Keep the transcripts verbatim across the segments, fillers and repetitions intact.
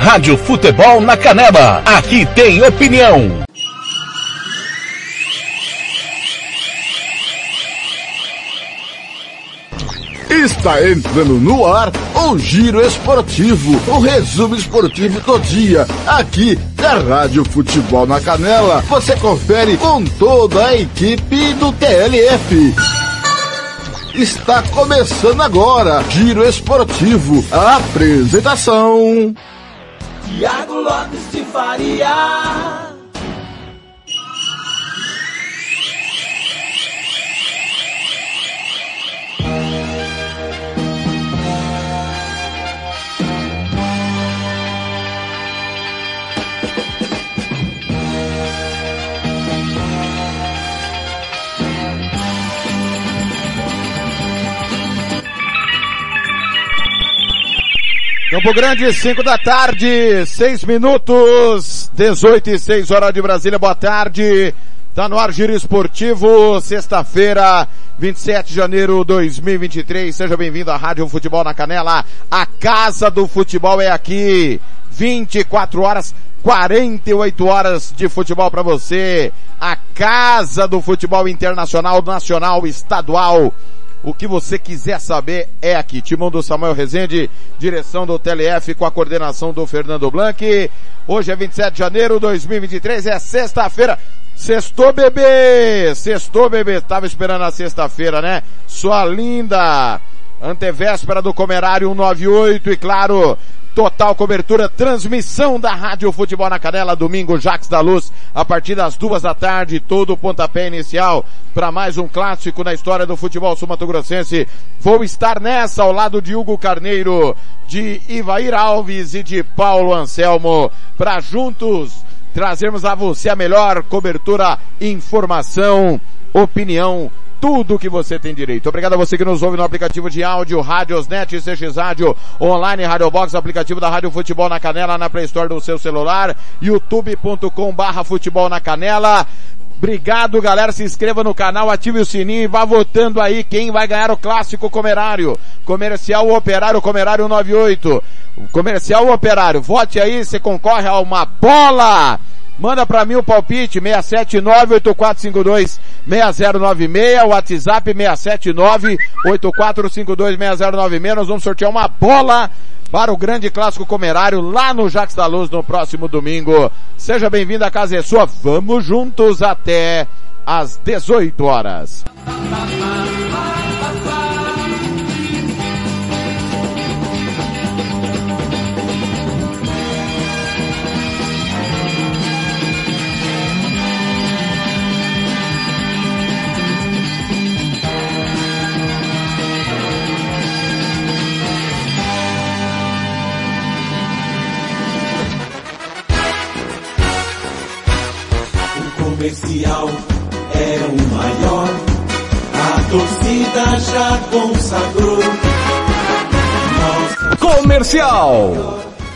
Rádio Futebol na Canela. Aqui tem opinião. Está entrando no ar o Giro Esportivo, o resumo esportivo do dia, aqui da Rádio Futebol na Canela. Você confere com toda a equipe do T L F. Está começando agora, Giro Esportivo, a apresentação... Thiago Lopes de Faria. Campo Grande, cinco da tarde, seis minutos, dezoito e seis horas de Brasília, boa tarde. Tá no ar Giro Esportivo, sexta-feira, vinte e sete de janeiro de dois mil e vinte e três. Seja bem-vindo à Rádio Futebol na Canela. A casa do futebol é aqui. vinte e quatro horas, quarenta e oito horas de futebol para você. A casa do futebol internacional, nacional, estadual. O que você quiser saber é aqui. Timão do Samuel Rezende, direção do T L F com a coordenação do Fernando Blanc. Hoje é vinte e sete de janeiro de dois mil e vinte e três, é sexta-feira. Sextou, bebê! Sextou, bebê! Tava esperando a sexta-feira, né? Sua linda! Antevéspera do Comerário cento e noventa e oito e claro, total cobertura, transmissão da Rádio Futebol na Canela, domingo, Jacques da Luz, a partir das duas da tarde, todo o pontapé inicial para mais um clássico na história do futebol sul-mato-grossense. Vou estar nessa ao lado de Hugo Carneiro, de Ivair Alves e de Paulo Anselmo, para juntos trazermos a você a melhor cobertura, informação, opinião, tudo que você tem direito. Obrigado a você que nos ouve no aplicativo de áudio, Radiosnet, C X Rádio, online, Radio Box, aplicativo da Rádio Futebol na Canela, na Play Store do seu celular, youtube ponto com barra futebol na canela. Obrigado, galera. Se inscreva no canal, ative o sininho e vá votando aí quem vai ganhar o clássico Comerário. Comercial Operário, Comerário noventa e oito. Comercial Operário, vote aí, você concorre a uma bola. Manda pra mim o palpite, seis sete nove, oito quatro cinco dois, seis zero nove seis, WhatsApp seis sete nove, oito quatro cinco dois, seis zero nove seis. Nós vamos sortear uma bola para o grande clássico Comerário lá no Jacques da Luz no próximo domingo. Seja bem-vindo, a casa é sua. Vamos juntos até às dezoito horas. Comercial era o maior, a torcida já consagrou. Nossa... Comercial!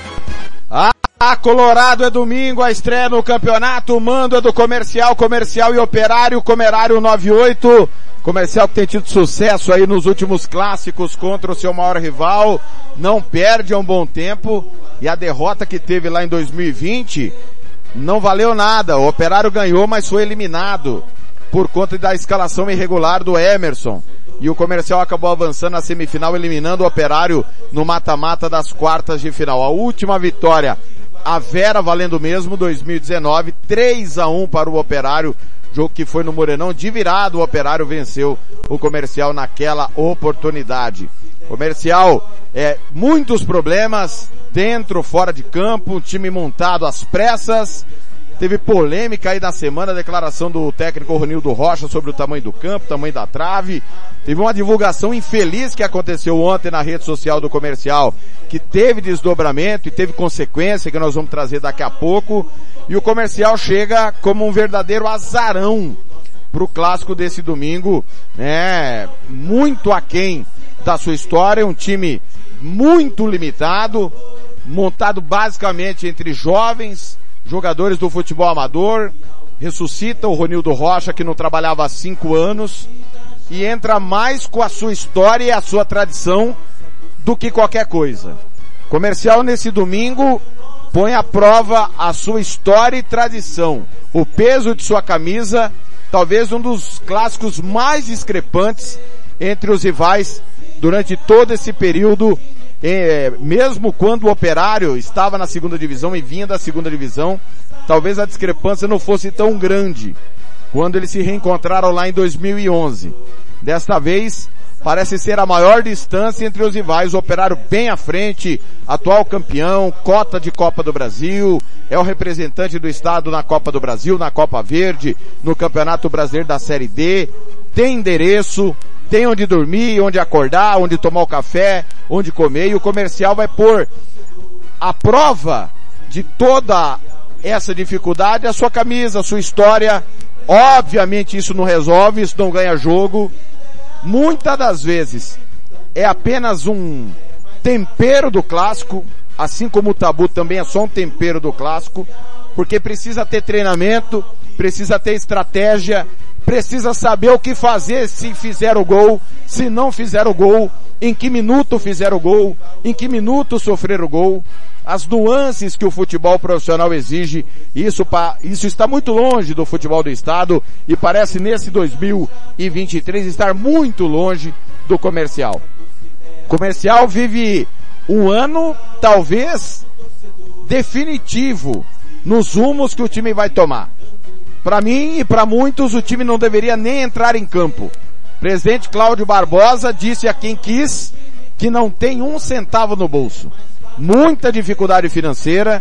Ah, Colorado é domingo, a estreia no campeonato, o mando é do Comercial, Comercial e Operário, Comerário noventa e oito. Comercial que tem tido sucesso aí nos últimos clássicos contra o seu maior rival, não perde há um bom tempo, e a derrota que teve lá em dois mil e vinte... não valeu nada, o Operário ganhou, mas foi eliminado por conta da escalação irregular do Emerson. E o Comercial acabou avançando na semifinal, eliminando o Operário no mata-mata das quartas de final. A última vitória, a Vera valendo mesmo, dois mil e dezenove, três a um para o Operário, jogo que foi no Morenão, de virada o Operário venceu o Comercial naquela oportunidade. Comercial, é, muitos problemas, dentro, fora de campo, um time montado às pressas, teve polêmica aí na semana, a declaração do técnico Ronildo Rocha sobre o tamanho do campo, tamanho da trave, teve uma divulgação infeliz que aconteceu ontem na rede social do Comercial, que teve desdobramento e teve consequência, que nós vamos trazer daqui a pouco, e o Comercial chega como um verdadeiro azarão pro clássico desse domingo, né, muito aquém da sua história, um time muito limitado, montado basicamente entre jovens, jogadores do futebol amador, ressuscita o Ronildo Rocha, que não trabalhava há cinco anos, e entra mais com a sua história e a sua tradição do que qualquer coisa. Comercial nesse domingo, põe à prova a sua história e tradição, o peso de sua camisa, talvez um dos clássicos mais discrepantes entre os rivais durante todo esse período, eh, mesmo quando o Operário estava na segunda divisão e vinha da segunda divisão, talvez a discrepância não fosse tão grande quando eles se reencontraram lá em dois mil e onze. Desta vez, parece ser a maior distância entre os rivais, o Operário bem à frente, atual campeão, cota de Copa do Brasil, é o representante do estado na Copa do Brasil, na Copa Verde, no Campeonato Brasileiro da Série D, tem endereço, tem onde dormir, onde acordar, onde tomar o café, onde comer, e o Comercial vai pôr à prova de toda essa dificuldade a sua camisa, a sua história. Obviamente isso não resolve, isso não ganha jogo. Muitas das vezes é apenas um tempero do clássico, assim como o tabu também é só um tempero do clássico, porque precisa ter treinamento, precisa ter estratégia, precisa saber o que fazer se fizer o gol, se não fizer o gol, em que minuto fizer o gol, em que minuto sofrer o gol, as nuances que o futebol profissional exige. Isso, isso está muito longe do futebol do estado e parece nesse dois mil e vinte e três estar muito longe do Comercial. Comercial vive um ano talvez definitivo nos rumos que o time vai tomar. Para mim e para muitos o time não deveria nem entrar em campo. O presidente Cláudio Barbosa disse a quem quis que não tem um centavo no bolso. Muita dificuldade financeira,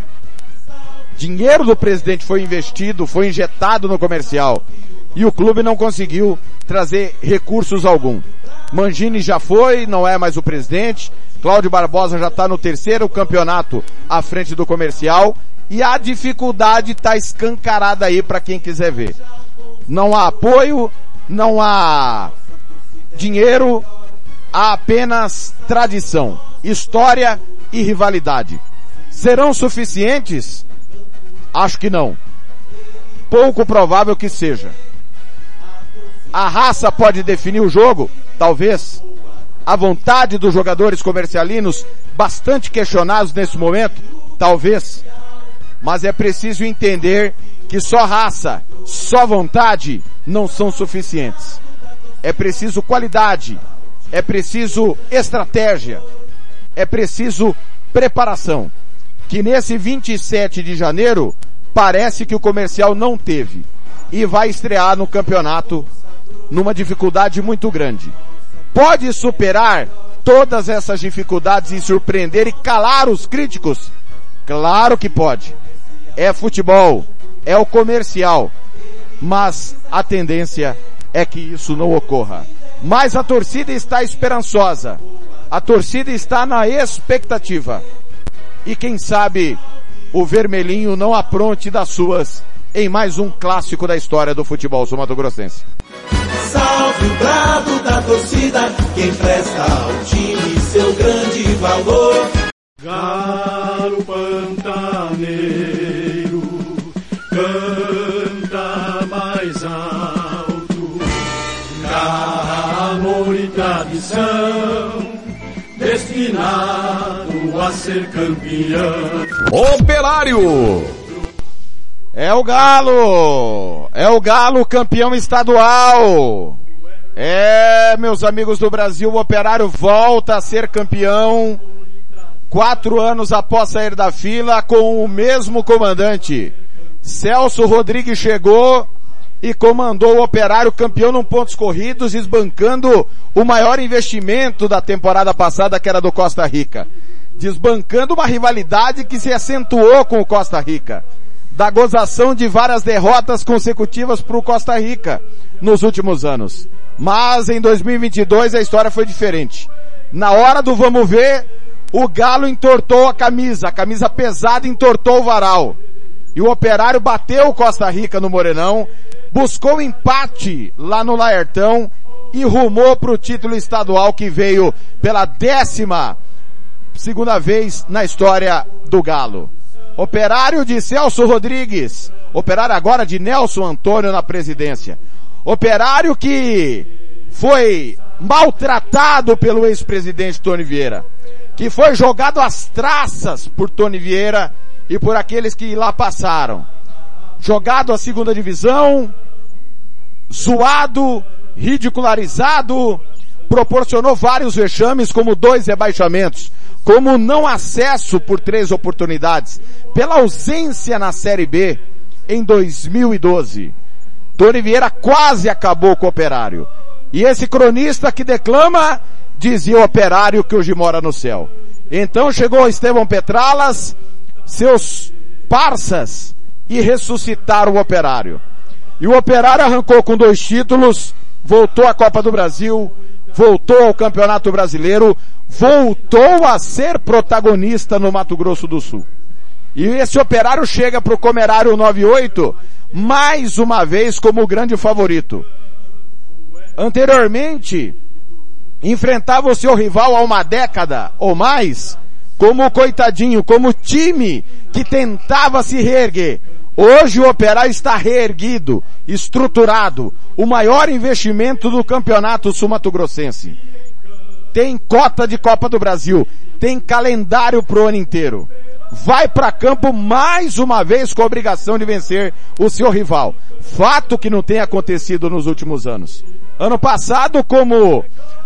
dinheiro do presidente foi investido, foi injetado no Comercial e o clube não conseguiu trazer recursos algum. Mangini já foi, não é mais o presidente, Cláudio Barbosa já está no terceiro campeonato à frente do Comercial e a dificuldade está escancarada aí para quem quiser ver. Não há apoio, não há dinheiro, há apenas tradição, história e rivalidade. Serão suficientes? Acho que não. Pouco provável que seja. A raça pode definir o jogo? Talvez. A vontade dos jogadores comercialinos, bastante questionados nesse momento? Talvez. Mas é preciso entender que só raça, só vontade não são suficientes. É preciso qualidade, é preciso estratégia, é preciso preparação, que nesse vinte e sete de janeiro parece que o Comercial não teve e vai estrear no campeonato numa dificuldade muito grande. Pode superar todas essas dificuldades e surpreender e calar os críticos? Claro que pode. É futebol, é o Comercial, mas a tendência é que isso não ocorra. Mas a torcida está esperançosa. A torcida está na expectativa. E quem sabe o vermelhinho não apronte das suas em mais um clássico da história do futebol sul-mato-grossense. Salve o brado da torcida, quem presta ao time seu grande valor. Galo pantaneiro, canta mais alto, amor e tradição, destinado a ser campeão. Operário! É o Galo! É o Galo campeão estadual! É, meus amigos do Brasil, o Operário volta a ser campeão quatro anos após sair da fila com o mesmo comandante. Celso Rodrigues chegou e comandou o Operário campeão num pontos corridos, esbancando o maior investimento da temporada passada, que era do Costa Rica. Desbancando uma rivalidade que se acentuou com o Costa Rica. Da gozação de várias derrotas consecutivas para o Costa Rica nos últimos anos. Mas em dois mil e vinte e dois a história foi diferente. Na hora do vamos ver, o Galo entortou a camisa, a camisa pesada entortou o varal. E o Operário bateu o Costa Rica no Morenão, buscou empate lá no Laertão e rumou para o título estadual que veio pela décima segunda vez na história do Galo. Operário de Celso Rodrigues, Operário agora de Nelson Antônio na presidência. Operário que foi maltratado pelo ex-presidente Tony Vieira, que foi jogado às traças por Tony Vieira e por aqueles que lá passaram. Jogado a segunda divisão, zoado, ridicularizado, proporcionou vários vexames, como dois rebaixamentos, como não acesso por três oportunidades, pela ausência na Série B em dois mil e doze. Tony Vieira quase acabou com o Operário. E esse cronista que declama, dizia o Operário que hoje mora no céu. Então chegou Estevão Petralas, seus parças, e ressuscitaram o Operário. E o Operário arrancou com dois títulos, voltou à Copa do Brasil, voltou ao Campeonato Brasileiro, voltou a ser protagonista no Mato Grosso do Sul. E esse Operário chega para o Comerário noventa e oito, mais uma vez como o grande favorito. Anteriormente, enfrentava o seu rival há uma década ou mais, como coitadinho, como time que tentava se reerguer. Hoje o Operário está reerguido, estruturado, o maior investimento do campeonato sul-mato-grossense. Tem cota de Copa do Brasil, tem calendário pro ano inteiro. Vai para campo mais uma vez com a obrigação de vencer o seu rival. Fato que não tem acontecido nos últimos anos. Ano passado, como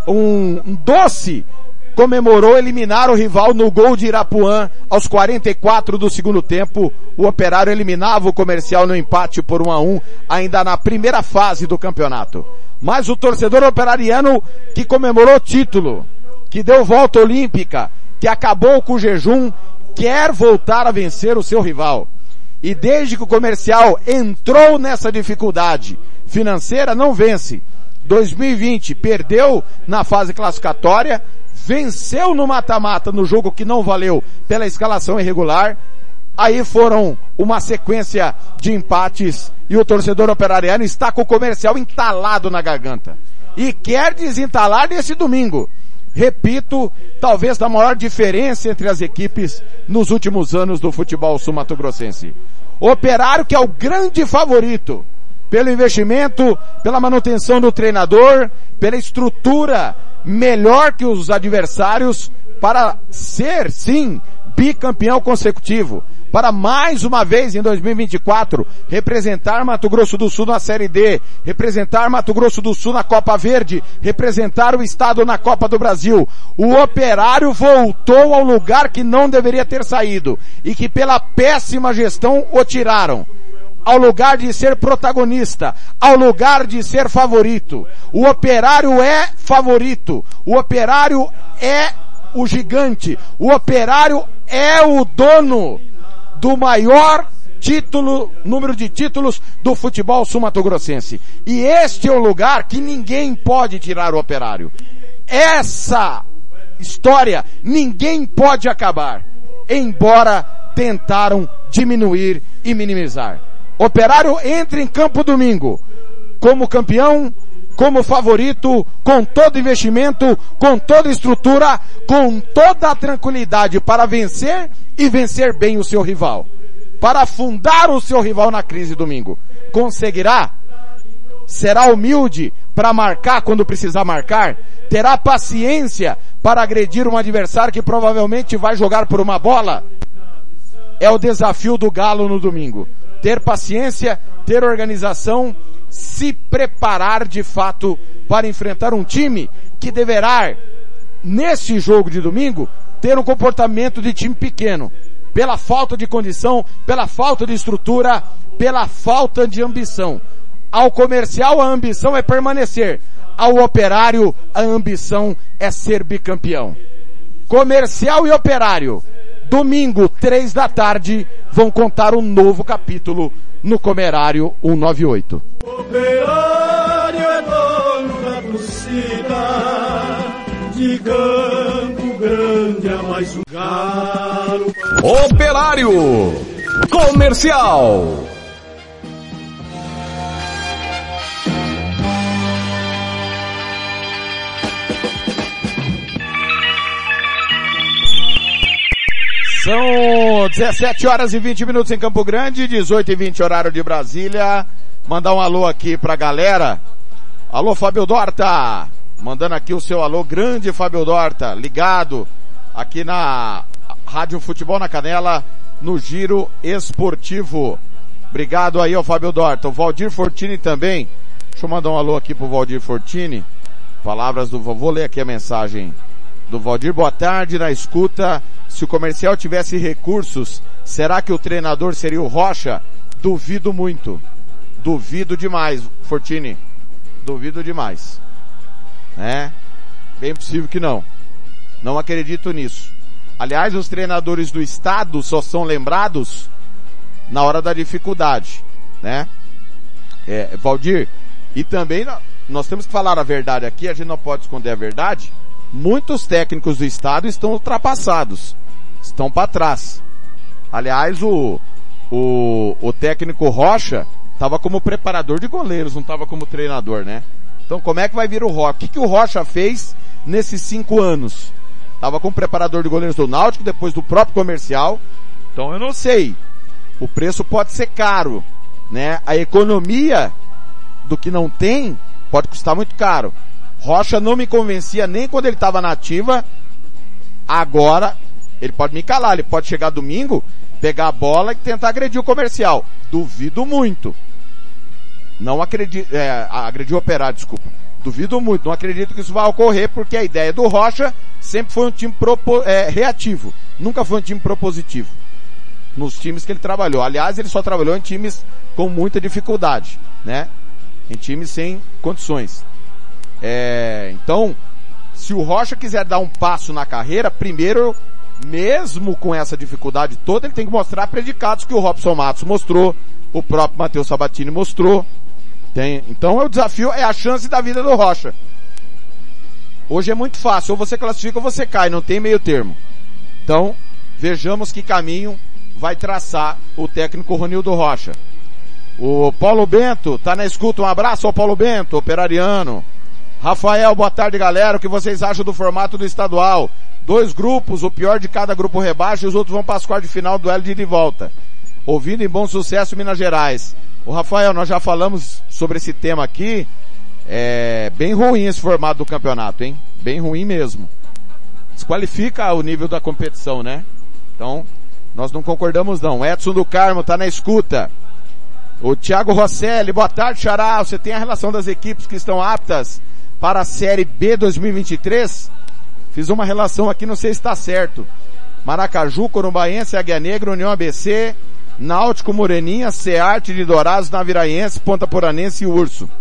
um, um doce, comemorou eliminar o rival no gol de Irapuã aos quarenta e quatro do segundo tempo. O Operário eliminava o Comercial no empate por um a um, ainda na primeira fase do campeonato. Mas o torcedor operariano que comemorou o título, que deu volta olímpica, que acabou com o jejum, quer voltar a vencer o seu rival. E desde que o Comercial entrou nessa dificuldade financeira, não vence. dois mil e vinte perdeu na fase classificatória, venceu no mata-mata no jogo que não valeu pela escalação irregular. Aí foram uma sequência de empates e o torcedor operariano está com o Comercial entalado na garganta. E quer desentalar nesse domingo. Repito, talvez da maior diferença entre as equipes nos últimos anos do futebol sul-mato-grossense. Operário que é o grande favorito pelo investimento, pela manutenção do treinador, pela estrutura melhor que os adversários para ser, sim, bicampeão consecutivo. Para mais uma vez em dois mil e vinte e quatro representar Mato Grosso do Sul na Série D, representar Mato Grosso do Sul na Copa Verde, representar o estado na Copa do Brasil. O Operário voltou ao lugar que não deveria ter saído e que pela péssima gestão o tiraram. Ao lugar de ser protagonista, ao lugar de ser favorito. O Operário é favorito, o Operário é o gigante, o Operário é o dono do maior título, número de títulos do futebol sul-mato-grossense. E este é o lugar que ninguém pode tirar o Operário. Essa história ninguém pode acabar, embora tentaram diminuir e minimizar. Operário entra em campo domingo como campeão, como favorito, com todo investimento, com toda estrutura, com toda a tranquilidade para vencer e vencer bem o seu rival. Para afundar o seu rival na crise domingo. Conseguirá? Será humilde para marcar quando precisar marcar? Terá paciência para agredir um adversário que provavelmente vai jogar por uma bola? É o desafio do Galo no domingo. Ter paciência, ter organização, se preparar de fato para enfrentar um time que deverá, nesse jogo de domingo, ter um comportamento de time pequeno, pela falta de condição, pela falta de estrutura, pela falta de ambição. Ao Comercial a ambição é permanecer, ao Operário a ambição é ser bicampeão. Comercial e Operário, domingo, três da tarde, vão contar um novo capítulo no Comerário cento e noventa e oito. Operário é dono da torcida, de Campo Grande a mais um galo. Operário Comercial. São dezessete horas e vinte minutos em Campo Grande, dezoito e vinte horário de Brasília. Mandar um alô aqui pra galera. Alô, Fábio Dorta. Mandando aqui o seu alô, grande Fábio Dorta, ligado aqui na Rádio Futebol na Canela, no Giro Esportivo. Obrigado aí ao Fábio Dorta. O Valdir Fortini também. Deixa eu mandar um alô aqui pro Valdir Fortini. Palavras do... Vou ler aqui a mensagem do Valdir. Boa tarde, na escuta. Se o Comercial tivesse recursos, será que o treinador seria o Rocha? Duvido muito. Duvido demais, Fortini. Duvido demais. É, bem possível que não. Não acredito nisso. Aliás, os treinadores do estado só são lembrados na hora da dificuldade, né? É, Valdir, e também nós temos que falar a verdade aqui, a gente não pode esconder a verdade. Muitos técnicos do estado estão ultrapassados, estão para trás. Aliás, o, o, o técnico Rocha estava como preparador de goleiros, não estava como treinador, né? Então como é que vai vir o Rocha? O que, que o Rocha fez nesses cinco anos? Estava como preparador de goleiros do Náutico, depois do próprio Comercial. Então eu não sei. O preço pode ser caro, né? A economia do que não tem pode custar muito caro. Rocha não me convencia nem quando ele estava na ativa. Agora, ele pode me calar, ele pode chegar domingo, pegar a bola e tentar agredir o Comercial. Duvido muito. Não acredito, é, agredir o Operário, desculpa. Duvido muito, não acredito que isso vai ocorrer, porque a ideia do Rocha sempre foi um time propo, é, reativo. Nunca foi um time propositivo. Nos times que ele trabalhou. Aliás, ele só trabalhou em times com muita dificuldade, né? Em times sem condições. É, então, se o Rocha quiser dar um passo na carreira, primeiro, mesmo com essa dificuldade toda, ele tem que mostrar predicados que o Robson Matos mostrou, o próprio Matheus Sabatini mostrou. Tem, então é o desafio, é a chance da vida do Rocha. Hoje é muito fácil, ou você classifica ou você cai, não tem meio termo. Então, vejamos que caminho vai traçar o técnico Ronildo Rocha. O Paulo Bento tá na escuta, um abraço ao Paulo Bento, operariano. Rafael, boa tarde galera, o que vocês acham do formato do estadual? Dois grupos, o pior de cada grupo rebaixa e os outros vão para as quartas de final, duelo de ida e volta. Ouvindo em Bom Sucesso, Minas Gerais. O Rafael, nós já falamos sobre esse tema aqui, é bem ruim esse formato do campeonato, hein? Bem ruim mesmo. Desqualifica o nível da competição, né? Então, nós não concordamos não. Edson do Carmo tá na escuta. O Thiago Rosselli, boa tarde, Xará. Você tem a relação das equipes que estão aptas para a Série B dois mil e vinte e três? Fiz uma relação aqui, não sei se está certo. Maracaju, Corumbaense, Águia Negra, União A B C, Náutico, Moreninha, Cearte de Dourados, Naviraense, Ponta Poranense e Urso.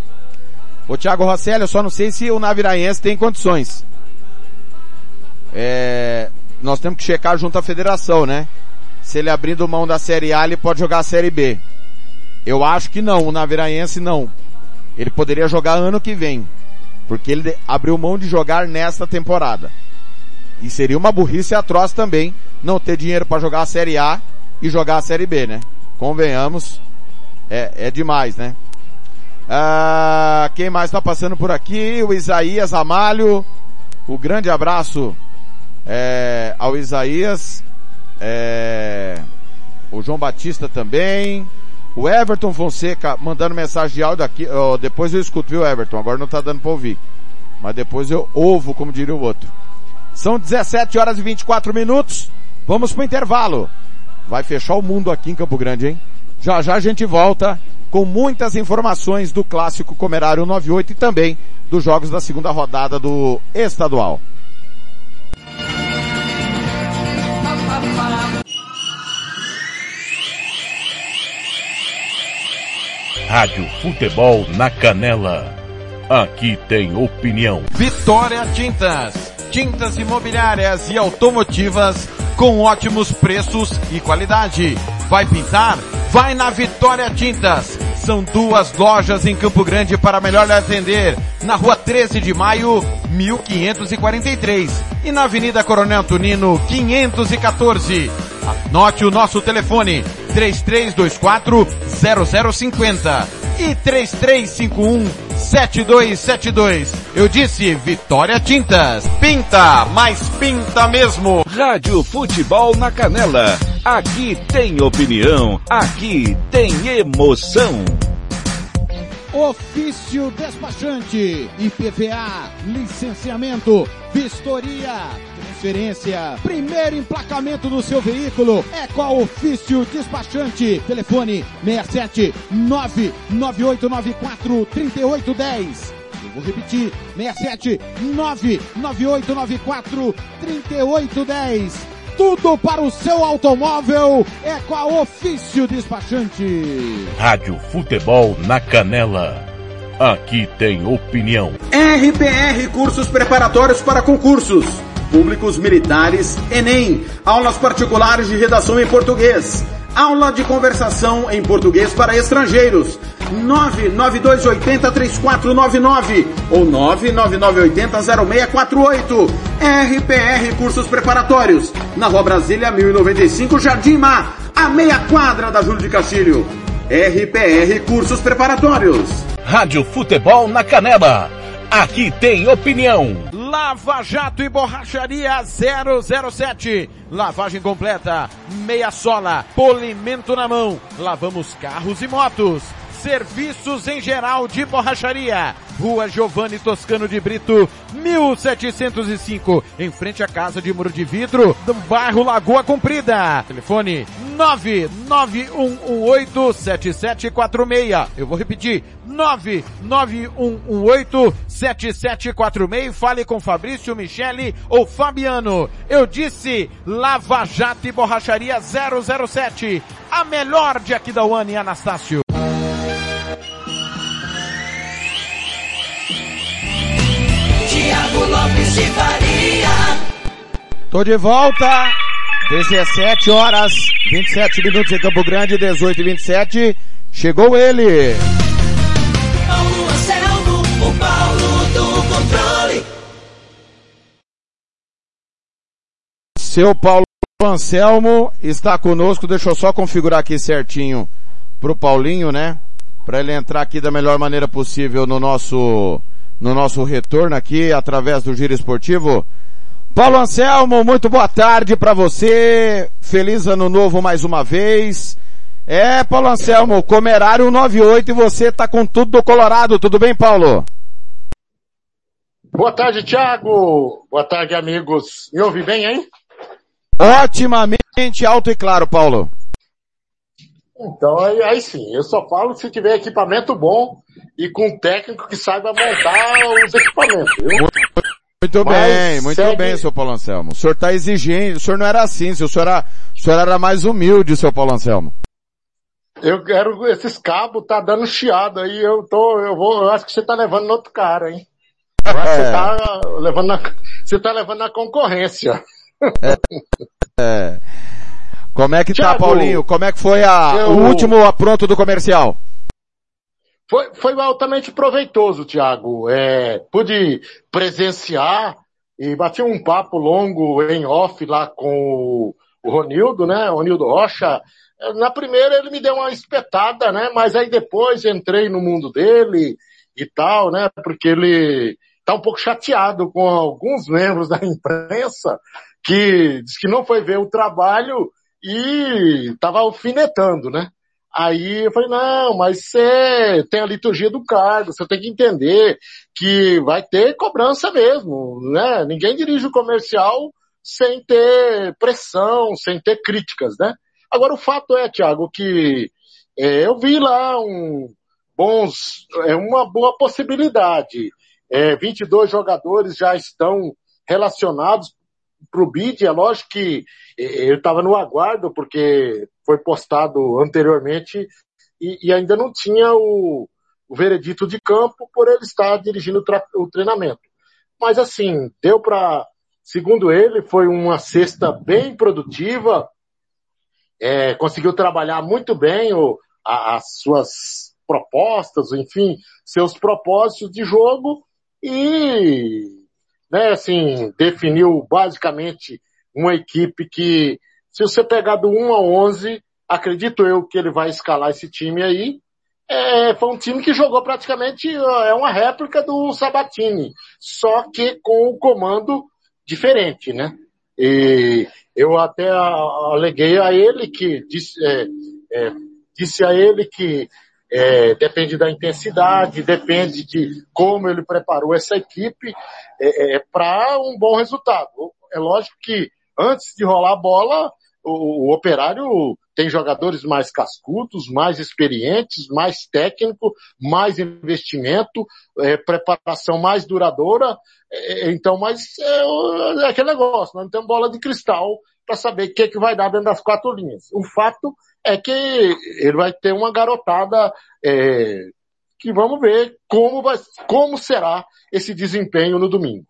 O Thiago Rosselli, eu só não sei se o Naviraense tem condições. É, nós temos que checar junto à federação, né? Se ele abrindo mão da Série A, ele pode jogar a Série B. Eu acho que não, o Naviraense não. Ele poderia jogar ano que vem, porque ele abriu mão de jogar nesta temporada. E seria uma burrice atroz também não ter dinheiro para jogar a Série A e jogar a Série B, né? Convenhamos, é, é demais, né? Ah, quem mais está passando por aqui? O Isaías Amalho, o grande abraço é, ao Isaías, é, o João Batista também, o Everton Fonseca mandando mensagem de áudio aqui, oh, depois eu escuto, viu Everton? Agora não tá dando para ouvir, mas depois eu ouvo, como diria o outro. São dezessete horas e vinte e quatro minutos, vamos pro intervalo. Vai fechar o mundo aqui em Campo Grande, hein? Já já a gente volta com muitas informações do Clássico Comerário noventa e oito e também dos jogos da segunda rodada do estadual. Rádio Futebol na Canela. Aqui tem opinião. Vitória Tintas. Tintas imobiliárias e automotivas com ótimos preços e qualidade. Vai pintar? Vai na Vitória Tintas. São duas lojas em Campo Grande para melhor lhe atender. Na rua treze de maio, mil quinhentos e quarenta e três. E na Avenida Coronel Tunino, quinhentos e quatorze. Anote o nosso telefone, três três dois quatro zero zero cinco zero e três três cinco um sete dois sete dois. Eu disse Vitória Tintas. Pinta, mas pinta mesmo. Rádio Futebol na Canela. Aqui tem opinião, aqui tem emoção. Ofício despachante, I P V A, licenciamento, vistoria, transferência. Primeiro emplacamento do seu veículo é com a Ofício Despachante. Telefone seis sete nove nove oito nove quatro três oito um zero. Eu vou repetir, seis sete nove nove oito nove quatro três oito um zero. Tudo para o seu automóvel é com a Ofício Despachante. Rádio Futebol na Canela. Aqui tem opinião. R P R Cursos Preparatórios para Concursos Públicos Militares, Enem. Aulas particulares de redação em português. Aula de conversação em português para estrangeiros. nove nove dois oito zero três quatro nove nove ou nove nove nove oito zero zero seis quatro oito. R P R Cursos Preparatórios. Na Rua Brasília mil e noventa e cinco, Jardim Mar, a meia quadra da Júlio de Castilho. R P R Cursos Preparatórios. Rádio Futebol na Canela. Aqui tem opinião. Lava Jato e Borracharia zero zero sete. Lavagem completa, meia sola, polimento na mão. Lavamos carros e motos. Serviços em geral de borracharia. Rua Giovanni Toscano de Brito, mil setecentos e cinco, em frente à Casa de Muro de Vidro, do bairro Lagoa Comprida. Telefone nove nove um um oito sete sete quatro seis. Eu vou repetir, nove nove um um oito sete sete quatro seis. Fale com Fabrício, Michele ou Fabiano. Eu disse Lava Jato e Borracharia zero zero sete. A melhor de Aquidauana e Anastácio. Tiago Lopes de Faria. Tô de volta. dezessete horas, vinte e sete minutos em Campo Grande, dezoito e vinte e sete. Chegou ele. Paulo Anselmo, o Paulo do controle. Seu Paulo Anselmo está conosco. Deixa eu só configurar aqui certinho pro Paulinho, né? Para ele entrar aqui da melhor maneira possível no nosso no nosso retorno aqui através do Giro Esportivo. Paulo Anselmo, muito boa tarde para você. Feliz ano novo mais uma vez. É, Paulo Anselmo, Comerário noventa e oito e você tá com tudo do Colorado. Tudo bem, Paulo? Boa tarde, Thiago. Boa tarde, amigos. Me ouve bem, hein? Otimamente alto e claro, Paulo. Então, aí, aí sim, eu só falo se tiver equipamento bom e com um técnico que saiba montar os equipamentos, viu? Muito Mas bem, muito segue... bem, seu Paulo Anselmo. O senhor está exigindo, o senhor não era assim, o senhor era, o senhor era mais humilde, seu Paulo Anselmo. Eu quero, esses cabos tá dando chiado aí, eu tô, eu vou, eu acho que você tá levando no outro cara, hein? Eu acho que você tá levando na, você tá levando na concorrência. É. É. Como é que Thiago, tá, Paulinho? Como é que foi a, eu... o último apronto do comercial? Foi, foi altamente proveitoso, Thiago. É, pude presenciar e bati um papo longo em off lá com o, o Ronildo, né? O Ronildo Rocha. Na primeira ele me deu uma espetada, né? Mas aí depois entrei no mundo dele e tal, né? Porque ele tá um pouco chateado com alguns membros da imprensa que diz que não foi ver o trabalho e tava alfinetando, né? Aí eu falei, não, mas você tem a liturgia do cargo, você tem que entender que vai ter cobrança mesmo, né? Ninguém dirige o comercial sem ter pressão, sem ter críticas, né? Agora o fato é, Thiago, que é, eu vi lá um bons, é uma boa possibilidade. É, vinte e dois jogadores já estão relacionados para o bid. É lógico que eu estava no aguardo, porque foi postado anteriormente e, e ainda não tinha o, o veredito de campo por ele estar dirigindo o, tra- o treinamento. Mas assim, deu para, segundo ele, foi uma sexta bem produtiva, é, conseguiu trabalhar muito bem o, a, as suas propostas, enfim, seus propósitos de jogo e, né, assim, definiu basicamente uma equipe que, se você pegar do um a onze, acredito eu que ele vai escalar esse time aí. É, foi um time que jogou praticamente, é uma réplica do Sabatini, só que com o comando diferente, né? E eu até aleguei a ele que, disse, é, é, disse a ele que é, depende da intensidade, depende de como ele preparou essa equipe é, é, para um bom resultado. É lógico que antes de rolar a bola, o, o Operário tem jogadores mais cascudos, mais experientes, mais técnico, mais investimento, é, preparação mais duradoura. É, então, mas é, é aquele negócio, nós não temos bola de cristal para saber o que, que vai dar dentro das quatro linhas. O fato é que ele vai ter uma garotada é, que vamos ver como, vai, como será esse desempenho no domingo.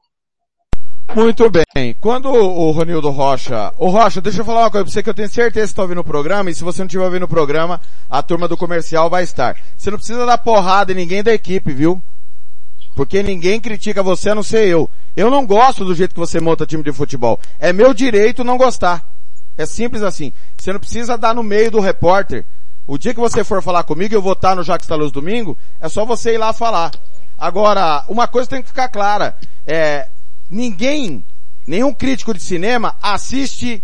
Muito bem. Quando o Ronildo Rocha... Ô Rocha, deixa eu falar uma coisa pra você que eu tenho certeza que você está ouvindo o programa, e se você não estiver ouvindo o programa, a turma do comercial vai estar. Você não precisa dar porrada em ninguém da equipe, viu? Porque ninguém critica você a não ser eu. Eu não gosto do jeito que você monta time de futebol. É meu direito não gostar. É simples assim. Você não precisa dar no meio do repórter. O dia que você for falar comigo, eu vou estar no Jacques da Luz domingo, é só você ir lá falar. Agora, uma coisa tem que ficar clara. É, ninguém, nenhum crítico de cinema assiste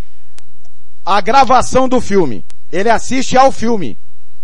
a gravação do filme. Ele assiste ao filme.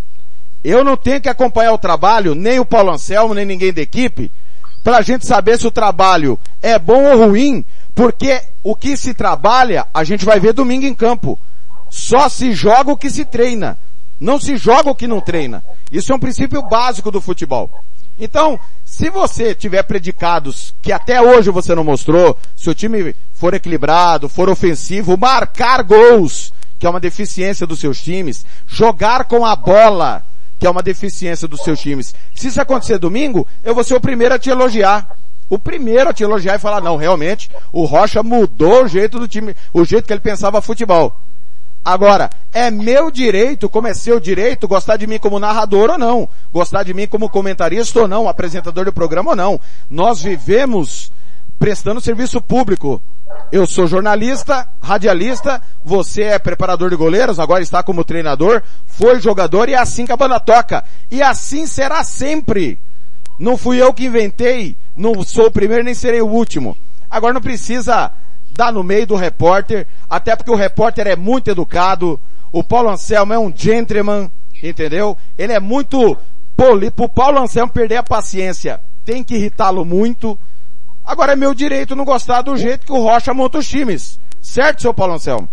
Eu não tenho que acompanhar o trabalho, nem o Paulo Anselmo, nem ninguém da equipe, pra gente saber se o trabalho é bom ou ruim, porque o que se trabalha, a gente vai ver domingo em campo. Só se joga o que se treina. Não se joga o que não treina. Isso é um princípio básico do futebol. Então, se você tiver predicados que até hoje você não mostrou, se o time for equilibrado, for ofensivo, marcar gols, que é uma deficiência dos seus times, jogar com a bola, que é uma deficiência dos seus times. Se isso acontecer domingo, eu vou ser o primeiro a te elogiar. O primeiro a te elogiar e falar, não, realmente, o Rocha mudou o jeito do time, o jeito que ele pensava futebol. Agora, é meu direito, como é seu direito, gostar de mim como narrador ou não, gostar de mim como comentarista ou não, apresentador do programa ou não. Nós vivemos prestando serviço público. Eu sou jornalista, radialista, você é preparador de goleiros, agora está como treinador, foi jogador e é assim que a banda toca. E assim será sempre. Não fui eu que inventei, não sou o primeiro nem serei o último. Agora não precisa dar no meio do repórter, até porque o repórter é muito educado, o Paulo Anselmo é um gentleman, entendeu? Ele é muito poli... Pro Paulo Anselmo perder a paciência, tem que irritá-lo muito. Agora é meu direito não gostar do jeito que o Rocha monta os times. Certo, seu Paulo Anselmo?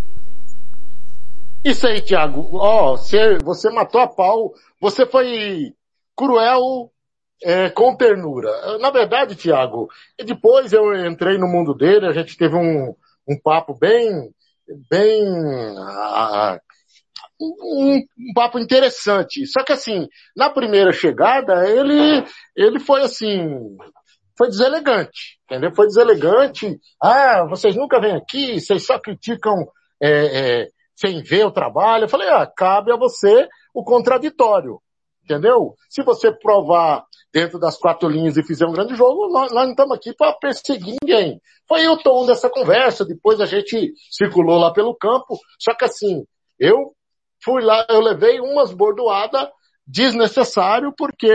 Isso aí, Thiago. Ó, oh, você, você matou a pau, você foi cruel, É, com ternura. Na verdade, Thiago, depois eu entrei no mundo dele, a gente teve um, um papo bem, bem, uh, um, um papo interessante. Só que assim, na primeira chegada, ele, ele foi assim, foi deselegante, entendeu? Foi deselegante. Ah, vocês nunca vêm aqui, vocês só criticam, é, é, sem ver o trabalho. Eu falei, ah, cabe a você o contraditório. Entendeu? Se você provar dentro das quatro linhas e fizer um grande jogo, nós, nós não estamos aqui para perseguir ninguém. Foi o tom dessa conversa, depois a gente circulou lá pelo campo, só que assim, eu fui lá, eu levei umas bordoadas desnecessário porque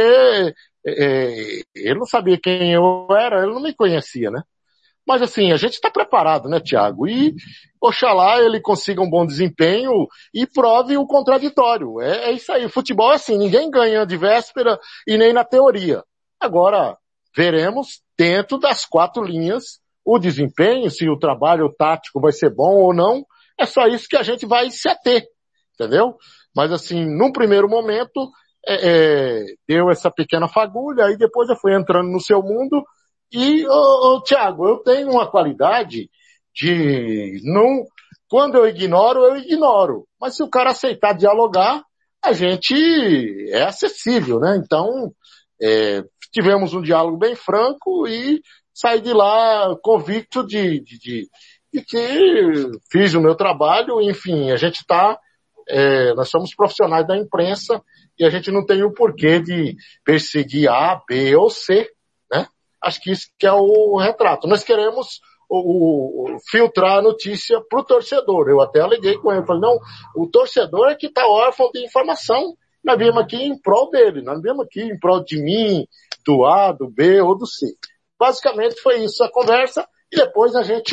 é, ele não sabia quem eu era, ele não me conhecia, né? Mas assim, a gente está preparado, né, Thiago? E oxalá ele consiga um bom desempenho e prove o contraditório. É, é isso aí. O futebol é assim, ninguém ganha de véspera e nem na teoria. Agora, veremos dentro das quatro linhas o desempenho, se o trabalho tático vai ser bom ou não. É só isso que a gente vai se ater, entendeu? Mas assim, num primeiro momento, é, é, deu essa pequena fagulha, aí depois eu fui entrando no seu mundo. E, ô, ô, Thiago, eu tenho uma qualidade de não, quando eu ignoro, eu ignoro. Mas se o cara aceitar dialogar, a gente é acessível, né? Então, é, tivemos um diálogo bem franco e saí de lá convicto de, de, de, de que fiz o meu trabalho. Enfim, a gente tá, é, nós somos profissionais da imprensa e a gente não tem o porquê de perseguir A, B ou C, né? Acho que isso que é o retrato. Nós queremos o, o, filtrar a notícia para o torcedor. Eu até aleguei com ele. Falei, não, o torcedor é que está órfão de informação. Nós viemos aqui em prol dele. Nós viemos aqui em prol de mim, do A, do B ou do C. Basicamente foi isso a conversa. E depois a gente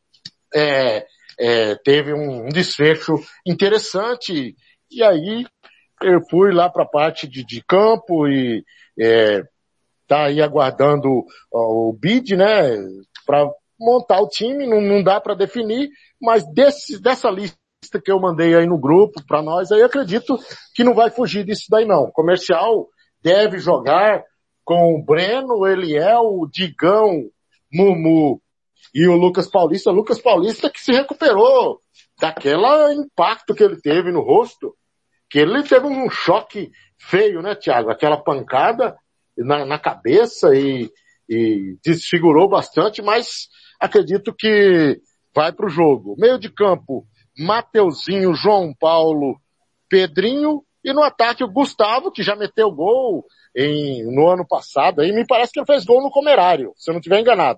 é, é, teve um, um desfecho interessante. E aí eu fui lá para a parte de, de campo e... É, tá aí aguardando ó, o bid, né, para montar o time, não, não dá para definir, mas desse, dessa lista que eu mandei aí no grupo para nós, aí eu acredito que não vai fugir disso daí não. O Comercial deve jogar com o Breno, Eliel, o Digão, Mumu e o Lucas Paulista. O Lucas Paulista que se recuperou daquele impacto que ele teve no rosto, que ele teve um choque feio, né, Thiago? Aquela pancada na, na cabeça e, e desfigurou bastante, mas acredito que vai pro jogo. Meio de campo, Mateuzinho, João Paulo, Pedrinho, e no ataque o Gustavo, que já meteu gol em, no ano passado, aí me parece que ele fez gol no Comerário, se eu não estiver enganado.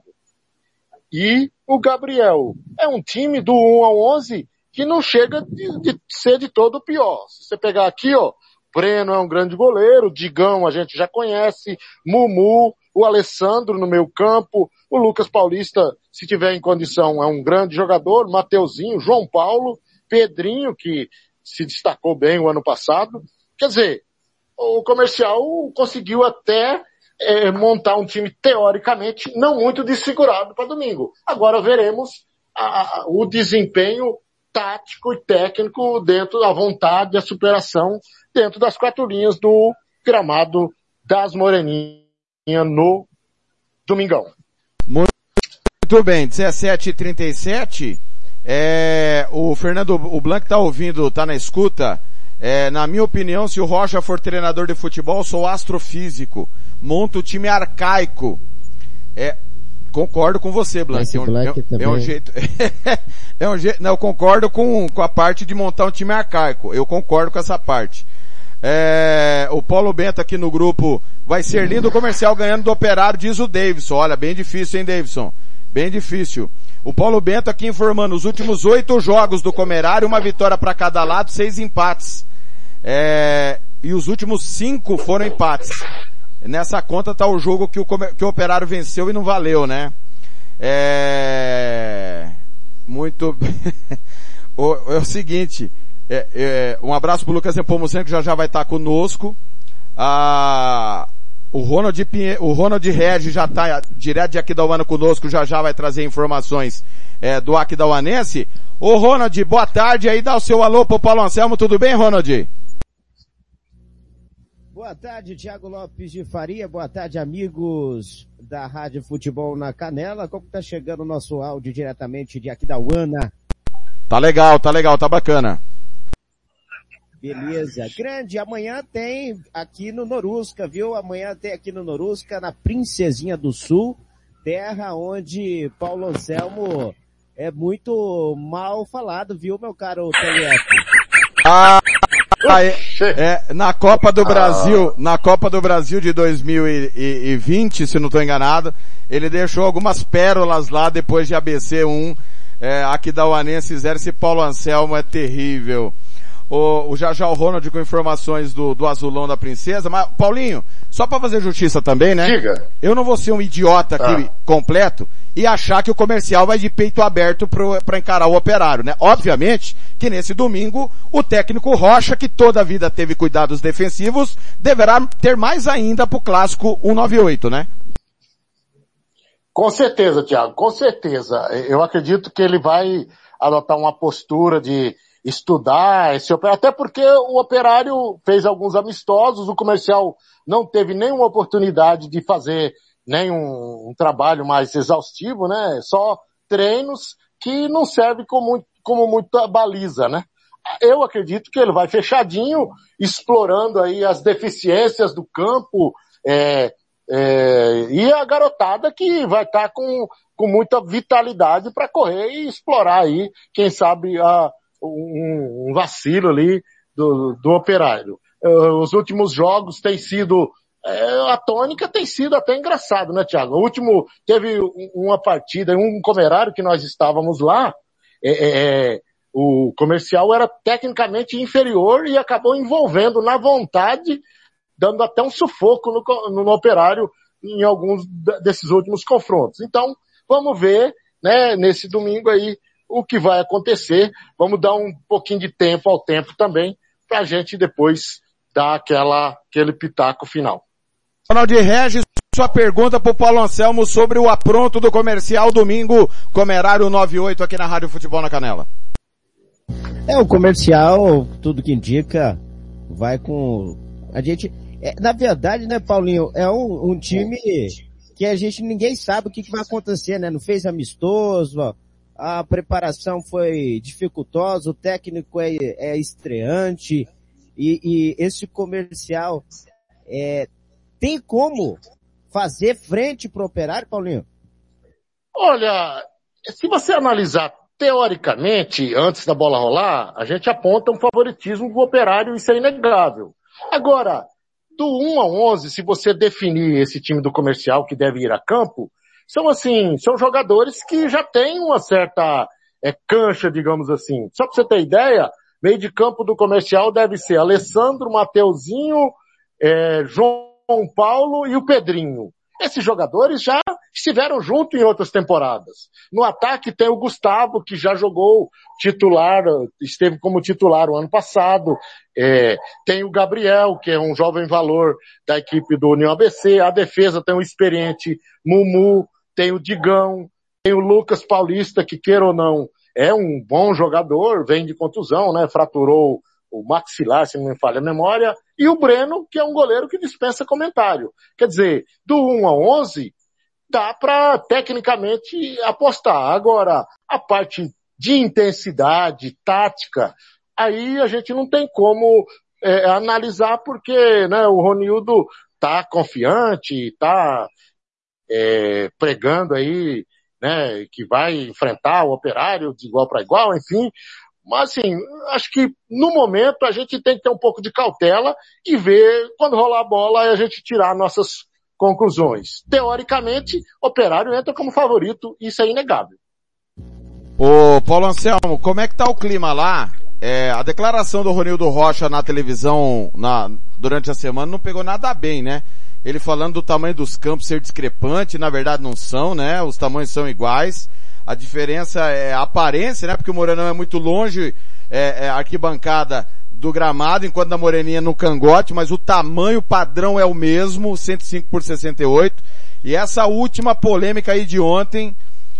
E o Gabriel. É um time do um ao onze que não chega de, de ser de todo o pior. Se você pegar aqui, ó, Breno é um grande goleiro, Digão a gente já conhece, Mumu, o Alessandro no meio campo, o Lucas Paulista, se tiver em condição, é um grande jogador, Mateuzinho, João Paulo, Pedrinho, que se destacou bem o ano passado. Quer dizer, o Comercial conseguiu até é, montar um time teoricamente não muito desfigurado para domingo. Agora veremos a, a, o desempenho tático e técnico dentro da vontade, da superação dentro das quatro linhas do gramado das Moreninhas no domingão. Muito bem, dezessete e trinta e sete, é, o Fernando, o Blanc tá ouvindo, tá na escuta. É, na minha opinião, se o Rocha for treinador de futebol, sou astrofísico, monta o time arcaico. É, concordo com você, Blanc. É um, é, é um jeito, é um jeito, não, eu concordo com, com a parte de montar um time arcaico. Eu concordo com essa parte. É, o Paulo Bento aqui no grupo, vai ser lindo o Comercial ganhando do Operário, diz o Davidson. Olha, bem difícil, hein, Davidson? Bem difícil. O Paulo Bento aqui informando, os últimos oito jogos do Comerário, uma vitória para cada lado, seis empates. É, e os últimos cinco foram empates. Nessa conta tá o jogo que o, que o Operário venceu e não valeu, né? É, muito o, é o seguinte, é, é, um abraço pro Lucas Nepomuceno, que já já vai estar conosco. Ah, o Ronald, Pinhe, o Ronald Regis já está direto de Aquidauana conosco, já já vai trazer informações é, do Aquidauanense. Ô Ronald, boa tarde aí, dá o seu alô pro Paulo Anselmo, tudo bem, Ronald? Boa tarde, Thiago Lopes de Faria, boa tarde, amigos da Rádio Futebol na Canela. Como tá chegando o nosso áudio diretamente de Aquidauana? Tá legal, tá legal, tá bacana. Beleza, grande, amanhã tem aqui no Norusca, viu? Amanhã tem aqui no Norusca, na Princesinha do Sul, terra onde Paulo Anselmo é muito mal falado, viu, meu caro Telieto? Ah, é, é, na Copa do Brasil, na Copa do Brasil de dois mil e vinte, se não estou enganado, ele deixou algumas pérolas lá depois de A B C um, é, Aquidauanense zero, esse Paulo Anselmo é terrível. O, o já já o Ronald com informações do, do Azulão da Princesa, mas Paulinho, só para fazer justiça também, né? Diga. Eu não vou ser um idiota aqui ah. completo e achar que o Comercial vai de peito aberto para encarar o Operário, né? Obviamente que nesse domingo o técnico Rocha, que toda a vida teve cuidados defensivos, deverá ter mais ainda pro clássico cento e noventa e oito, né? Com certeza, Thiago, com certeza. Eu acredito que ele vai adotar uma postura de estudar esse Operário, até porque o Operário fez alguns amistosos, o Comercial não teve nenhuma oportunidade de fazer nenhum um trabalho mais exaustivo, né? Só treinos que não servem como, como muita baliza, né? Eu acredito que ele vai fechadinho, explorando aí as deficiências do campo, é, é, e a garotada que vai estar tá com, com muita vitalidade para correr e explorar aí, quem sabe, a Um, um vacilo ali do, do Operário. Uh, os últimos jogos têm sido, é, a tônica tem sido até engraçado, né, Thiago? O último, teve uma partida, um Comerário que nós estávamos lá, é, é, o Comercial era tecnicamente inferior e acabou envolvendo na vontade, dando até um sufoco no, no Operário em alguns desses últimos confrontos. Então, vamos ver, né, nesse domingo aí, o que vai acontecer. Vamos dar um pouquinho de tempo ao tempo também, pra gente depois dar aquela, aquele pitaco final. Ronald Regis, sua pergunta pro Paulo Anselmo sobre o apronto do Comercial domingo, Comerário nove e oito aqui na Rádio Futebol na Canela. É, o Comercial, tudo que indica, vai com... A gente... É, na verdade, né, Paulinho, é um, um time que a gente, ninguém sabe o que, que vai acontecer, né? Não fez amistoso, ó. A preparação foi dificultosa, o técnico é, é estreante, e, e esse Comercial é, tem como fazer frente pro Operário, Paulinho? Olha, se você analisar teoricamente, antes da bola rolar, a gente aponta um favoritismo do Operário, isso é inegável. Agora, do um a onze, se você definir esse time do Comercial que deve ir a campo, são assim, são jogadores que já têm uma certa é, cancha, digamos assim. Só para você ter ideia, meio de campo do Comercial deve ser Alessandro, Mateuzinho, é, João Paulo e o Pedrinho. Esses jogadores já estiveram juntos em outras temporadas. No ataque tem o Gustavo, que já jogou titular, esteve como titular o ano passado. É, tem o Gabriel, que é um jovem valor da equipe do União A B C. A defesa tem o experiente Mumu, tem o Digão, tem o Lucas Paulista, que queira ou não, é um bom jogador, vem de contusão, né? Fraturou o maxilar, se não me falha a memória, e o Breno, que é um goleiro que dispensa comentário. Quer dizer, do um a onze, dá para tecnicamente apostar. Agora, a parte de intensidade, tática, aí a gente não tem como é, analisar, porque né, o Ronildo tá confiante, tá é, pregando aí, né, que vai enfrentar o Operário de igual para igual, enfim. Mas assim, acho que no momento a gente tem que ter um pouco de cautela e ver, quando rolar a bola, a gente tirar nossas conclusões. Teoricamente, Operário entra como favorito, isso é inegável. Ô Paulo Anselmo, como é que tá o clima lá? É, a declaração do Ronildo Rocha na televisão na, durante a semana não pegou nada bem, né? Ele falando do tamanho dos campos ser discrepante, na verdade não são, né? Os tamanhos são iguais. A diferença é a aparência, né? Porque o Morenão é muito longe, é, é arquibancada do gramado, enquanto da Moreninha no cangote, mas o tamanho padrão é o mesmo, cento e cinco por sessenta e oito. E essa última polêmica aí de ontem,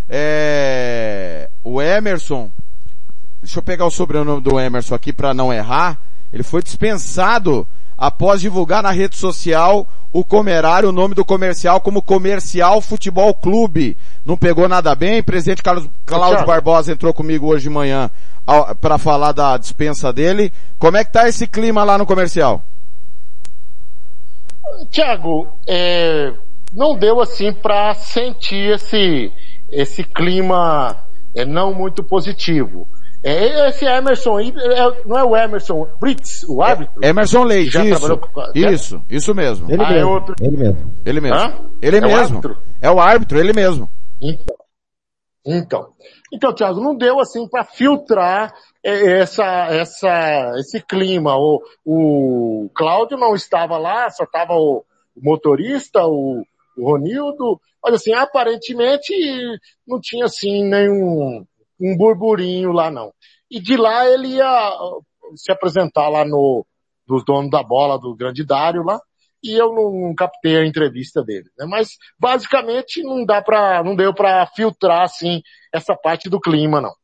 é, o Emerson, deixa eu pegar o sobrenome do Emerson aqui para não errar, ele foi dispensado após divulgar na rede social o Comerário, o nome do comercial como Comercial Futebol Clube. Não pegou nada bem, o presidente Carlos Cláudio Barbosa entrou comigo hoje de manhã para falar da dispensa dele. Como é que tá esse clima lá no Comercial? Thiago, é, não deu assim para sentir esse, esse clima é, não muito positivo. É, esse Emerson aí, é, não é o Emerson Brits, o árbitro? É, Emerson Leite, já isso, com... isso, isso mesmo. Ele ah, mesmo, é outro... ele mesmo. Ele mesmo. Hã? Ele é mesmo. O é o árbitro, ele mesmo. Então, então, então Thiago, não deu assim para filtrar essa, essa, esse clima. O, o Cláudio não estava lá, só estava o motorista, o, o Ronildo. Olha assim, aparentemente não tinha assim nenhum um burburinho lá não. E de lá ele ia se apresentar lá no, dos donos da bola, do Grande Dário lá, e eu não, não captei a entrevista dele, né? Mas basicamente não dá pra, não deu pra filtrar assim essa parte do clima não.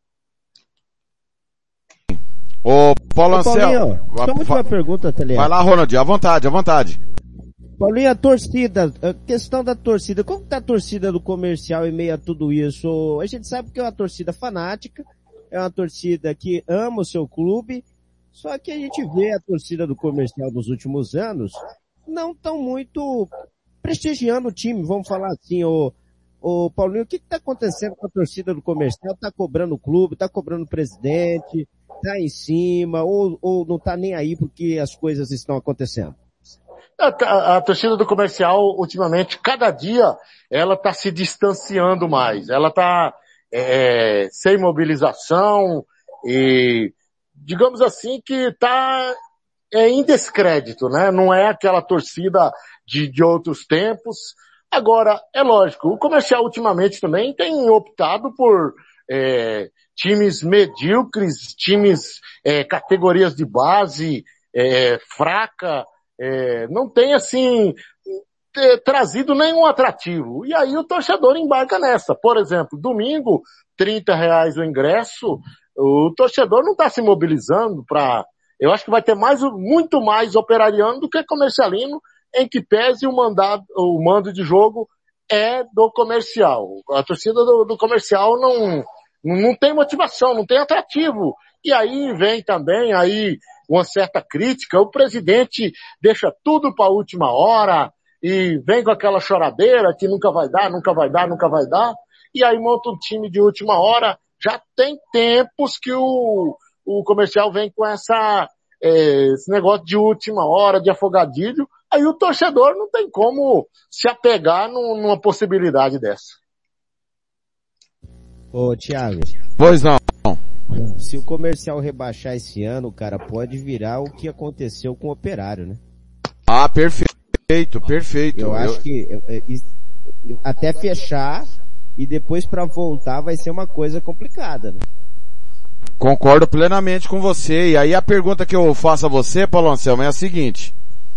Ô Paulo Anselmo, Paulinho, só uma última pergunta, Thalita. Vai lá, Ronald, à vontade, à vontade. Paulinho, a torcida, a questão da torcida, como tá a torcida do Comercial em meio a tudo isso? A gente sabe que é uma torcida fanática, é uma torcida que ama o seu clube, só que a gente vê a torcida do Comercial dos últimos anos não tão muito prestigiando o time, vamos falar assim, ô, ô Paulinho, o que está acontecendo com a torcida do Comercial? Tá cobrando o clube, tá cobrando o presidente, tá em cima, ou, ou não tá nem aí porque as coisas estão acontecendo? A, a, a torcida do Comercial, ultimamente, cada dia, ela está se distanciando mais. Ela está é, sem mobilização e, digamos assim, que está é, em descrédito, né? Não é aquela torcida de, de outros tempos. Agora, é lógico, o Comercial, ultimamente, também tem optado por é, times medíocres, times, é, categorias de base, é, fraca. É, não tem assim ter trazido nenhum atrativo. E aí o torcedor embarca nessa. Por exemplo, domingo, trinta reais o ingresso, o torcedor não está se mobilizando para... Eu acho que vai ter mais, muito mais operariano do que comercialino, em que pese o, mandado, o mando de jogo é do comercial. A torcida do, do comercial não, não tem motivação, não tem atrativo. E aí vem também aí uma certa crítica. O presidente deixa tudo para a última hora e vem com aquela choradeira que nunca vai dar, nunca vai dar, nunca vai dar. E aí monta um time de última hora. Já tem tempos que o, o comercial vem com essa, é, esse negócio de última hora, de afogadilho. Aí o torcedor não tem como se apegar num, numa possibilidade dessa. Ô, Thiago. Pois não. Se o comercial rebaixar esse ano, cara, pode virar o que aconteceu com o Operário, né? Ah, perfeito, perfeito. Eu, eu... acho que até fechar e depois para voltar vai ser uma coisa complicada, né? Concordo plenamente com você. E aí a pergunta que eu faço a você, Paulo Anselmo, é a seguinte.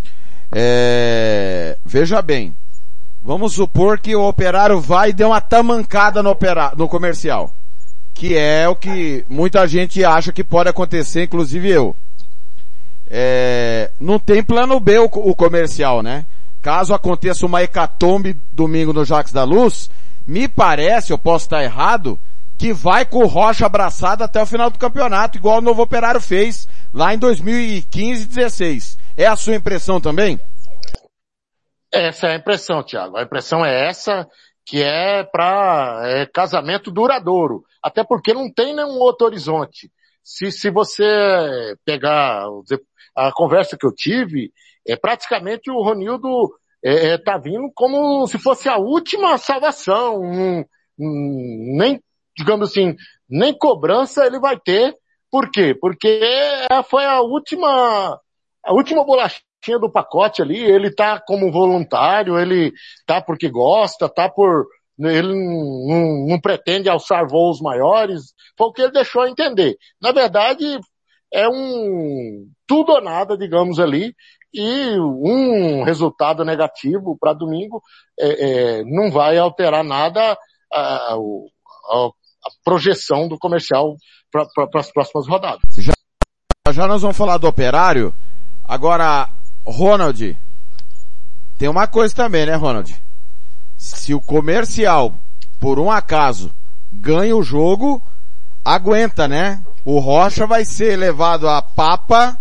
É... Veja bem. Vamos supor que o Operário vai e dê uma tamancada no, opera... no comercial. Que é o que muita gente acha que pode acontecer, inclusive eu. É... Não tem plano B o, o comercial, né? Caso aconteça uma hecatombe domingo no Jacques da Luz, me parece, eu posso estar errado, que vai com o Rocha abraçado até o final do campeonato, igual o Novo Operário fez lá em dois mil e quinze e dezesseis. É a sua impressão também? Essa é a impressão, Thiago. A impressão é essa, que é para é, casamento duradouro. Até porque não tem nenhum outro horizonte. Se, se você pegar a conversa que eu tive, é praticamente o Ronildo é, é, tá vindo como se fosse a última salvação. Um, um, nem, digamos assim, nem cobrança ele vai ter. Por quê? Porque foi a última, a última bolachinha do pacote ali. Ele tá como voluntário, ele tá porque gosta, tá por... Ele não, não pretende alçar voos maiores, foi o que ele deixou a entender. Na verdade, é um tudo ou nada, digamos ali, e um resultado negativo para domingo é, é, não vai alterar nada a, a, a projeção do comercial para pra, as próximas rodadas. Já, já nós vamos falar do Operário. Agora, Ronald, tem uma coisa também, né, Ronald? Se o comercial, por um acaso, ganha o jogo, aguenta, né? O Rocha vai ser levado a papa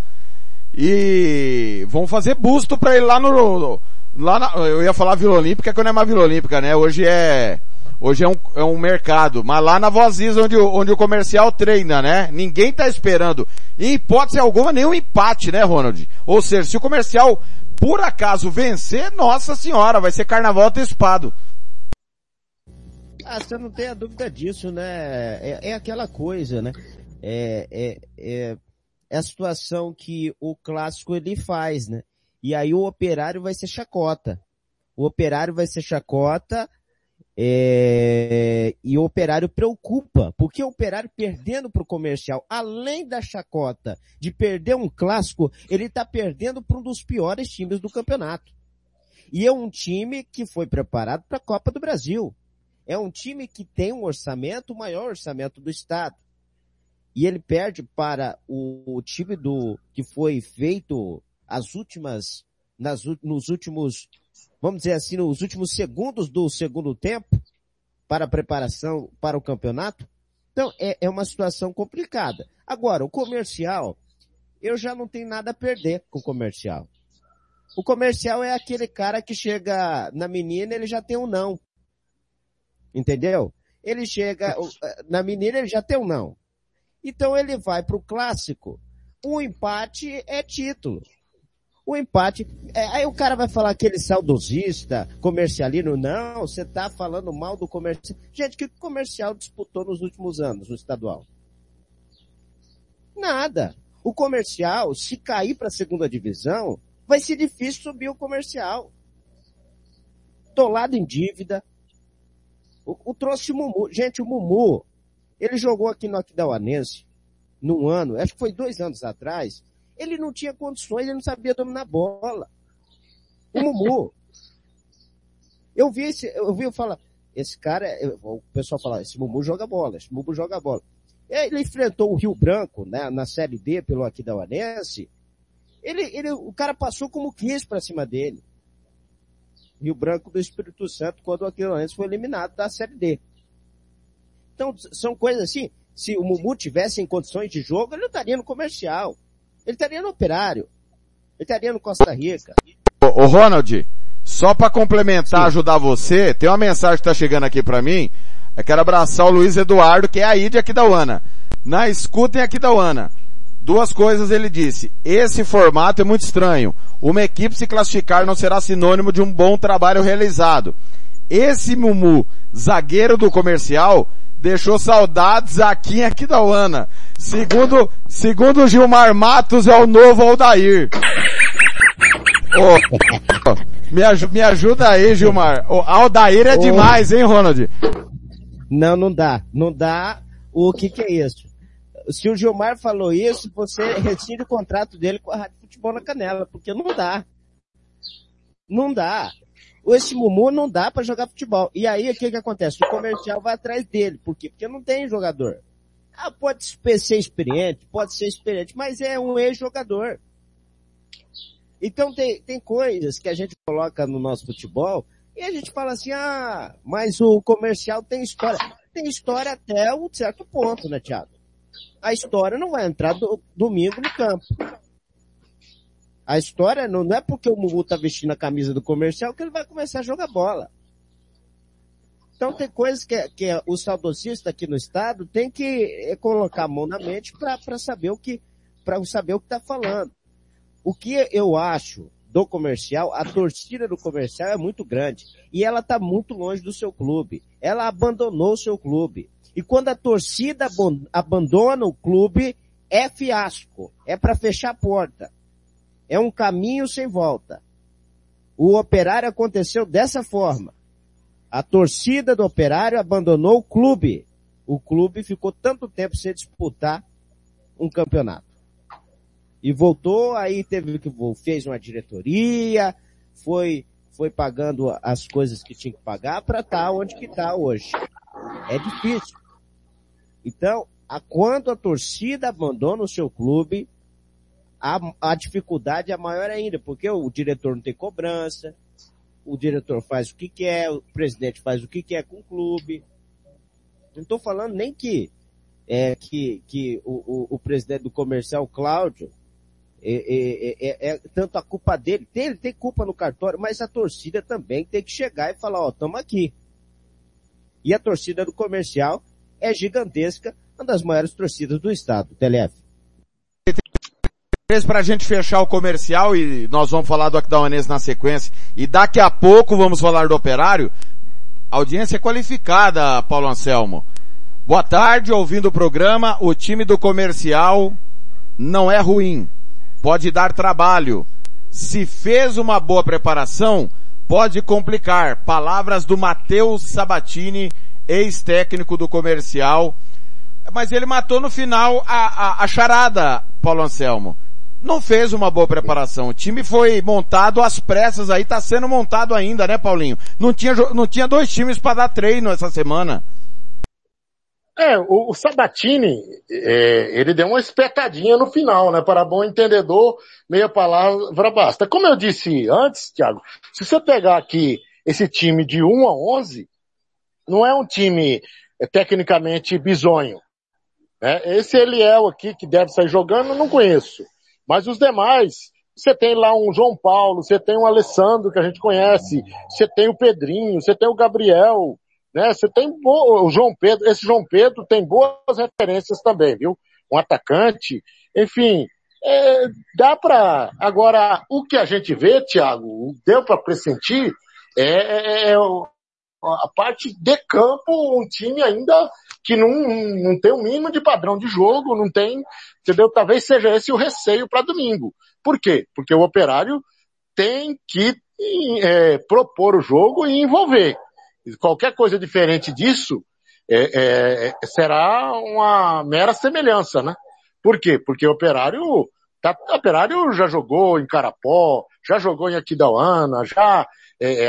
e vão fazer busto pra ele lá no... Lá na, eu ia falar Vila Olímpica, que não é mais Vila Olímpica, né? Hoje é... Hoje é um, é um mercado. Mas lá na Voz Isa, onde, onde o comercial treina, né? Ninguém tá esperando, em hipótese alguma, nenhum empate, né, Ronald? Ou seja, se o comercial... por acaso vencer, nossa senhora, vai ser carnaval antecipado. Ah, você não tem a dúvida disso, né? É, é aquela coisa, né? É, é, é, é a situação que o clássico ele faz, né? E aí o Operário vai ser chacota. O Operário vai ser chacota, é, e o Operário preocupa, porque o Operário perdendo pro comercial, além da chacota de perder um clássico, ele tá perdendo para um dos piores times do campeonato. E é um time que foi preparado para a Copa do Brasil. É um time que tem um orçamento, o maior orçamento do estado. E ele perde para o, o time do, que foi feito as últimas, nas, nos últimos, vamos dizer assim, nos últimos segundos do segundo tempo, para a preparação para o campeonato. Então, é, é uma situação complicada. Agora, o comercial, eu já não tenho nada a perder com o comercial. O comercial é aquele cara que chega na menina, ele já tem um não. Entendeu? Ele chega na menina, ele já tem um não. Então ele vai pro clássico. O empate é título. O empate, é, aí o cara vai falar aquele saudosista, comercialino, não, você tá falando mal do comercial. Gente, o que o comercial disputou nos últimos anos no estadual? Nada. O comercial, se cair para a segunda divisão, vai ser difícil subir o comercial. Tolado em dívida. O, o trouxe o Mumu. Gente, o Mumu, ele jogou aqui no Aquidauanense, num ano, acho que foi dois anos atrás, ele não tinha condições, ele não sabia dominar a bola. O Mumu. Eu vi esse, eu vi eu falar, esse cara, eu, o pessoal fala, esse Mumu joga bola, esse Mumu joga bola. Ele enfrentou o Rio Branco, né, na Série D pelo Aquidauanense. Ele, ele, o cara passou como quis pra cima dele. Rio Branco do Espírito Santo, quando o Aquidauanense foi eliminado da Série D. Então, são coisas assim, se o Mumu tivesse em condições de jogo, ele não estaria no Comercial. Ele estaria no Operário. Ele estaria no Costa Rica. Ô, ô Ronald, só pra complementar, Sim. ajudar você, tem uma mensagem que tá chegando aqui pra mim. Eu quero abraçar o Luiz Eduardo, que é aí de Aquidauana. Na escuta em Aquidauana. Duas coisas ele disse. Esse formato é muito estranho. Uma equipe se classificar não será sinônimo de um bom trabalho realizado. Esse Mumu, zagueiro do Comercial, deixou saudades aqui em Aquidauana. Segundo, segundo o Gilmar Matos, é o novo Aldair. Oh, oh, me, aj- me ajuda aí, Gilmar. O oh, Aldair é oh. demais, hein, Ronald? Não, não dá. Não dá. O que que é isso? Se o Gilmar falou isso, você rescinde o contrato dele com a Rádio Futebol na Canela, porque não dá. Não dá. Esse Mumu não dá pra jogar futebol. E aí, o que que acontece? O Comercial vai atrás dele. Por quê? Porque não tem jogador. Ah, pode ser experiente, pode ser experiente, mas é um ex-jogador. Então tem, tem coisas que a gente coloca no nosso futebol e a gente fala assim, ah, mas o Comercial tem história. Tem história até um certo ponto, né, Thiago? A história não vai entrar do, domingo no campo. A história não, não é porque o Mumu tá vestindo a camisa do Comercial que ele vai começar a jogar bola. Então tem coisas que, que o saudosista aqui no estado tem que colocar a mão na mente para saber o que, para saber o que tá falando. O que eu acho do Comercial, a torcida do Comercial é muito grande. E ela tá muito longe do seu clube. Ela abandonou o seu clube. E quando a torcida abandona o clube, é fiasco. É para fechar a porta. É um caminho sem volta. O Operário aconteceu dessa forma. A torcida do Operário abandonou o clube. O clube ficou tanto tempo sem disputar um campeonato. E voltou, aí teve que, fez uma diretoria, foi, foi pagando as coisas que tinha que pagar para estar onde que está hoje. É difícil. Então, a, quando a torcida abandona o seu clube, a, a dificuldade é maior ainda, porque o, o diretor não tem cobrança, o diretor faz o que quer, o presidente faz o que quer com o clube. Não estou falando nem que, é, que, que o, o, o presidente do Comercial, Cláudio, é, é, é, é tanto a culpa dele, tem, ele tem culpa no cartório, mas a torcida também tem que chegar e falar, ó, estamos aqui. E a torcida do Comercial é gigantesca, uma das maiores torcidas do estado, T L F. Para a gente fechar o Comercial, e nós vamos falar do Aquidauanense na sequência, e daqui a pouco vamos falar do Operário. Audiência qualificada, Paulo Anselmo. Boa tarde, ouvindo o programa. O time do Comercial não é ruim, pode dar trabalho. Se fez uma boa preparação, pode complicar. Palavras do Matheus Sabatini, ex-técnico do Comercial. Mas ele matou no final a, a, a charada, Paulo Anselmo. Não fez uma boa preparação. O time foi montado às pressas aí, tá sendo montado ainda, né, Paulinho? Não tinha, não tinha dois times para dar treino essa semana. É, o, o Sabatini, é, ele deu uma espetadinha no final, né? Para bom entendedor, meia palavra basta. Como eu disse antes, Thiago, se você pegar aqui esse time de um a onze, não é um time é, tecnicamente bizonho. Né? Esse Eliel aqui, que deve sair jogando, eu não conheço. Mas os demais, você tem lá um João Paulo, você tem um Alessandro, que a gente conhece, você tem o Pedrinho, você tem o Gabriel, né? Você tem bo... o João Pedro, esse João Pedro tem boas referências também, viu? Um atacante, enfim, é, dá pra... Agora, o que a gente vê, Thiago, deu pra pressentir, é, é, é a parte de campo, um time ainda que não, não tem o um mínimo de padrão de jogo, não tem, entendeu? Talvez seja esse o receio para domingo. Por quê? Porque o Operário tem que é, propor o jogo e envolver. Qualquer coisa diferente disso é, é, será uma mera semelhança, né? Por quê? Porque o Operário, tá, o Operário já jogou em Carapó, já jogou em Aquidauana, já é,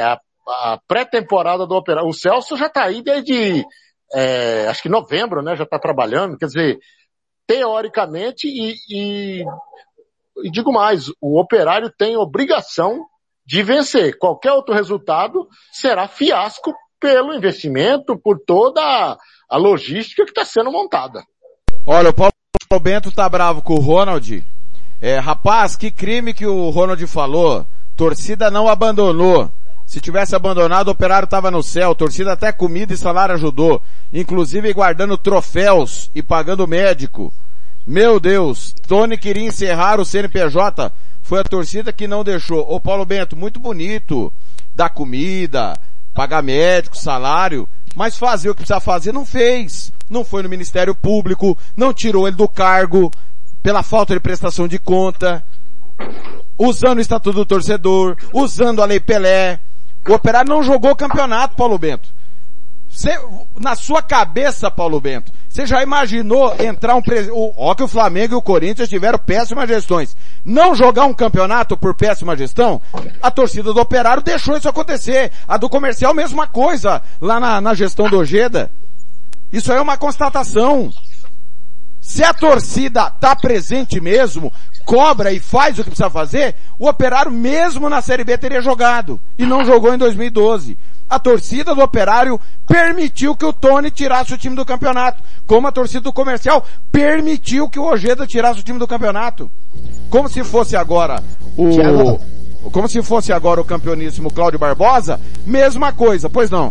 a pré-temporada do Operário. O Celso já está aí desde, é, acho que novembro, né? Já está trabalhando. Quer dizer, teoricamente, e, e, e digo mais, o Operário tem obrigação de vencer. Qualquer outro resultado será fiasco pelo investimento, por toda a, a logística que está sendo montada. Olha, o Paulo Bento tá bravo com o Ronald. É, rapaz, que crime que o Ronald falou. Torcida não abandonou. Se tivesse abandonado, o Operário estava no céu. Torcida até comida e salário ajudou. Inclusive guardando troféus e pagando médico. Meu Deus, Tony queria encerrar o C N P J. Foi a torcida que não deixou. Ô Paulo Bento, muito bonito. Dar comida, pagar médico, salário. Mas fazer o que precisa fazer não fez. Não foi no Ministério Público, não tirou ele do cargo pela falta de prestação de conta, usando o Estatuto do Torcedor, usando a Lei Pelé. O Operário não jogou o campeonato, Paulo Bento. Cê, na sua cabeça, Paulo Bento, você já imaginou entrar um presidente... Ó que o Flamengo e o Corinthians tiveram péssimas gestões. Não jogar um campeonato por péssima gestão? A torcida do Operário deixou isso acontecer. A do Comercial, mesma coisa, lá na, na gestão do Ojeda. Isso aí é uma constatação. Se a torcida tá presente mesmo, cobra e faz o que precisa fazer, o Operário mesmo na Série B teria jogado. E não jogou em dois mil e doze. A torcida do Operário permitiu que o Tony tirasse o time do campeonato. Como a torcida do Comercial permitiu que o Ojeda tirasse o time do campeonato. Como se fosse agora o... Como se fosse agora o campeoníssimo Cláudio Barbosa, mesma coisa, pois não?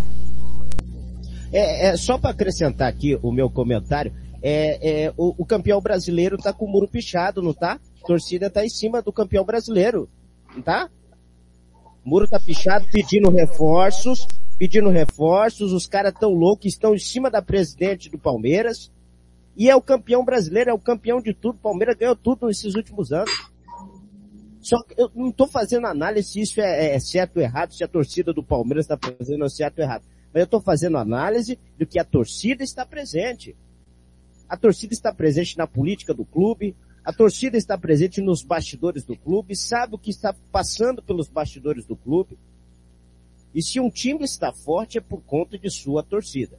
É, é só para acrescentar aqui o meu comentário, é, é, o, o campeão brasileiro tá com o muro pichado, não tá? A torcida tá em cima do campeão brasileiro, não tá? O muro tá pichado, pedindo reforços, pedindo reforços, os caras tão loucos, estão em cima da presidente do Palmeiras, e é o campeão brasileiro, é o campeão de tudo, o Palmeiras ganhou tudo nesses últimos anos. Só que eu não tô fazendo análise se isso é, é certo ou errado, se a torcida do Palmeiras está fazendo certo ou errado. Mas eu estou fazendo análise do que a torcida está presente. A torcida está presente na política do clube, a torcida está presente nos bastidores do clube, sabe o que está passando pelos bastidores do clube. E se um time está forte é por conta de sua torcida.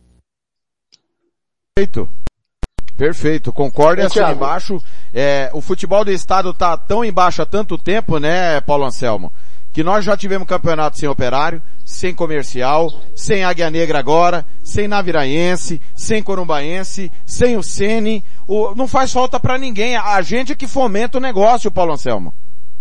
Perfeito. Perfeito. Concordo, é assim embaixo. É, o futebol do estado está tão embaixo há tanto tempo, né, Paulo Anselmo? Que nós já tivemos campeonato sem Operário, sem Comercial, sem Águia Negra agora, sem Naviraense, sem Corumbaense, sem o Sene. O, não faz falta para ninguém. A gente é que fomenta o negócio, Paulo Anselmo.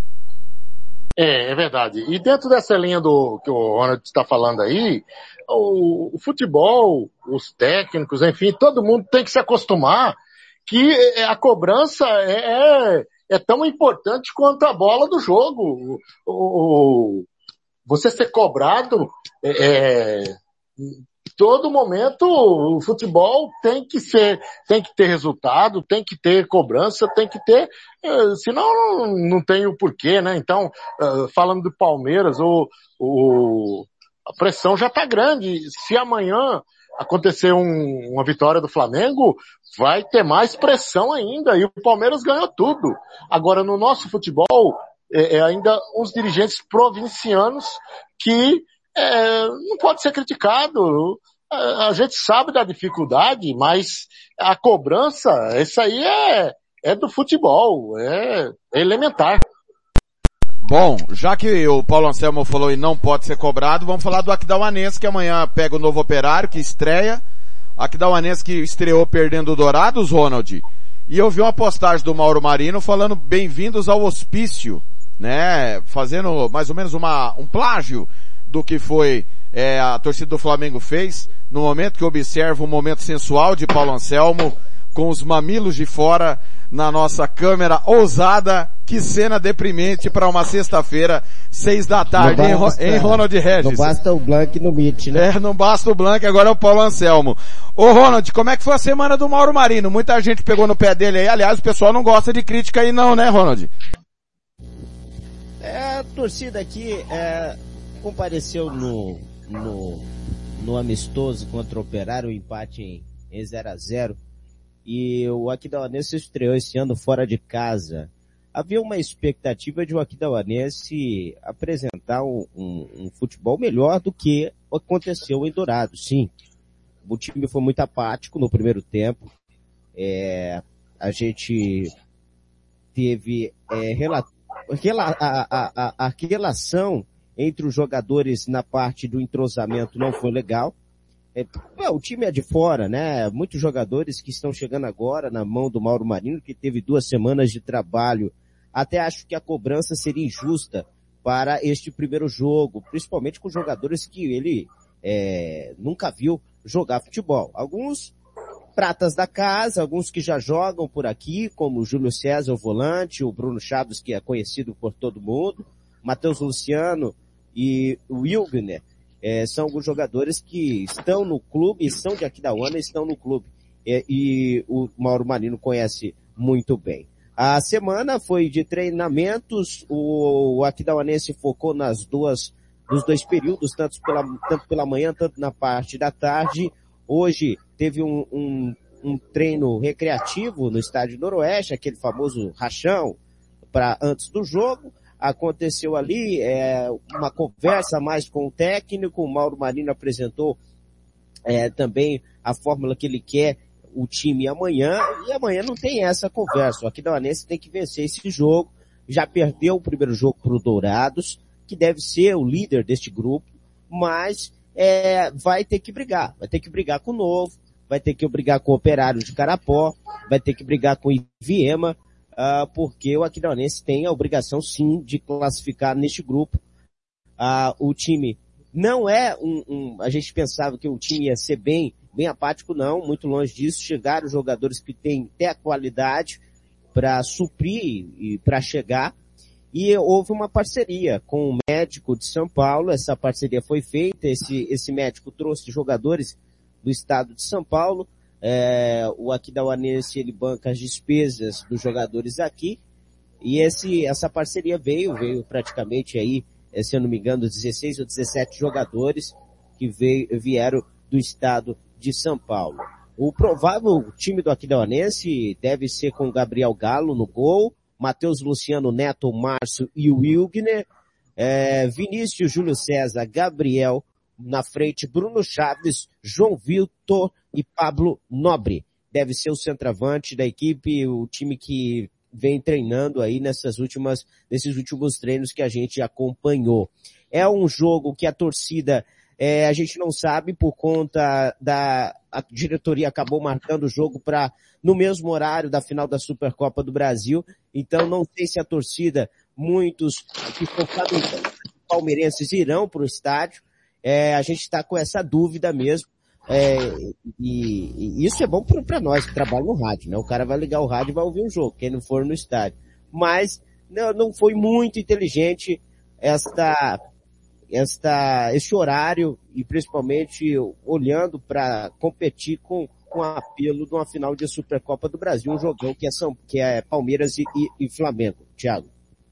É, é verdade. E dentro dessa linha do que o Ronald está falando aí, o, o futebol, os técnicos, enfim, todo mundo tem que se acostumar que a cobrança é, é é tão importante quanto a bola do jogo. O, o, você ser cobrado, é, todo momento o futebol tem que ser, tem que ter resultado, tem que ter cobrança, tem que ter, senão não tem o porquê, né? Então, falando do Palmeiras, o, o, a pressão já tá grande. Se amanhã acontecer um, uma vitória do Flamengo, vai ter mais pressão ainda, e o Palmeiras ganhou tudo. Agora, no nosso futebol, é, é ainda uns dirigentes provincianos que é, não pode ser criticado. A, a gente sabe da dificuldade, mas a cobrança, isso aí é, é do futebol, é, é elementar. Bom, já que o Paulo Anselmo falou e não pode ser cobrado, vamos falar do Aquidauanense, que amanhã pega o Novo Operário, que estreia. Aquidauanense que estreou perdendo o Dourados, Ronald. E eu vi uma postagem do Mauro Marino falando bem-vindos ao hospício, né? Fazendo mais ou menos uma, um plágio do que foi é, a torcida do Flamengo fez, no momento que observa um momento sensual de Paulo Anselmo, com os mamilos de fora na nossa câmera ousada. Que cena deprimente para uma sexta-feira, seis da tarde, hein, basta, hein, Ronald Regis? Não basta o Blanc no Meet, né? É, não basta o Blanc, agora é o Paulo Anselmo. Ô Ronald, como é que foi a semana do Mauro Marino? Muita gente pegou no pé dele aí, aliás, o pessoal não gosta de crítica aí não, né, Ronald? É, a torcida aqui é, compareceu no, no, no amistoso contra o Operário, o empate em, em zero a zero, e o Aquidauanense estreou esse ano fora de casa. havia uma expectativa de o Aquidauanense apresentar um, um, um futebol melhor do que aconteceu em Dourados, sim. O time foi muito apático no primeiro tempo. É, a gente teve é, rela, rela, a, a, a, a relação entre os jogadores na parte do entrosamento não foi legal. É, o time é de fora, né? Muitos jogadores que estão chegando agora na mão do Mauro Marino, que teve duas semanas de trabalho. Até acho que a cobrança seria injusta para este primeiro jogo, principalmente com jogadores que ele é, nunca viu jogar futebol. Alguns pratas da casa, alguns que já jogam por aqui, como o Júlio César, o volante, o Bruno Chaves, que é conhecido por todo mundo, Matheus Luciano e o Wilgner, é, são alguns jogadores que estão no clube, são de Aquidauana e estão no clube. É, e o Mauro Marino conhece muito bem. A semana foi de treinamentos, o Aquidauanense focou nas duas, nos dois períodos, tanto pela, tanto pela manhã, tanto na parte da tarde. Hoje teve um, um, um treino recreativo no estádio Noroeste, aquele famoso rachão, para antes do jogo. Aconteceu ali é, uma conversa mais com o técnico, o Mauro Marino apresentou é, também a fórmula que ele quer o time amanhã, e amanhã não tem essa conversa. O Aquidauanense tem que vencer esse jogo, já perdeu o primeiro jogo para o Dourados, que deve ser o líder deste grupo, mas é, vai ter que brigar, vai ter que brigar com o Novo, vai ter que brigar com o Operário de Carapó, vai ter que brigar com o Iviema, Uh, porque o Aquidauanense tem a obrigação, sim, de classificar neste grupo. Uh, o time não é um, um... A gente pensava que o time ia ser bem, bem apático, não, muito longe disso. Chegaram jogadores que têm até a qualidade para suprir e para chegar. E houve uma parceria com o médico de São Paulo. Essa parceria foi feita. Esse, esse médico trouxe jogadores do estado de São Paulo. É, o Aquidauanense, ele banca as despesas dos jogadores aqui, e esse, essa parceria veio, veio praticamente aí, se eu não me engano, dezesseis ou dezessete jogadores que veio, vieram do estado de São Paulo. O provável time do Aquidauanense deve ser com Gabriel Galo no gol, Matheus Luciano, Neto, Márcio e Wilgner, é, Vinícius, Júlio César, Gabriel, na frente, Bruno Chaves, João Vitor e Pablo Nobre. Deve ser o centroavante da equipe, o time que vem treinando aí nessas últimas, nesses últimos treinos que a gente acompanhou. É um jogo que a torcida, é, a gente não sabe por conta da, a diretoria acabou marcando o jogo para no mesmo horário da final da Supercopa do Brasil, então não sei se a torcida, muitos que focaram palmeirenses irão para o estádio. É, a gente está com essa dúvida mesmo, é, e, e isso é bom para nós que trabalham no rádio, né? O cara vai ligar o rádio e vai ouvir o jogo, quem não for no estádio. Mas não, não foi muito inteligente esta, esta, esse horário, e principalmente olhando para competir com, com o apelo de uma final de Supercopa do Brasil, um jogão que é, São, que é Palmeiras e, e, e Flamengo. Thiago.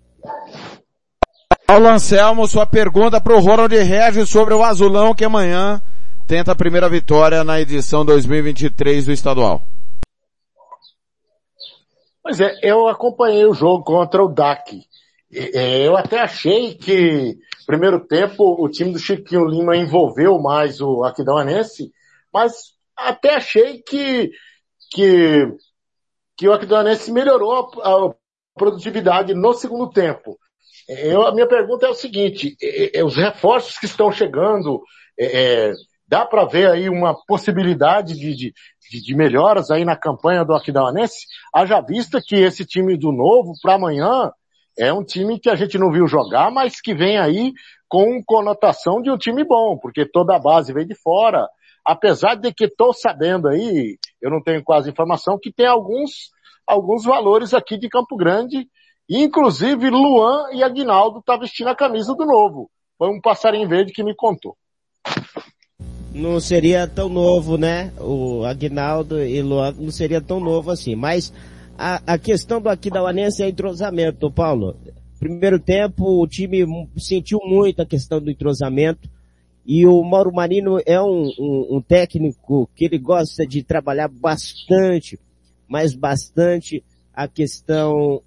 Paulo Anselmo, sua pergunta para o Ronald Regis sobre o Azulão, que amanhã tenta a primeira vitória na edição dois mil e vinte e três do estadual. Pois é, eu acompanhei o jogo contra o D A C. Eu até achei que, no primeiro tempo, o time do Chiquinho Lima envolveu mais o Aquidauanense, mas até achei que, que, que o Aquidauanense melhorou a, a produtividade no segundo tempo. Eu, a minha pergunta é o seguinte, é, é, os reforços que estão chegando, é, dá para ver aí uma possibilidade de, de, de melhoras aí na campanha do Aquidauanense? Haja vista que esse time do Novo, para amanhã, é um time que a gente não viu jogar, mas que vem aí com conotação de um time bom, porque toda a base vem de fora. Apesar de que estou sabendo aí, eu não tenho quase informação, que tem alguns, alguns valores aqui de Campo Grande. Inclusive, Luan e Aguinaldo tá vestindo a camisa do Novo. Foi um passarinho verde que me contou. Não seria tão novo, né? O Aguinaldo e Luan não seria tão novo assim. Mas a, a questão do Aquidauanense é entrosamento, Paulo. Primeiro tempo, o time sentiu muito a questão do entrosamento. E o Mauro Marino é um, um, um técnico que ele gosta de trabalhar bastante, mas bastante a questão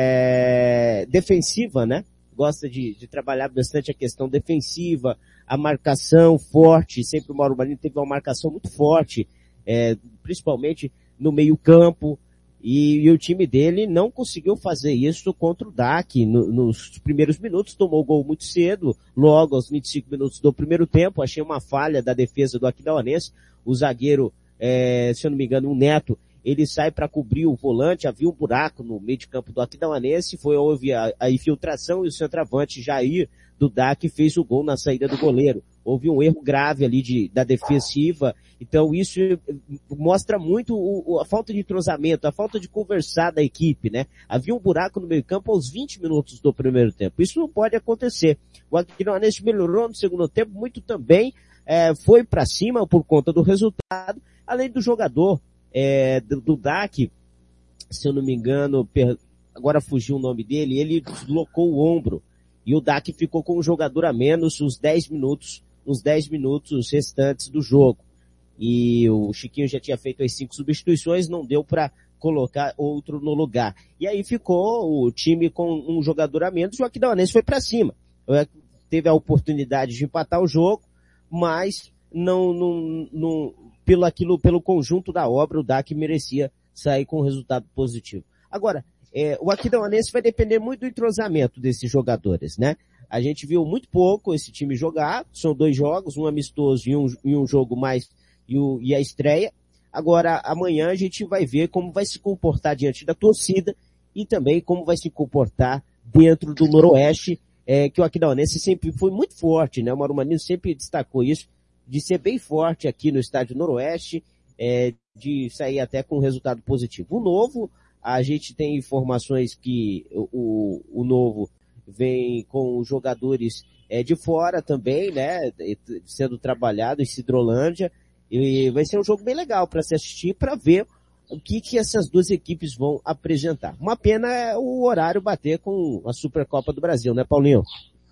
é, defensiva, né? Gosta de, de trabalhar bastante a questão defensiva, a marcação forte. Sempre o Mauro Marinho teve uma marcação muito forte, é, principalmente no meio campo. E, e o time dele não conseguiu fazer isso contra o D A C no, nos primeiros minutos. Tomou o gol muito cedo, logo aos vinte e cinco minutos do primeiro tempo. Achei uma falha da defesa do Aquidauanense. O zagueiro, é, se eu não me engano, o Neto, ele sai para cobrir o volante, havia um buraco no meio de campo do Aquidauanense, foi houve a, a infiltração e o centroavante Jair do D A C fez o gol na saída do goleiro. Houve um erro grave ali de, da defensiva, então isso mostra muito o, a falta de entrosamento, a falta de conversar da equipe, né? Havia um buraco no meio campo aos vinte minutos do primeiro tempo, isso não pode acontecer. O Aquidauanense melhorou no segundo tempo muito também, é, foi para cima por conta do resultado, além do jogador, É, do, do D A C, se eu não me engano, per, agora fugiu o nome dele, ele deslocou o ombro e o D A C ficou com um jogador a menos os dez minutos, os dez minutos restantes do jogo. E o Chiquinho já tinha feito as cinco substituições, não deu para colocar outro no lugar. E aí ficou o time com um jogador a menos e o Aquidauanense foi para cima. Teve a oportunidade de empatar o jogo, mas não, não, não pelo aquilo, pelo conjunto da obra, o D A C merecia sair com um resultado positivo. Agora, é, o Aquidauanense vai depender muito do entrosamento desses jogadores, né? A gente viu muito pouco esse time jogar, são dois jogos, um amistoso e um, e um jogo mais, e, o, e a estreia. Agora, amanhã a gente vai ver como vai se comportar diante da torcida e também como vai se comportar dentro do Noroeste, é, que o Aquidauanense sempre foi muito forte, né? O Mauro Marinho sempre destacou isso, de ser bem forte aqui no estádio Noroeste, é, de sair até com um resultado positivo. O Novo, a gente tem informações que o, o Novo vem com jogadores é, de fora também, né, sendo trabalhado em Sidrolândia, e vai ser um jogo bem legal para se assistir, para ver o que, que essas duas equipes vão apresentar. Uma pena é o horário bater com a Supercopa do Brasil, né, Paulinho?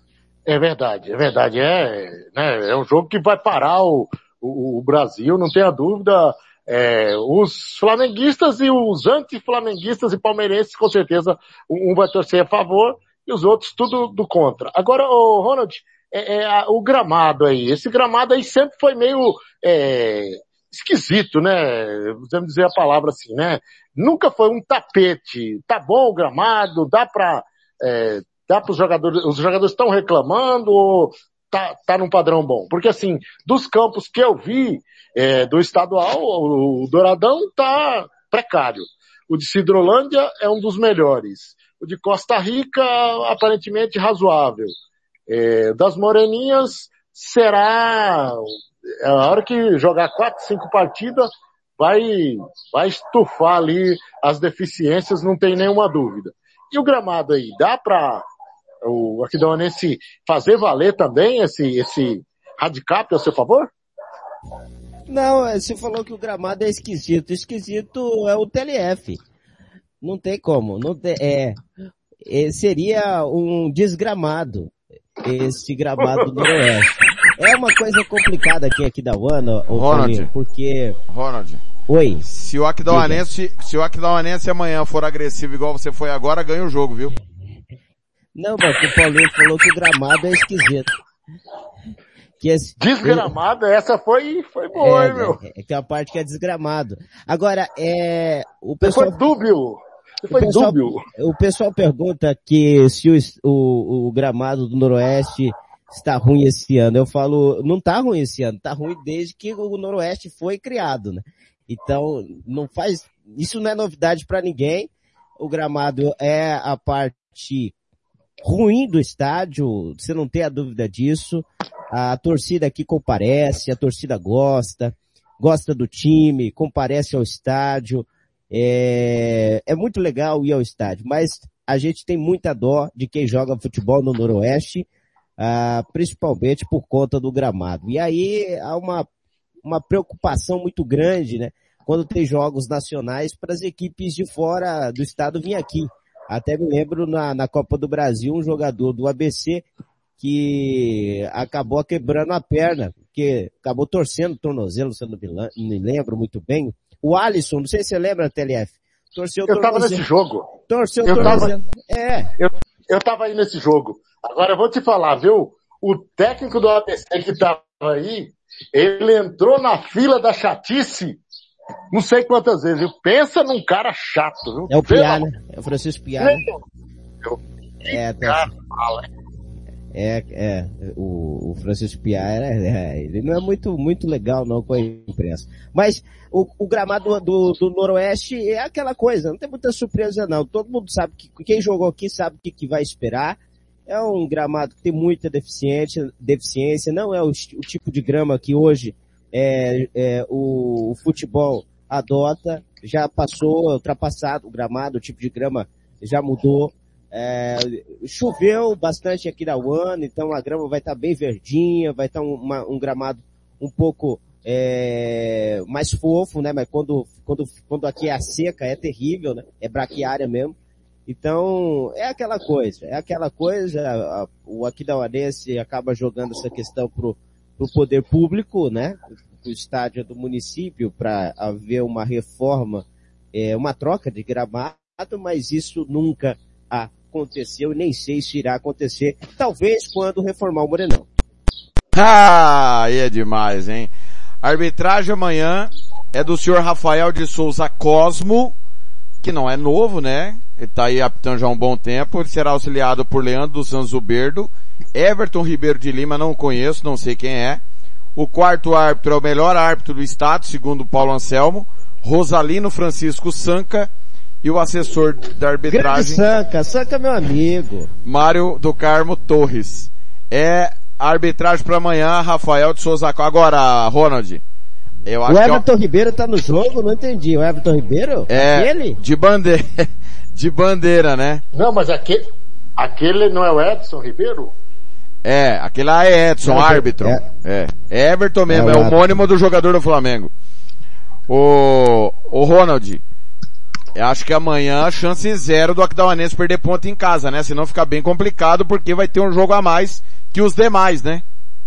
É verdade, é verdade. É, né, é um jogo que vai parar o, o, o Brasil, não tenha dúvida. É, os flamenguistas e os anti-flamenguistas e palmeirenses, com certeza, um vai torcer a favor e os outros tudo do contra. Agora, o Ronald, é, é, a, o gramado aí, esse gramado aí sempre foi meio é, esquisito, né? Vamos dizer a palavra assim, né? Nunca foi um tapete. Tá bom o gramado, dá pra... É, Dá para os jogadores, os jogadores estão reclamando ou tá, tá num padrão bom? Porque assim, dos campos que eu vi, é, do estadual, o Douradão tá precário. O de Sidrolândia é um dos melhores. O de Costa Rica, aparentemente razoável. É, das Moreninhas, será, a hora que jogar quatro, cinco partidas, vai, vai estufar ali as deficiências, não tem nenhuma dúvida. E o gramado aí, dá para o Aquidauanense fazer valer também esse, esse handicap a seu favor? Não, você falou que o gramado é esquisito. Esquisito é o T L F. Não tem como. Não tem, é, é, seria um desgramado esse gramado do Noroeste. É uma coisa complicada aqui aqui da Aquidauana, Ronald, porque... Ronald. Oi. Se o Aquidauanense, se o Aquidauanense amanhã for agressivo igual você foi agora, ganha o jogo, viu? Não, mas o Paulinho falou que o gramado é esquisito. Que esse, desgramado, eu, essa foi, foi boa, é, hein, meu? É, é que é a parte que é desgramado. Agora, é, o pessoal... Foi dúbio. Foi o pessoal, dúbio. O pessoal pergunta que se o, o, o gramado do Noroeste está ruim esse ano. Eu falo, não tá ruim esse ano, tá ruim desde que o Noroeste foi criado, né? Então, não faz, isso não é novidade para ninguém. O gramado é a parte ruim do estádio, você não tem a dúvida disso. A torcida aqui comparece, a torcida gosta, gosta do time, comparece ao estádio. É, é muito legal ir ao estádio, mas a gente tem muita dó de quem joga futebol no Noroeste, ah, principalmente por conta do gramado. E aí há uma uma preocupação muito grande, né? Quando tem jogos nacionais para as equipes de fora do estado vir aqui. Até me lembro na, na Copa do Brasil, um jogador do A B C que acabou quebrando a perna, que acabou torcendo o tornozelo, se eu não me lembro muito bem. O Alisson, não sei se você lembra, T L F, Torceu o Eu tava nesse jogo. Torceu o eu tornozelo. Tava... É. Eu, eu tava aí nesse jogo. Agora eu vou te falar, viu? O técnico do A B C que tava aí, ele entrou na fila da chatice não sei quantas vezes. Eu pensa num cara chato, viu? É o Piá, né? É o Francisco Piá, né? É, tá. É, é, o, o Francisco Piá, é, ele não é muito, muito legal não com a imprensa. Mas o, o gramado do, do Noroeste é aquela coisa, não tem muita surpresa não. Todo mundo sabe que, quem jogou aqui sabe o que, que vai esperar. É um gramado que tem muita deficiência, deficiência, não é o, o tipo de grama que hoje é, é, o, o futebol adota, já passou, ultrapassado o gramado, o tipo de grama já mudou. É, choveu bastante aqui na UAN, então a grama vai estar tá bem verdinha, vai estar tá um, um gramado um pouco é, mais fofo, né? Mas quando, quando, quando aqui é a seca é terrível, né? É braquiária mesmo. Então, é aquela coisa, é aquela coisa, a, a, o Aquidauanense acaba jogando essa questão pro, pro poder público, né? O estádio do município para haver uma reforma, é, uma troca de gramado, mas isso nunca aconteceu e nem sei se irá acontecer, talvez quando reformar o Morenão. Ah, aí é demais, hein? A arbitragem amanhã é do senhor Rafael de Souza Cosmo, que não é novo, né? Ele tá aí apitando já há um bom tempo. Ele será auxiliado por Leandro dos Santos Uberdo, Everton Ribeiro de Lima, não conheço, não sei quem é. O quarto árbitro é o melhor árbitro do estado, segundo Paulo Anselmo, Rosalino Francisco Sanca, e o assessor da arbitragem... Grande Sanca, Sanca é meu amigo. Mário do Carmo Torres. É a arbitragem para amanhã, Rafael de Souza Cosmo. Agora, Ronald... Eu acho o Everton que... Ribeiro tá no jogo? Não entendi. O Everton Ribeiro? É, aquele? de bandeira, de bandeira, né? Não, mas aquele, aquele não é o Edson Ribeiro? É, aquele lá é Edson, é, árbitro. É. é. É Everton mesmo, é, é o homônimo do jogador do Flamengo. O, o Ronald, eu acho que amanhã chance zero do Aquidauanense perder ponto em casa, né? Senão fica bem complicado porque vai ter um jogo a mais que os demais, né?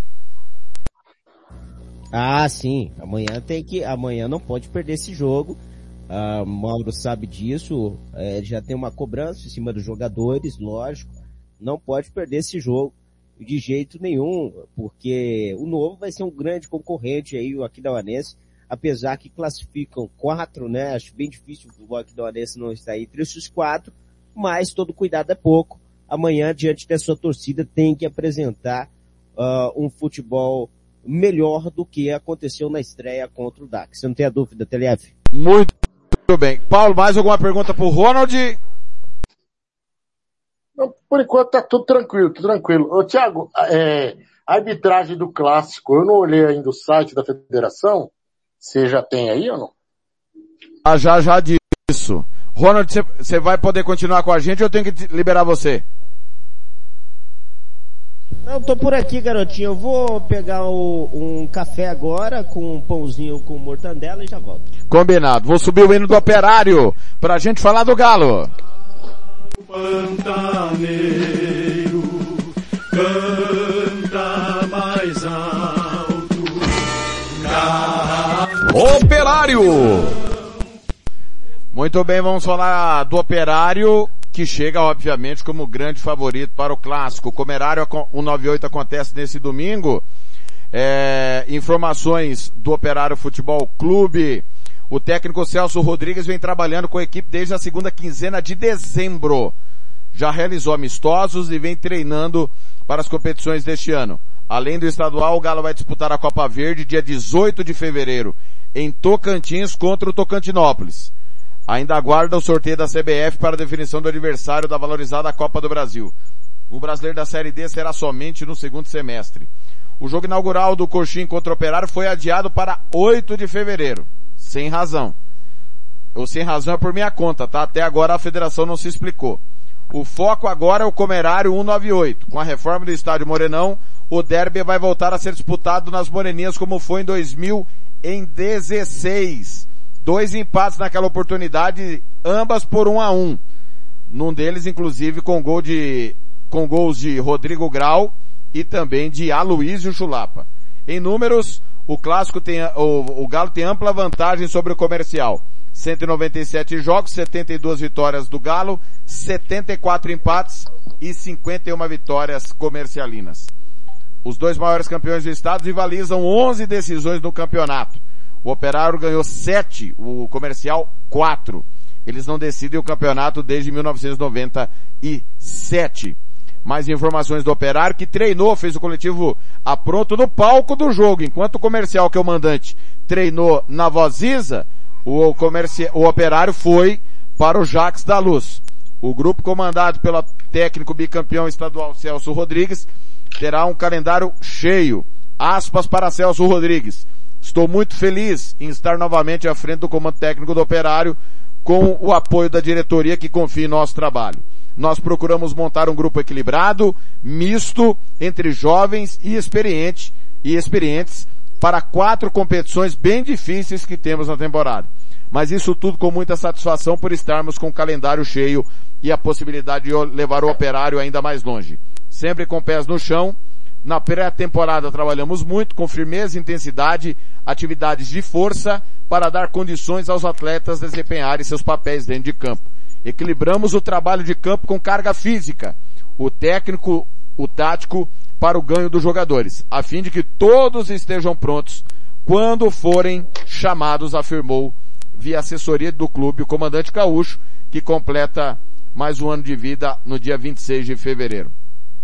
Ah, sim. Amanhã tem que, amanhã não pode perder esse jogo. Ah, Mauro sabe disso. É, já tem uma cobrança em cima dos jogadores, lógico. Não pode perder esse jogo de jeito nenhum, porque o Novo vai ser um grande concorrente aí, o Aquidauanense, apesar que classificam quatro, né? Acho bem difícil o Aquidauanense não estar aí entre esses quatro, mas todo cuidado é pouco. Amanhã, diante da sua torcida, tem que apresentar uh, um futebol melhor do que aconteceu na estreia contra o D A C. Você não tem a dúvida, T L F? Muito bem. Paulo, mais alguma pergunta pro Ronald? Não, por enquanto tá tudo tranquilo, tudo tranquilo. Ô, Thiago, é, a arbitragem do Clássico, eu não olhei ainda o site da federação. Você já tem aí ou não? Ah, já, já disso. Ronald, você vai poder continuar com a gente ou eu tenho que liberar você? Não, tô por aqui, garotinho. Eu vou pegar o, um café agora com um pãozinho com mortandela e já volto. Combinado. Vou subir o hino do Operário pra gente falar do Galo. Pantaneiro, canta mais alto. Operário. Muito bem, vamos falar do Operário, que chega, obviamente, como grande favorito para o Clássico. O Comerário cento e noventa e oito acontece nesse domingo. É, informações do Operário Futebol Clube. O técnico Celso Rodrigues vem trabalhando com a equipe desde a segunda quinzena de dezembro. Já realizou amistosos e vem treinando para as competições deste ano. Além do estadual, o Galo vai disputar a Copa Verde dia dezoito de fevereiro, em Tocantins contra o Tocantinópolis. Ainda aguarda o sorteio da C B F para a definição do adversário da valorizada Copa do Brasil. O brasileiro da Série D será somente no segundo semestre. O jogo inaugural do Coxim contra o Operário foi adiado para oito de fevereiro. Sem razão. Ou sem razão é por minha conta, tá? Até agora a federação não se explicou. O foco agora é o Comerário cento e noventa e oito. Com a reforma do estádio Morenão, o derby vai voltar a ser disputado nas Moreninhas como foi em dois mil e dezesseis. Dois empates naquela oportunidade, ambas por um a um. Num deles, inclusive, com gol de, com gols de Rodrigo Grau e também de Aloysio Chulapa. Em números, o clássico tem, o, o Galo tem ampla vantagem sobre o Comercial. cento e noventa e sete jogos, setenta e duas vitórias do Galo, setenta e quatro empates e cinquenta e uma vitórias comercialinas. Os dois maiores campeões do estado rivalizam onze decisões no campeonato. O Operário ganhou sete, o Comercial quatro. Eles não decidem o campeonato desde mil novecentos e noventa e sete. Mais informações do Operário, que treinou, fez o coletivo a pronto no palco do jogo, enquanto o Comercial, que é o mandante, treinou na Voz Isa, o, comerci... o Operário foi para o Jacques da Luz. O grupo comandado pelo técnico bicampeão estadual Celso Rodrigues terá um calendário cheio. Aspas para Celso Rodrigues. Estou muito feliz em estar novamente à frente do comando técnico do Operário, com o apoio da diretoria que confia em nosso trabalho. Nós procuramos montar um grupo equilibrado, misto, entre jovens e experientes, e experientes, para quatro competições bem difíceis que temos na temporada. Mas isso tudo com muita satisfação por estarmos com o calendário cheio e a possibilidade de levar o Operário ainda mais longe. Sempre com pés no chão. Na pré-temporada trabalhamos muito, com firmeza e intensidade, atividades de força para dar condições aos atletas desempenharem seus papéis dentro de campo. Equilibramos o trabalho de campo com carga física, o técnico, o tático, para o ganho dos jogadores, a fim de que todos estejam prontos quando forem chamados, afirmou via assessoria do clube o comandante Gaúcho, que completa mais um ano de vida no dia vinte e seis de fevereiro.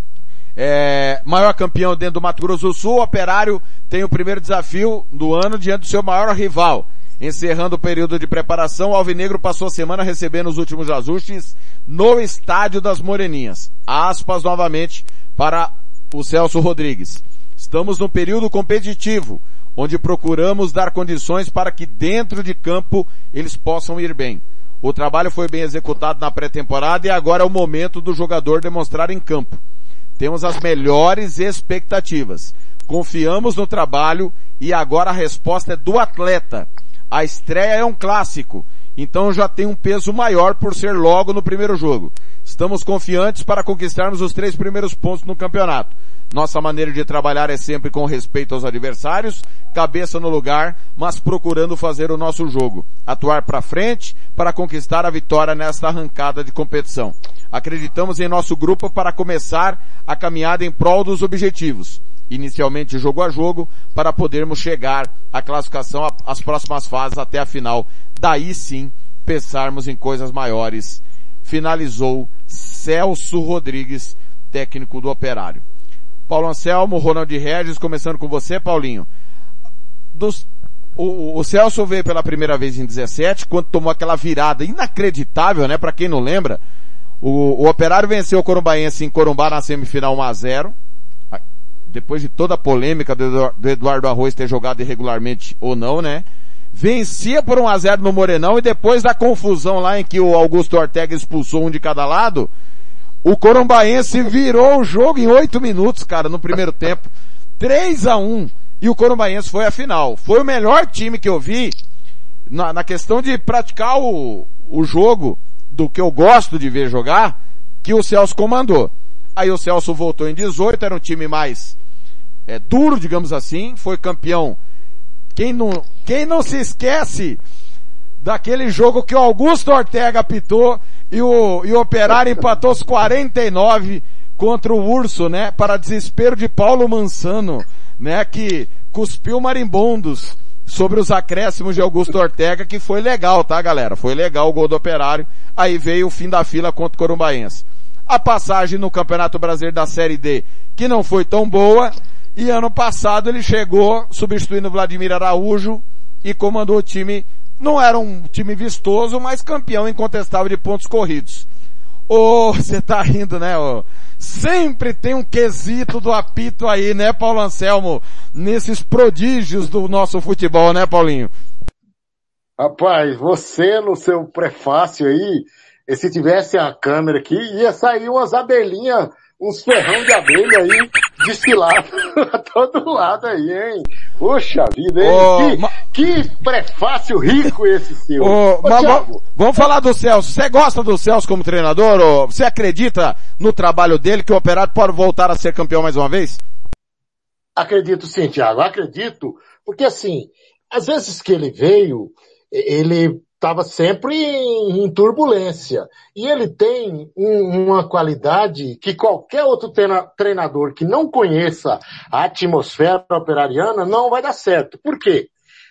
É, maior campeão dentro do Mato Grosso do Sul, o Operário tem o primeiro desafio do ano diante do seu maior rival. Encerrando o período de preparação, o Alvinegro passou a semana recebendo os últimos ajustes no Estádio das Moreninhas. Aspas novamente para o Celso Rodrigues. Estamos num período competitivo, onde procuramos dar condições para que dentro de campo eles possam ir bem. O trabalho foi bem executado na pré-temporada e agora é o momento do jogador demonstrar em campo. Temos as melhores expectativas. Confiamos no trabalho e agora a resposta é do atleta. A estreia é um clássico, então já tem um peso maior por ser logo no primeiro jogo. Estamos confiantes para conquistarmos os três primeiros pontos no campeonato. Nossa maneira de trabalhar é sempre com respeito aos adversários, cabeça no lugar, mas procurando fazer o nosso jogo. Atuar para frente para conquistar a vitória nesta arrancada de competição. Acreditamos em nosso grupo para começar a caminhada em prol dos objetivos. Inicialmente jogo a jogo, para podermos chegar à classificação às próximas fases até a final. Daí sim, pensarmos em coisas maiores. Finalizou Celso Rodrigues, técnico do Operário. Paulo Anselmo, Ronald Regis, começando com você, Paulinho. Dos, o, o Celso veio pela primeira vez em dezessete, quando tomou aquela virada inacreditável, né? Pra quem não lembra, o, o Operário venceu o Corumbaense em Corumbá na semifinal um a zero. Depois de toda a polêmica do Eduardo Arroz ter jogado irregularmente ou não, né? Vencia por um a zero no Morenão e depois da confusão lá em que o Augusto Ortega expulsou um de cada lado, o Corumbaense virou o jogo em oito minutos, cara, no primeiro tempo. três a um. E o Corumbaense foi a final. Foi o melhor time que eu vi na, na questão de praticar o, o jogo do que eu gosto de ver jogar, que o Celso comandou. Aí o Celso voltou em dezoito, era um time mais é, duro, digamos assim, foi campeão. Quem não, quem não se esquece daquele jogo que o Augusto Ortega apitou e o, e o Operário empatou os quarenta e nove contra o Urso, né? Para desespero de Paulo Mansano, né? Que cuspiu marimbondos sobre os acréscimos de Augusto Ortega, que foi legal, tá, galera? Foi legal o gol do Operário. Aí veio o fim da fila contra o Corumbaense. A passagem no Campeonato Brasileiro da Série D, que não foi tão boa, e ano passado ele chegou substituindo o Vladimir Araújo e comandou o time. Não era um time vistoso, mas campeão incontestável de pontos corridos. Ô, você tá rindo, né? Ô? Sempre tem um quesito do apito aí, né, Paulo Anselmo? Nesses prodígios do nosso futebol, né, Paulinho? Rapaz, você no seu prefácio aí, e se tivesse a câmera aqui, ia sair umas abelhinhas, uns ferrão de abelha aí, desfilados a todo lado aí, hein? Poxa vida, hein? Oh, que, ma... que prefácio rico esse seu. Oh, Ô, mas, vamos falar do Celso. Você gosta do Celso como treinador? Ou você acredita no trabalho dele, que o Operário pode voltar a ser campeão mais uma vez? Acredito sim, Thiago, acredito, porque assim, às vezes que ele veio, ele estava sempre em, em turbulência, e ele tem um, uma qualidade que qualquer outro treina, treinador que não conheça a atmosfera operariana não vai dar certo. Por quê?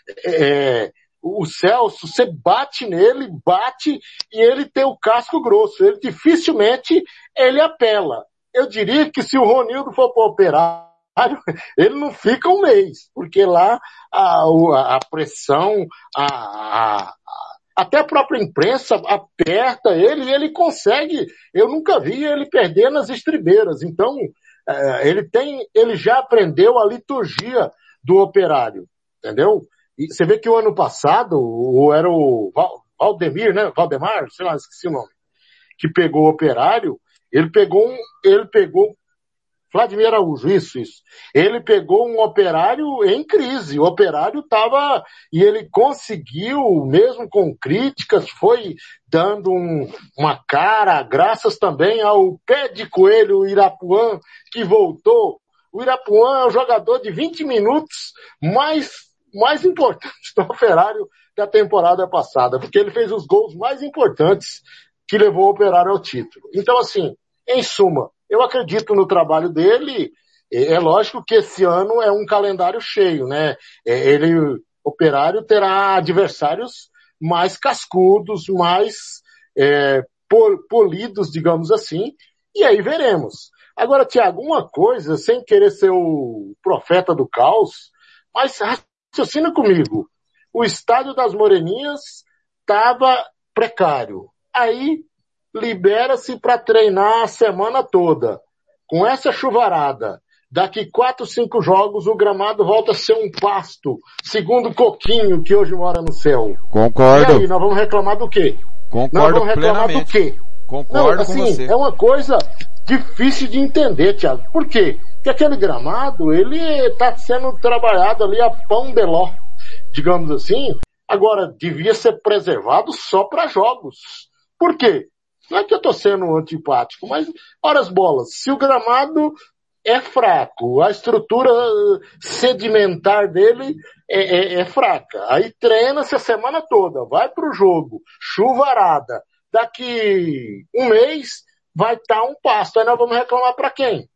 É, o Celso, você bate nele, bate, e ele tem o casco grosso, ele dificilmente ele apela. Eu diria que se o Ronildo for para operar, ele não fica um mês, porque lá a, a, a pressão, a, a, até a própria imprensa aperta ele e ele consegue. Eu nunca vi ele perder nas estribeiras. Então, é, ele tem, ele já aprendeu a liturgia do Operário, entendeu? E você vê que o ano passado, o, era o Valdemir, né? Valdemar, sei lá, esqueci o nome, que pegou o Operário. Ele pegou um, ele pegou Vladimir Araújo, isso, isso. Ele pegou um Operário em crise. O Operário estava, e ele conseguiu, mesmo com críticas, foi dando um, uma cara, graças também ao pé de coelho Irapuã, que voltou. O Irapuã é o jogador de vinte minutos mais, mais importante do Operário da temporada passada, porque ele fez os gols mais importantes que levou o Operário ao título. Então, assim, em suma, eu acredito no trabalho dele. É lógico que esse ano é um calendário cheio, né? Ele, o Operário terá adversários mais cascudos, mais é, polidos, digamos assim, e aí veremos. Agora, Thiago, uma coisa, sem querer ser o profeta do caos, mas raciocina comigo. O estádio das Moreninhas estava precário. Aí libera-se para treinar a semana toda. Com essa chuvarada, daqui quatro, cinco jogos, o gramado volta a ser um pasto, segundo o Coquinho, que hoje mora no céu. Concordo. E aí, nós vamos reclamar do quê? Concordo nós vamos reclamar plenamente. do quê? Concordo Não, assim, com você. É uma coisa difícil de entender, Thiago. Por quê? Porque aquele gramado, ele está sendo trabalhado ali a pão de ló, digamos assim. Agora, devia ser preservado só para jogos. Por quê? Não é que eu estou sendo antipático, mas, ora as bolas, se o gramado é fraco, a estrutura sedimentar dele é, é, é fraca, aí treina-se a semana toda, vai para o jogo, chuvarada, daqui um mês vai estar um pasto, aí nós vamos reclamar para quem?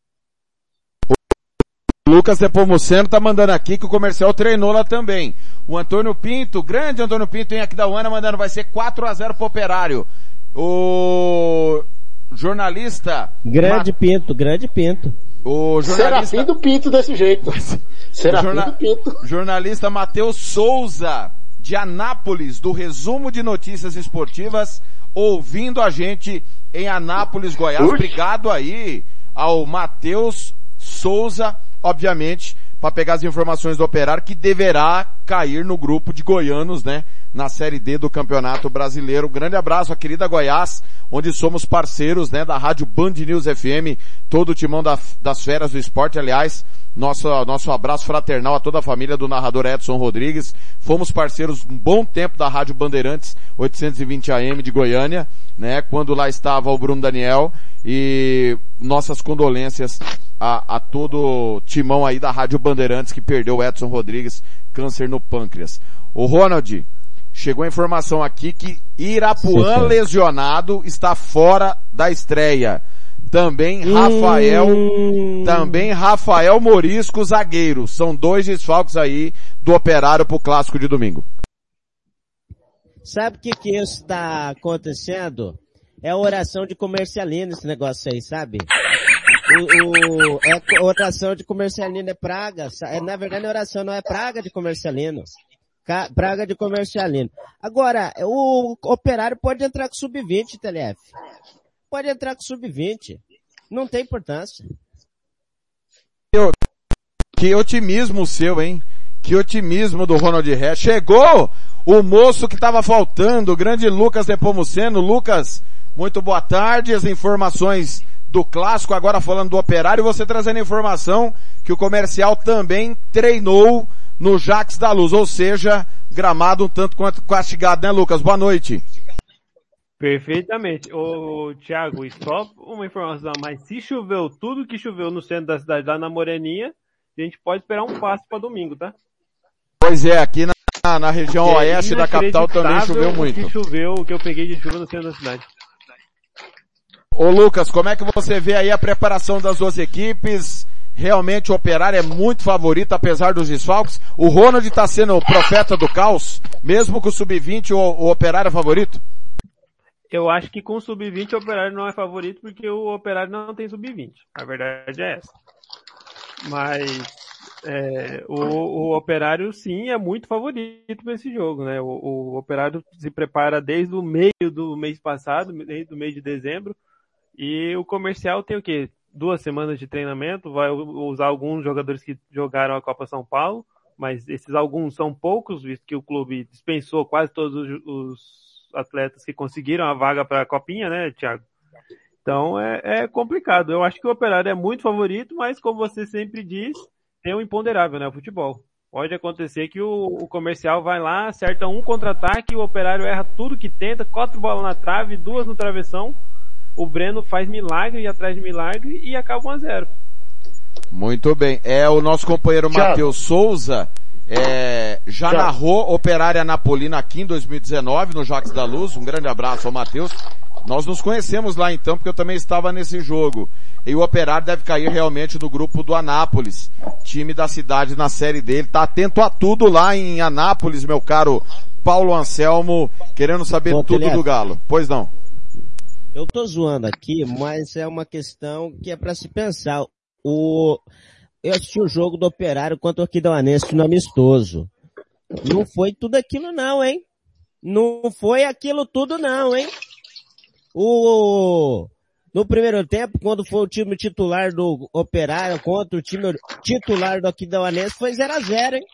O Lucas Nepomuceno tá mandando aqui que o comercial treinou lá também. O Antônio Pinto, grande Antônio Pinto em Aquidauana, mandando, vai ser quatro a zero pro Operário. O jornalista... Grande Ma... Pinto, grande Pinto. O jornalista... Serafim do Pinto desse jeito. Serafim jorna... do Pinto. Jornalista Matheus Souza, de Anápolis, do Resumo de Notícias Esportivas, ouvindo a gente em Anápolis, Goiás. Ui. Obrigado aí ao Matheus Souza, obviamente, para pegar as informações do Operário, que deverá cair no grupo de goianos, né? Na Série D do Campeonato Brasileiro. Grande abraço à querida Goiás, onde somos parceiros, né, da Rádio Band News F M, todo o timão da, das feras do esporte. Aliás, nosso, nosso abraço fraternal a toda a família do narrador Edson Rodrigues. Fomos parceiros um bom tempo da Rádio Bandeirantes oitocentos e vinte A M de Goiânia, né, quando lá estava o Bruno Daniel, e nossas condolências a, a todo o timão aí da Rádio Bandeirantes que perdeu o Edson Rodrigues, câncer no pâncreas. O Ronald, chegou a informação aqui que Irapuã sim, sim. lesionado está fora da estreia. Também Rafael, hum. também Rafael Morisco, zagueiro. São dois desfalques aí do Operário pro clássico de domingo. Sabe o que que isso está acontecendo? É oração de comercialina esse negócio aí, sabe? O, o, é oração de comercialina é praga. É, na verdade, a oração não é praga de comercialino. Praga de comercialino. Agora, o Operário pode entrar com sub vinte, T L F. Pode entrar com sub vinte. Não tem importância. Que otimismo seu, hein? Que otimismo do Ronald Ré. Chegou o moço que estava faltando, o grande Lucas Nepomuceno. Lucas, muito boa tarde. As informações do clássico, agora falando do Operário, você trazendo a informação que o comercial também treinou no Jacques da Luz, ou seja, gramado um tanto quanto castigado, né, Lucas? Boa noite. Perfeitamente. Ô, Thiago, e só uma informação, mas se choveu tudo que choveu no centro da cidade, lá na Moreninha, a gente pode esperar um passe para domingo, tá? Pois é, aqui na, na região é oeste da capital também choveu muito. O que choveu, o que eu peguei de chuva no centro da cidade. Ô Lucas, como é que você vê aí a preparação das duas equipes? Realmente o Operário é muito favorito, apesar dos desfalques. O Ronald está sendo o profeta do caos, mesmo com o sub vinte, o, o Operário é favorito? Eu acho que com o sub vinte o Operário não é favorito, porque o Operário não tem sub vinte. A verdade é essa. Mas é, o, o Operário sim é muito favorito para esse jogo, né? O, o Operário se prepara desde o meio do mês passado, desde o mês de dezembro, e o Comercial tem o quê? Duas semanas de treinamento, vai usar alguns jogadores que jogaram a Copa São Paulo, mas esses alguns são poucos, visto que o clube dispensou quase todos os, os atletas que conseguiram a vaga para a Copinha, né, Thiago? Então é, é complicado. Eu acho que o Operário é muito favorito, mas como você sempre diz, tem um imponderável, né, o futebol. Pode acontecer que o, o Comercial vai lá, acerta um contra-ataque, o Operário erra tudo que tenta, quatro bolas na trave, duas no travessão, o Breno faz milagre e atrás de milagre e acaba um a zero. Muito bem. É o nosso companheiro Matheus Souza, é, já Tchau. narrou Operária Napolina aqui em dois mil e dezenove, no Jacques da Luz. Um grande abraço ao Matheus. Nós nos conhecemos lá então, porque eu também estava nesse jogo. E o Operário deve cair realmente no grupo do Anápolis, time da cidade na série dele. Tá atento a tudo lá em Anápolis, meu caro Paulo Anselmo, querendo saber Bom, tudo do Galo. Pois não. Eu tô zoando aqui, mas é uma questão que é para se pensar. O... Eu assisti o jogo do Operário contra o Aquidauanense no amistoso. Não foi tudo aquilo não, hein? Não foi aquilo tudo não, hein? O... No primeiro tempo, quando foi o time titular do Operário contra o time titular do Aquidauanense, foi zero a zero, hein?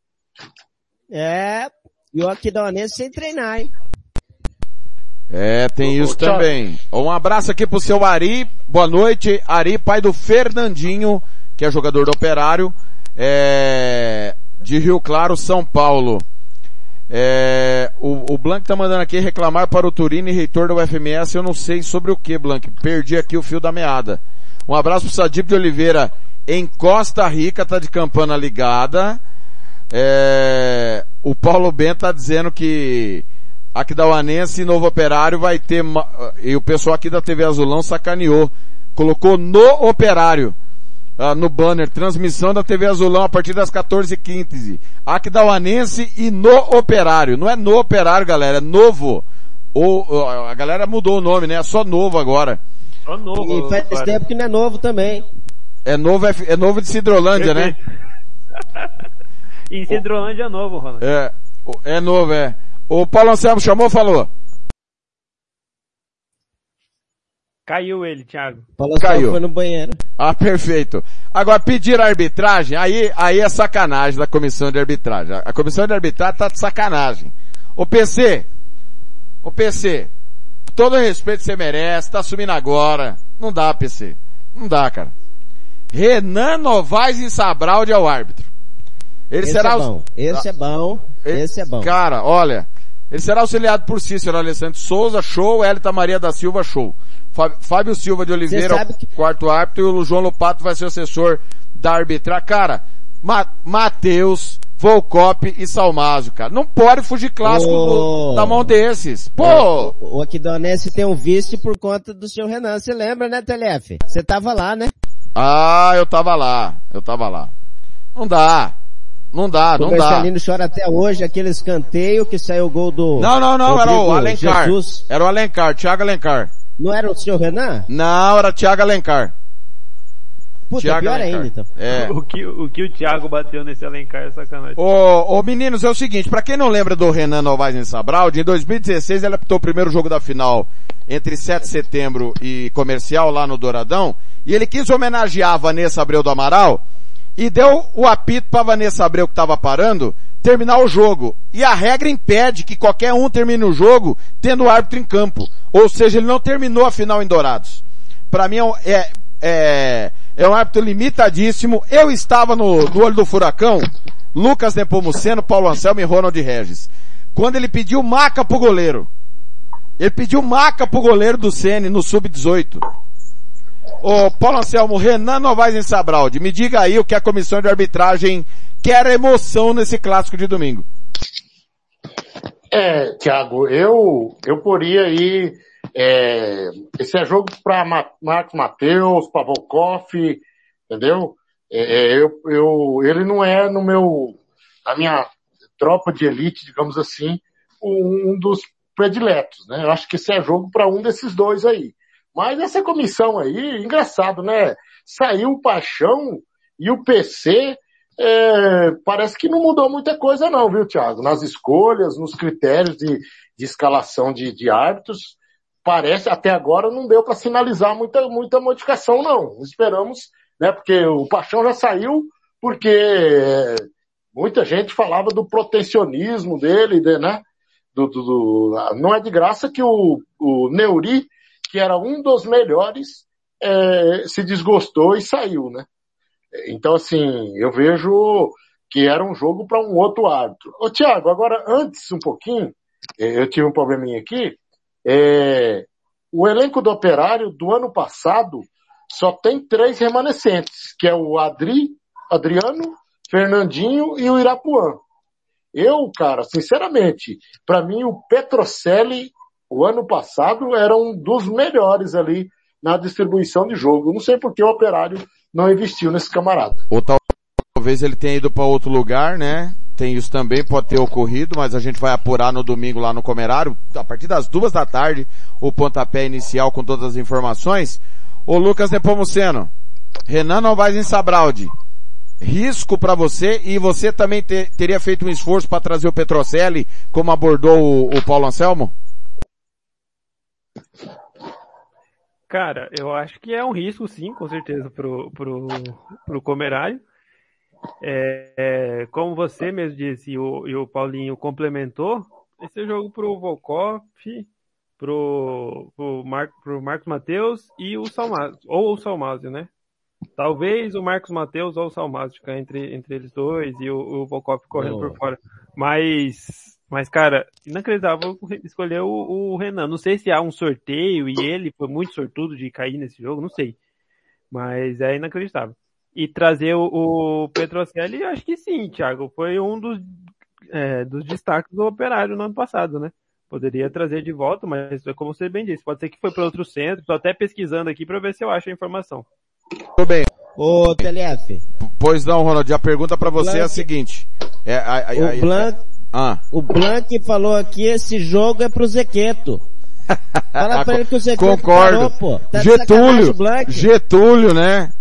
É, e o Aquidauanense sem treinar, hein? É, tem isso também. Um abraço aqui pro seu Ari. Boa noite, Ari, pai do Fernandinho, que é jogador do Operário, é, de Rio Claro, São Paulo. É, o, o Blanc tá mandando aqui reclamar para o Turini, reitor da U F M S. Eu não sei sobre o que, Blanc. Perdi aqui o fio da meada. Um abraço pro Sadip de Oliveira em Costa Rica, tá de campana ligada. É, o Paulo Bento tá dizendo que Aquidauanense e Novo Operário vai ter, e o pessoal aqui da T V Azulão sacaneou, colocou no Operário, uh, no banner, transmissão da T V Azulão a partir das quatorze e quinze, Aquidauanense e no Operário, não é no Operário, galera, é novo, ou, a galera mudou o nome, né, é só novo agora. Só novo. E faz cara. tempo que não é novo também. É novo, é, é novo de Cidrolândia, né? Em Cidrolândia é novo, Ronaldo. É, é novo, é. O Paulo Anselmo chamou ou falou? Caiu ele, Thiago. Paulo Anselmo foi no banheiro. Ah, perfeito. Agora, pedir a arbitragem, aí, aí é sacanagem da comissão de arbitragem. A comissão de arbitragem tá de sacanagem. O P C, o P C, todo respeito você merece, tá assumindo agora. Não dá, P C. Não dá, cara. Renan Novaes em Sabralde é o árbitro. Ele esse será é bom. Os... Esse é bom. Esse é bom. Cara, olha, ele será auxiliado por Cícero Alessandro Souza, show, Elita Maria da Silva, show. Fábio Silva de Oliveira, que... quarto árbitro, e o João Lopato vai ser o assessor da arbitragem. Cara, Ma- Matheus, Volcop e Salmásio, cara. Não pode fugir clássico oh. do, da mão desses. Pô! O, o Aquidauanense tem um vice por conta do seu Renan. Você lembra, né, T L F? Você tava lá, né? Ah, eu tava lá. Eu tava lá. Não dá. Não dá, não dá. O Marcelino chora até hoje, aquele escanteio que saiu o gol do... Não, não, não, Rodrigo era o Alencar. Jesus. Era o Alencar, Thiago Alencar. Não era o senhor Renan? Não, era o Thiago Alencar. Puta, Thiago pior Alencar. ainda, então. É. O que, o que o Thiago bateu nesse Alencar é sacanagem. Ô, ô meninos, é o seguinte, pra quem não lembra do Renan Novaes em Sabralde, em dois mil e dezesseis ele apitou o primeiro jogo da final entre sete de setembro e Comercial lá no Douradão, e ele quis homenagear a Vanessa Abreu do Amaral, e deu o apito pra Vanessa Abreu que tava parando, terminar o jogo. E a regra impede que qualquer um termine o jogo tendo o árbitro em campo. Ou seja, ele não terminou a final em Dourados. Pra mim é, é, é um árbitro limitadíssimo. Eu estava no, no olho do furacão, Lucas Nepomuceno, Paulo Anselmo e Ronald Regis. Quando ele pediu maca pro goleiro. Ele pediu maca pro goleiro do Sene no sub dezoito. Ô, Paulo Anselmo, Renan Novaes em Sabraldi, me diga aí o que a comissão de arbitragem quer emoção nesse clássico de domingo. É, Thiago, eu, eu poria aí, é, esse é jogo para Marcos Matheus, para Volkov, entendeu? É, eu, eu, ele não é no meu, na minha tropa de elite, digamos assim, um dos prediletos, né? Eu acho que esse é jogo para um desses dois aí. Mas essa comissão aí, engraçado, né? Saiu o Paixão e o P C, é, parece que não mudou muita coisa não, viu, Thiago? Nas escolhas, nos critérios de, de escalação de, de árbitros, parece, até agora não deu para sinalizar muita, muita modificação não. Esperamos, né? Porque o Paixão já saiu, porque é, muita gente falava do protecionismo dele, de, né? Do, do, do, não é de graça que o, o Neuri, que era um dos melhores, é, se desgostou e saiu, né? Então, assim, eu vejo que era um jogo para um outro árbitro. Ô, Thiago, agora, antes um pouquinho, eu tive um probleminha aqui, é, o elenco do Operário do ano passado só tem três remanescentes, que é o Adri, Adriano, Fernandinho e o Irapuã. Eu, cara, sinceramente, para mim o Petrocelli, o ano passado, era um dos melhores ali na distribuição de jogo. Eu não sei por que o Operário não investiu nesse camarada. Ou talvez ele tenha ido para outro lugar, né? Tem isso também, pode ter ocorrido, mas a gente vai apurar no domingo lá no Comerário, a partir das duas da tarde, o pontapé inicial com todas as informações. Ô Lucas Nepomuceno, Renan Novaes em Sabraldi, risco para você, e você também ter, teria feito um esforço para trazer o Petrocelli, como abordou o, o Paulo Anselmo? Cara, eu acho que é um risco, sim, com certeza, pro, pro, pro Comerário. É, é, como você mesmo disse, e o, e o Paulinho complementou, esse é jogo pro Volkov, pro, pro, Mar, pro Marcos Matheus e o Salmásio, ou o Salmásio, né? Talvez o Marcos Matheus ou o Salmásio ficar entre, entre eles dois e o, o Volkov correndo oh. por fora. Mas, mas, cara, inacreditável escolher o, o Renan. Não sei se há um sorteio e ele foi muito sortudo de cair nesse jogo, não sei. Mas é inacreditável. E trazer o, o Petrocelli, acho que sim, Thiago. Foi um dos, é, dos destaques do Operário no ano passado, né? Poderia trazer de volta, mas como você bem disse, pode ser que foi para outro centro. Estou até pesquisando aqui para ver se eu acho a informação. Tudo bem. Ô, T L F. Pois não, Ronald, a pergunta para você Blanc, é a seguinte. É, a, a, o, a, Blanc, ah. o Blanc falou aqui, esse jogo é pro Zequeto. Fala pra ele que o Zequeto Concordo. Parou, pô. Tá Getúlio, Getúlio, né?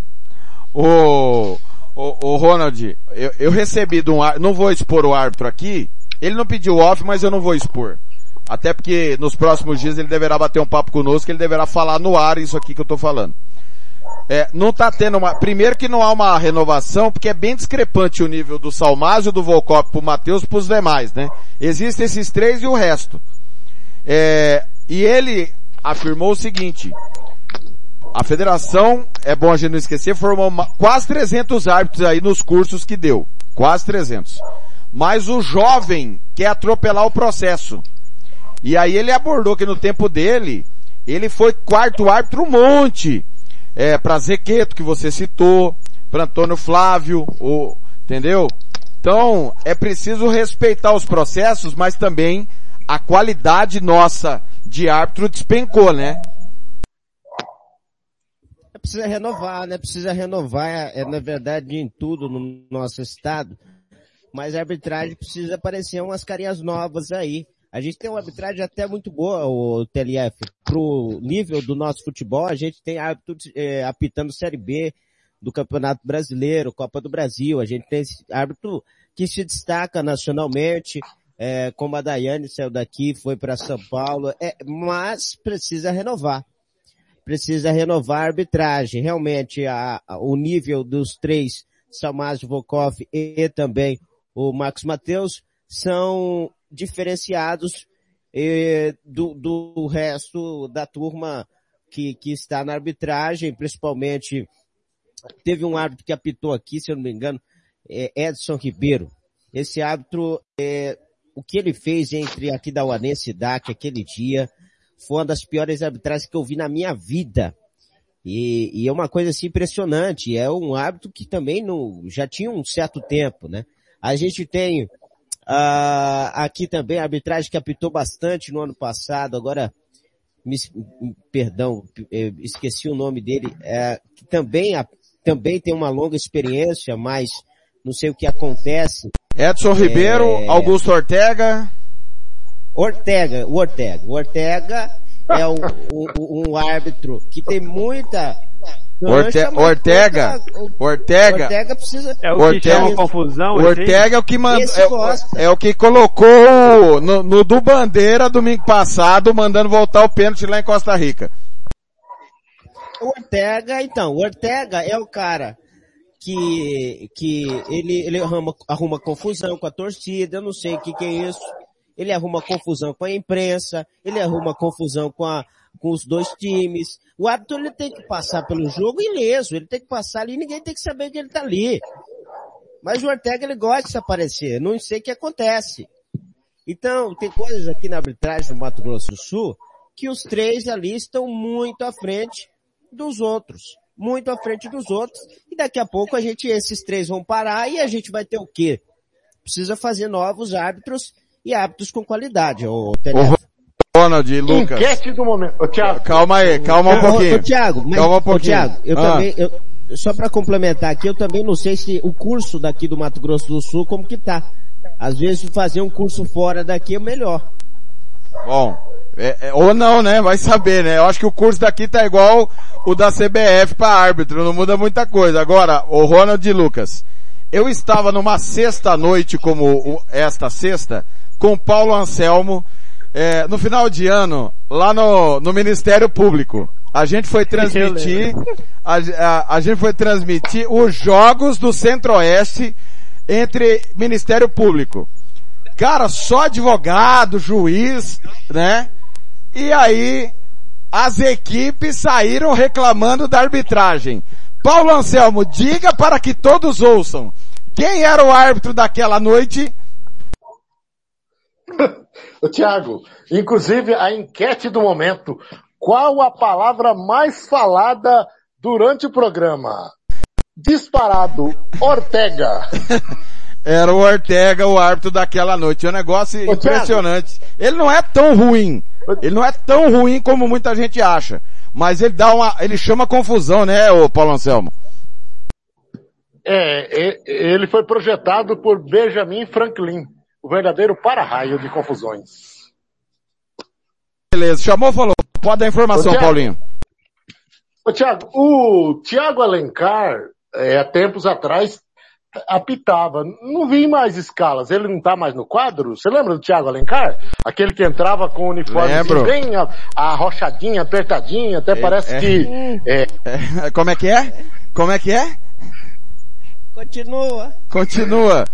O, o, o Ronald, eu, eu recebi de um, não vou expor o árbitro aqui, ele não pediu off, mas eu não vou expor. Até porque nos próximos dias ele deverá bater um papo conosco, ele deverá falar no ar isso aqui que eu tô falando. É, não tá tendo uma, primeiro que não há uma renovação, porque é bem discrepante o nível do Salmásio, do Volkov pro Matheus pros demais, né? Existem esses três e o resto. É, e ele afirmou o seguinte, a federação, é bom a gente não esquecer, formou uma, quase trezentos árbitros aí nos cursos que deu. Quase trezentos. Mas o jovem quer atropelar o processo. E aí ele abordou que no tempo dele, ele foi quarto árbitro um monte. É, pra Zequeto, que você citou, pra Antônio Flávio, o, entendeu? Então, é preciso respeitar os processos, mas também a qualidade nossa de árbitro despencou, né? Precisa renovar, né? Precisa renovar, é, na verdade, em tudo no nosso estado. Mas a arbitragem precisa aparecer umas carinhas novas aí. A gente tem uma arbitragem até muito boa, o T L F, pro nível do nosso futebol. A gente tem árbitro é, apitando Série B do Campeonato Brasileiro, Copa do Brasil. A gente tem árbitro que se destaca nacionalmente, é, como a Daiane saiu daqui, foi para São Paulo, é, mas precisa renovar. Precisa renovar a arbitragem. Realmente, a, a, o nível dos três, Salmásio, Volkov e também o Marcos Matheus, são diferenciados eh, do, do resto da turma que, que está na arbitragem, principalmente teve um árbitro que apitou aqui, se eu não me engano, é Edson Ribeiro. Esse árbitro, é, o que ele fez entre Aquidauanense e D A C aquele dia foi uma das piores arbitragens que eu vi na minha vida. E, e é uma coisa assim impressionante, é um hábito que também não, já tinha um certo tempo, né? A gente tem uh, aqui também a arbitragem que apitou bastante no ano passado, agora, me, perdão, esqueci o nome dele, é, que também, também tem uma longa experiência, mas não sei o que acontece. Edson é... Ribeiro, Augusto Ortega. Ortega, o Ortega. O Ortega é um, um, um árbitro que tem muita... Orte, Ortega, muita, Ortega, Ortega precisa... É o que Ortega, chama confusão. Ortega é o que mandou, é, é o que colocou no, no do Bandeira domingo passado, mandando voltar o pênalti lá em Costa Rica. O Ortega, então, o Ortega é o cara que, que ele, ele arruma, arruma confusão com a torcida, eu não sei o que que é isso. Ele arruma confusão com a imprensa, ele arruma confusão com, a, com os dois times. O árbitro ele tem que passar pelo jogo ileso, ele tem que passar ali e ninguém tem que saber que ele tá ali. Mas o Ortega ele gosta de se aparecer, não sei o que acontece. Então, tem coisas aqui na arbitragem do Mato Grosso do Sul que os três ali estão muito à frente dos outros. Muito à frente dos outros. E daqui a pouco a gente, esses três vão parar e a gente vai ter o quê? Precisa fazer novos árbitros e árbitros com qualidade, ô Telefone. Ronald e Lucas. Enquete do momento. Ô, Thiago. Calma aí, calma um pouquinho. Ô, ô, Thiago, mas, calma um pouquinho. Ô, Thiago, eu ah. também, eu, só para complementar aqui, eu também não sei se o curso daqui do Mato Grosso do Sul, como que tá. Às vezes fazer um curso fora daqui é melhor. Bom, é, é, ou não, né? Vai saber, né? Eu acho que o curso daqui tá igual o da C B F para árbitro, não muda muita coisa. Agora, o Ronald e Lucas, eu estava numa sexta-noite como o, esta sexta, com Paulo Anselmo, é, no final de ano, lá no, no Ministério Público. A gente foi transmitir, a, a, a gente foi transmitir os jogos do Centro-Oeste entre Ministério Público. Cara, só advogado, juiz, né? E aí, as equipes saíram reclamando da arbitragem. Paulo Anselmo, diga para que todos ouçam. Quem era o árbitro daquela noite? Ô, Thiago, inclusive a enquete do momento, qual a palavra mais falada durante o programa? Disparado, Ortega. Era o Ortega, o árbitro daquela noite. É um negócio Ô, impressionante. Thiago. Ele não é tão ruim. Ele não é tão ruim como muita gente acha. Mas ele dá uma, ele chama confusão, né, ô Paulo Anselmo? É, ele foi projetado por Benjamin Franklin. O verdadeiro para-raio de confusões. Beleza, chamou, falou. Pode dar informação, Ô, Thiago, Paulinho. Ô, Thiago, o Thiago Alencar, é, há tempos atrás, apitava. Não vi mais escalas. Ele não tá mais no quadro? Você lembra do Thiago Alencar? Aquele que entrava com o uniforme assim, bem arrochadinha, apertadinha, até é, parece é, que... É... É, como é que é? Como é que é? Continua. Continua.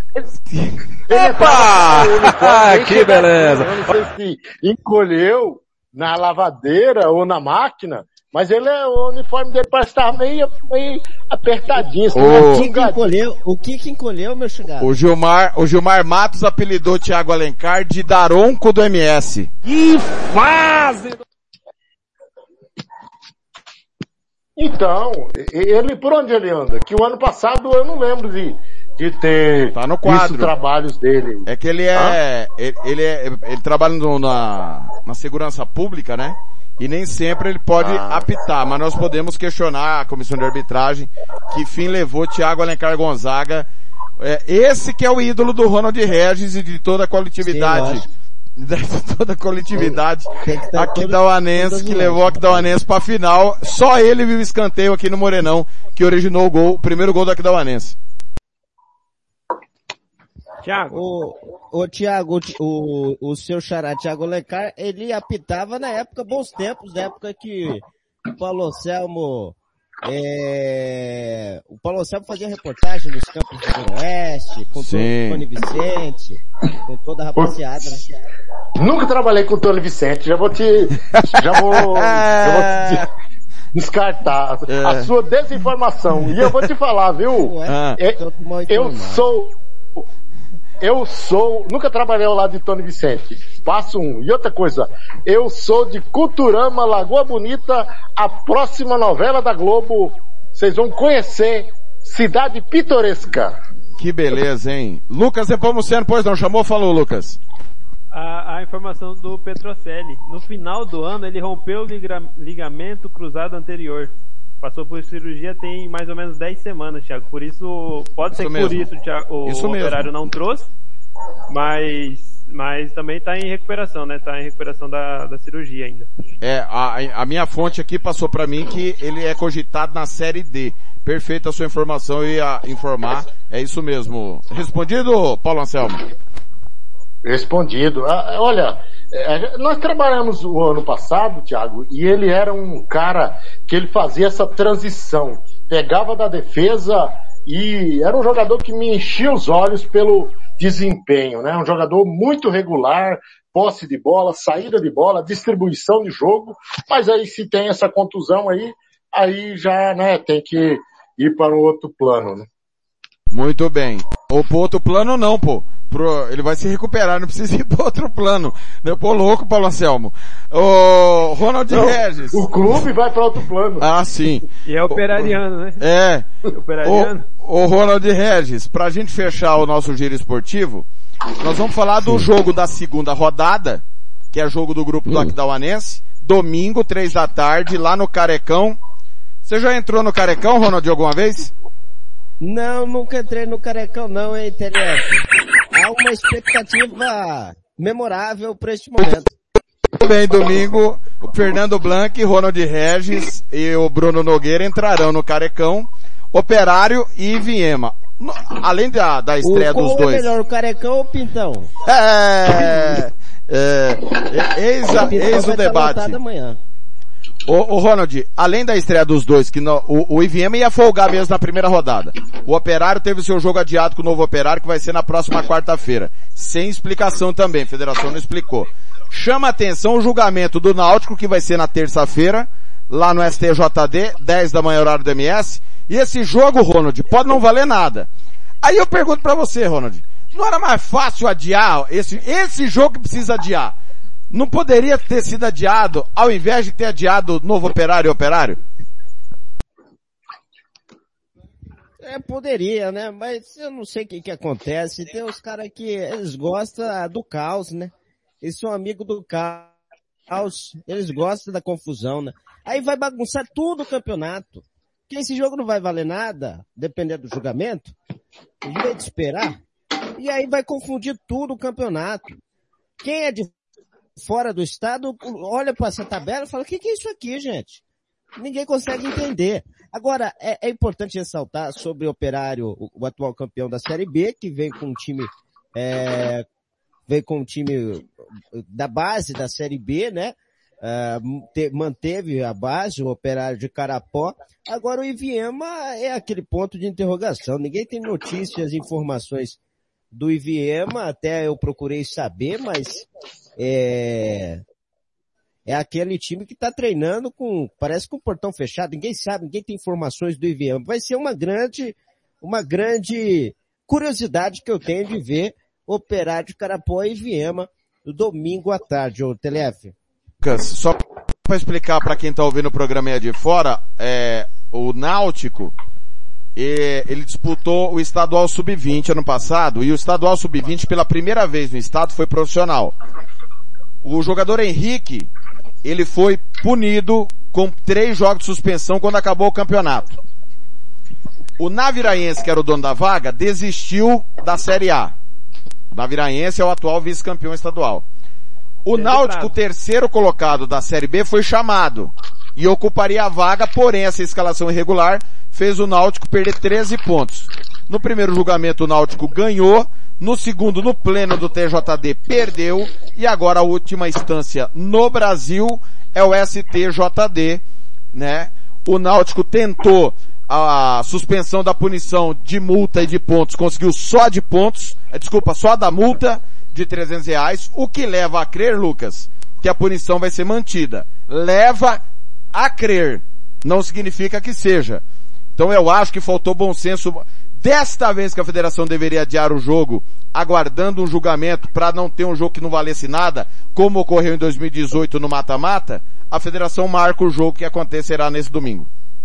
Opa! Ah, que beleza. Eu não sei se encolheu na lavadeira ou na máquina, mas ele é, o uniforme dele parece estar meio, meio apertadinho. Assim, o, que que encolheu, o que que encolheu, meu chegado? O Gilmar, o Gilmar Matos apelidou Thiago Alencar de Daronco do M S. Que fase! Então, ele, por onde ele anda? Que o ano passado eu não lembro de, de ter tá no quadro. Visto trabalhos dele. É que ele é, ele, ele é, ele trabalha no, na, na segurança pública, né? E nem sempre ele pode ah. apitar, mas nós podemos questionar a comissão de arbitragem que fim levou Thiago Alencar Gonzaga. É, esse que é o ídolo do Ronald Regis e de toda a coletividade. Sim, de toda a coletividade aquidauanense que levou a Aquidauanense pra final. Só ele viu o escanteio aqui no Morenão que originou o gol, o primeiro gol do Aquidauanense. Thiago. O, o Thiago, o, o seu xará Thiago Alencar, ele apitava na época, bons tempos, na época que o Paulo Anselmo, é, o Paulo Anselmo fazia reportagem nos campos do Noroeste, com todo o Tony Vicente, com toda a rapaziada, né? Nunca trabalhei com o Tony Vicente, já vou te, já vou, já vou te descartar é. a sua desinformação. E eu vou te falar, viu? É, é, eu sou, eu sou, nunca trabalhei ao lado de Tony Vicente. Passo um. E outra coisa, eu sou de Culturama, Lagoa Bonita, a próxima novela da Globo, vocês vão conhecer Cidade Pitoresca. Que beleza, hein? Lucas Nepomuceno, pois não chamou? Falou, Lucas. A, a informação do Petrocelli. No final do ano, ele rompeu o liga, ligamento cruzado anterior. Passou por cirurgia tem mais ou menos dez semanas, Thiago. Por isso, pode isso ser mesmo. Por isso, Thiago, o isso operário não trouxe, mas, mas também está em recuperação, né? Está em recuperação da, da cirurgia ainda. É, a, a minha fonte aqui passou para mim que ele é cogitado na Série D. Perfeita a sua informação, eu ia informar. É isso mesmo. Respondido, Paulo Anselmo? Respondido. Ah, olha, nós trabalhamos o ano passado, Thiago, e ele era um cara que ele fazia essa transição. Pegava da defesa e era um jogador que me enchia os olhos pelo desempenho, né? Um jogador muito regular, posse de bola, saída de bola, distribuição de jogo, mas aí se tem essa contusão aí, aí já, né, tem que ir para o outro plano, né? Muito bem. Ou pro outro plano não, pô. Pro, ele vai se recuperar, não precisa ir pro outro plano. Né? Pô, louco, Paulo Anselmo. Ô, Ronald não, Regis. O clube vai para outro plano. Ah, sim. E é operariano, né? É. Operariano. Ô, Ronald Regis, pra gente fechar o nosso giro esportivo, nós vamos falar do sim. jogo da segunda rodada, que é jogo do grupo hum. do Aquidauanense, domingo, três da tarde, lá no Carecão. Você já entrou no Carecão, Ronald, alguma vez? Não, nunca entrei no Carecão não, hein, T L F. Há uma expectativa memorável para este momento. Bem, domingo, o Fernando Blanc, Ronald Regis e o Bruno Nogueira entrarão no Carecão, Operário e Iviema. No, além da, da estreia o, dos dois. Qual é melhor, o Carecão ou o Pintão? É, é, eis, a, o eis o debate. Amanhã. Ô, ô Ronald, além da estreia dos dois, que no, o, o I V M ia folgar mesmo na primeira rodada. O Operário teve seu jogo adiado com o Novo Operário, que vai ser na próxima quarta-feira. Sem explicação também, a federação não explicou. Chama atenção o julgamento do Náutico, que vai ser na terça-feira, lá no S T J D, dez da manhã, horário do M S. E esse jogo, Ronald, pode não valer nada. Aí eu pergunto pra você, Ronald, não era mais fácil adiar esse, esse jogo que precisa adiar? Não poderia ter sido adiado, ao invés de ter adiado Novo Operário e Operário? É, poderia, né? Mas eu não sei o que que acontece. Tem uns caras que eles gostam do caos, né? Eles são amigos do caos. Eles gostam da confusão, né? Aí vai bagunçar tudo o campeonato. Porque esse jogo não vai valer nada, dependendo do julgamento. Em vez de esperar. E aí vai confundir tudo o campeonato. Quem é de fora do estado, olha para essa tabela e fala, o que, que é isso aqui, gente? Ninguém consegue entender. Agora, é, é importante ressaltar sobre o Operário, o, o atual campeão da Série B, que vem com um time, é, vem com um time da base da Série B, né? Uh, te, manteve a base, o Operário de Carapó. Agora o Iviema é aquele ponto de interrogação. Ninguém tem notícias, informações do Iviema, até eu procurei saber, mas é, é aquele time que está treinando com, parece com o portão fechado, ninguém sabe, ninguém tem informações do Iviema. Vai ser uma grande, uma grande curiosidade que eu tenho de ver Operário de Carapó e Iviema no domingo à tarde, ô T L F. Só para explicar para quem está ouvindo o programa aí de fora, é, o Náutico, e, ele disputou o estadual sub vinte ano passado, e o estadual sub vinte pela primeira vez no estado foi profissional. O jogador Henrique, ele foi punido com três jogos de suspensão quando acabou o campeonato. O Naviraense, que era o dono da vaga, desistiu da Série A. O Naviraense é o atual vice-campeão estadual. O Náutico, terceiro colocado da Série B, foi chamado e ocuparia a vaga, porém essa escalação irregular fez o Náutico perder treze pontos. No primeiro julgamento o Náutico ganhou, no segundo, no pleno do T J D, perdeu, e agora a última instância no Brasil é o S T J D, né? O Náutico tentou a suspensão da punição de multa e de pontos, conseguiu só de pontos, desculpa, só da multa de trezentos reais, o que leva a crer, Lucas, que a punição vai ser mantida. Leva a crer, não significa que seja. Então eu acho que faltou bom senso desta vez que a federação deveria adiar o jogo, aguardando um julgamento para não ter um jogo que não valesse nada, como ocorreu em dois mil e dezoito no mata-mata, a federação marca o jogo que acontecerá nesse domingo.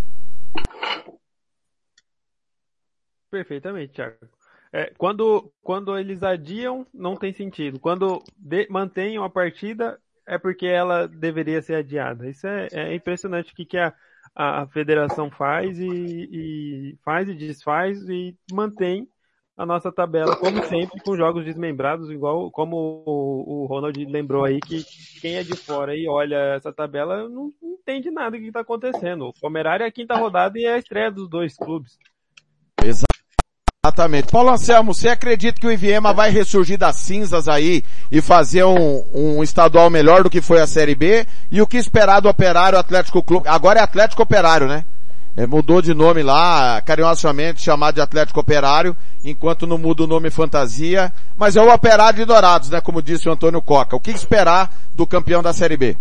Perfeitamente, Thiago. É, quando, quando eles adiam, não tem sentido. Quando de, mantenham a partida, é porque ela deveria ser adiada. Isso é, é impressionante o que, que a, a federação faz e, e faz e desfaz e mantém a nossa tabela, como sempre, com jogos desmembrados, igual como o, o Ronald lembrou aí, que quem é de fora e olha essa tabela não, não entende nada do que está acontecendo. O Pomerari é a quinta rodada e é a estreia dos dois clubes. Exatamente. Paulo Anselmo, você acredita que o Iviema vai ressurgir das cinzas aí e fazer um, um estadual melhor do que foi a Série B? E o que esperar do Operário Atlético Clube? Agora é Atlético Operário, né? É, mudou de nome lá, carinhosamente chamado de Atlético Operário, enquanto não muda o nome Fantasia, mas é o Operário de Dourados, né? Como disse o Antônio Coca. O que esperar do campeão da Série B?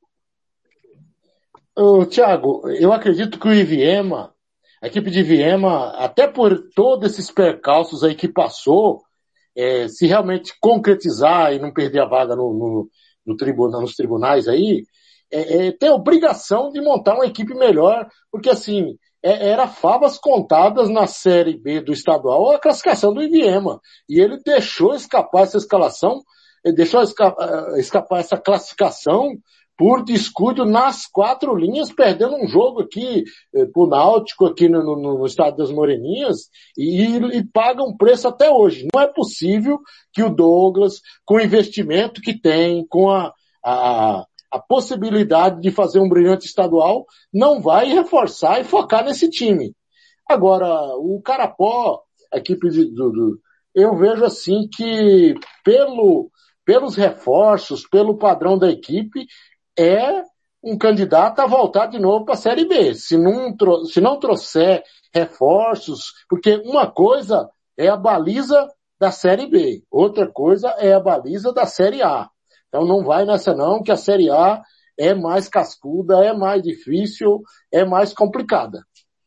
Ô, Thiago, eu acredito que o Iviema, a equipe de Iviema, até por todos esses percalços aí que passou, é, se realmente concretizar e não perder a vaga no, no, no tribunal, nos tribunais aí, é, é, tem a obrigação de montar uma equipe melhor, porque assim, é, era favas contadas na Série B do estadual a classificação do Iviema, e ele deixou escapar essa escalação, ele deixou escapar, escapar essa classificação por descuido nas quatro linhas, perdendo um jogo aqui eh, pro Náutico, aqui no, no, no Estádio das Moreninhas, e, e paga um preço até hoje. Não é possível que o Douglas, com o investimento que tem, com a, a, a possibilidade de fazer um brilhante estadual, não vai reforçar e focar nesse time. Agora, o Carapó, a equipe de, do, do, eu vejo assim que pelo, pelos reforços, pelo padrão da equipe, é um candidato a voltar de novo para a Série B. Se não, se não trouxer reforços, porque uma coisa é a baliza da Série B, outra coisa é a baliza da Série A. Então não vai nessa não, que a Série A é mais cascuda, é mais difícil, é mais complicada.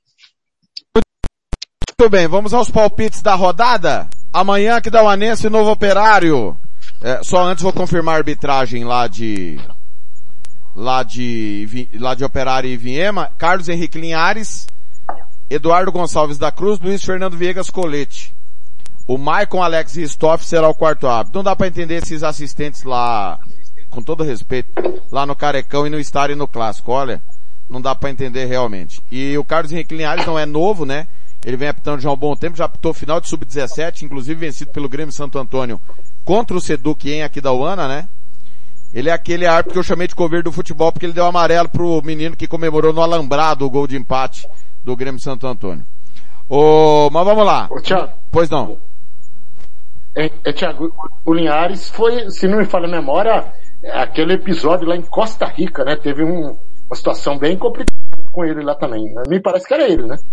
Muito bem, vamos aos palpites da rodada. Amanhã que dá o Anense e Novo Operário. É, só antes vou confirmar a arbitragem lá de... lá de, lá de Operário e Viema, Carlos Henrique Linhares, Eduardo Gonçalves da Cruz, Luiz Fernando Viegas Colete. O Maicon Alex Ristoff será o quarto árbitro. Não dá para entender esses assistentes lá, com todo respeito, lá no Carecão e no Estádio e no Clássico. Olha, não dá para entender realmente. E o Carlos Henrique Linhares não é novo, né? Ele vem apitando já há um bom tempo, já apitou final de sub dezessete, inclusive vencido pelo Grêmio Santo Antônio contra o Seduc em Aquidauana, né? Ele é aquele árbitro que eu chamei de coveiro do futebol porque ele deu amarelo pro menino que comemorou no alambrado o gol de empate do Grêmio Santo Antônio. Ô, mas vamos lá. Ô, Thiago. Pois não. É, é, Thiago, o Linhares foi, se não me falha a memória, aquele episódio lá em Costa Rica, né? Teve um, uma situação bem complicada com ele lá também. Me parece que era ele, né?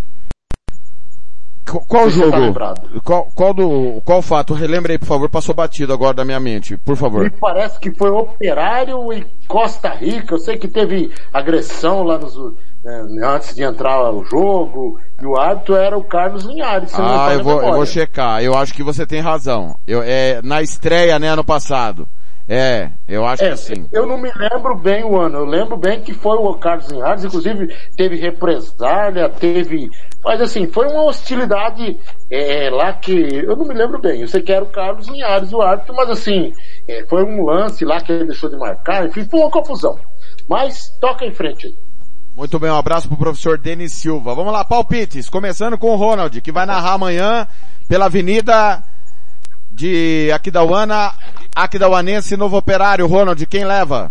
Qual jogo? Tá qual, qual do, qual fato? Relembre aí, por favor, passou batido agora da minha mente, por favor. Me parece que foi Operário e Costa Rica. Eu sei que teve agressão lá nos, né, antes de entrar o jogo, e o árbitro era o Carlos Linhares. Se ah, eu vou, eu vou checar. Eu acho que você tem razão. Eu, é, na estreia, né, ano passado. É, eu acho é, que sim. Eu não me lembro bem o ano. Eu lembro bem que foi o Carlos Linhares, inclusive teve represália, teve... Mas assim, foi uma hostilidade é, lá que... Eu não me lembro bem. Eu sei que era o Carlos Linhares, o árbitro, mas assim, é, foi um lance lá que ele deixou de marcar. Enfim, foi uma confusão. Mas toca em frente aí. Muito bem, um abraço pro professor Denis Silva. Vamos lá, palpites. Começando com o Ronald, que vai narrar amanhã pela Avenida de Aquidauana, Aquidauanense e Novo Operário. Ronald, quem leva?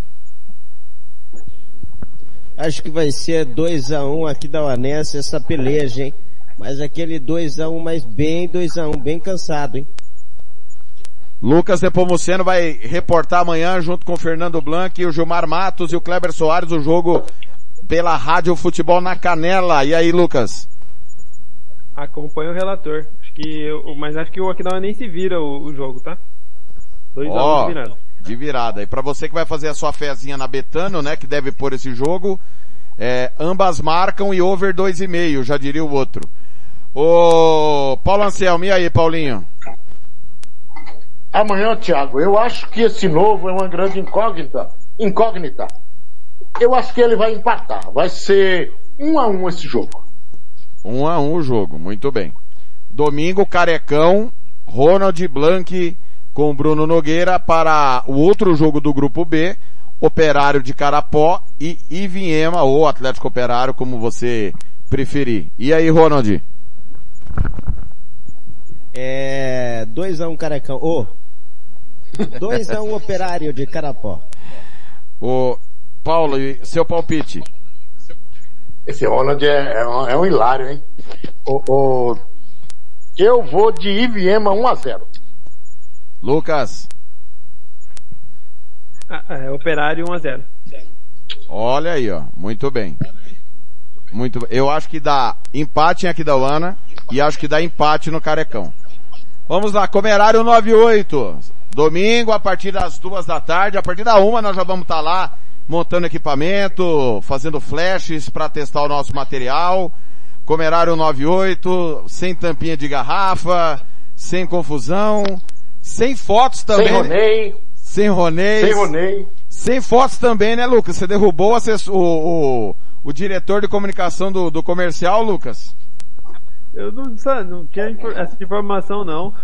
Acho que vai ser dois a um Aquidauanense essa peleja, hein? Mas aquele dois a um, mas bem dois a um, bem cansado, hein? Lucas Nepomuceno vai reportar amanhã junto com o Fernando Blanc, o Gilmar Matos e o Kleber Soares o jogo pela Rádio Futebol na Canela. E aí, Lucas? Acompanha o relator. Acho que eu, mas acho que o Aquidauanense vira o, o jogo, tá? dois a um de virada. De virada. E pra você que vai fazer a sua fezinha na Betano, né, que deve pôr esse jogo, é, ambas marcam e over dois e meio, já diria o outro. Ô, Paulo Anselmo, e aí, Paulinho? Amanhã, Thiago, eu acho que esse novo é uma grande incógnita. Incógnita. Eu acho que ele vai empatar. Vai ser um a um esse jogo. Um a um o jogo, muito bem. Domingo, Carecão, Ronald Blanc com Bruno Nogueira para o outro jogo do Grupo B, Operário de Carapó e Ivinhema, ou Atlético Operário, como você preferir. E aí, Ronald? É... dois a um Carecão. Ô! Oh. dois a um Operário de Carapó. Ô, Paulo, e seu palpite? Esse Ronald é, é, um, é um hilário, hein? O, o, eu vou de Ivinhema um a zero. Lucas? Ah, é, Operário um a zero. Olha aí, ó. Muito bem. Muito bem. Eu acho que dá empate em Aquidauana e acho que dá empate no Carecão. Vamos lá, Comerário nove e oito. Domingo, a partir das duas da tarde, a partir da uma nós já vamos estar lá montando equipamento, fazendo flashes para testar o nosso material. Comerário nove e oito, sem tampinha de garrafa, sem confusão, sem fotos também. Sem Ronei. Sem Ronei. Sem Ronei. Sem fotos também, né, Lucas? Você derrubou o, assessor, o, o, o diretor de comunicação do, do comercial, Lucas? Eu não, sabe, não tinha essa informação, não.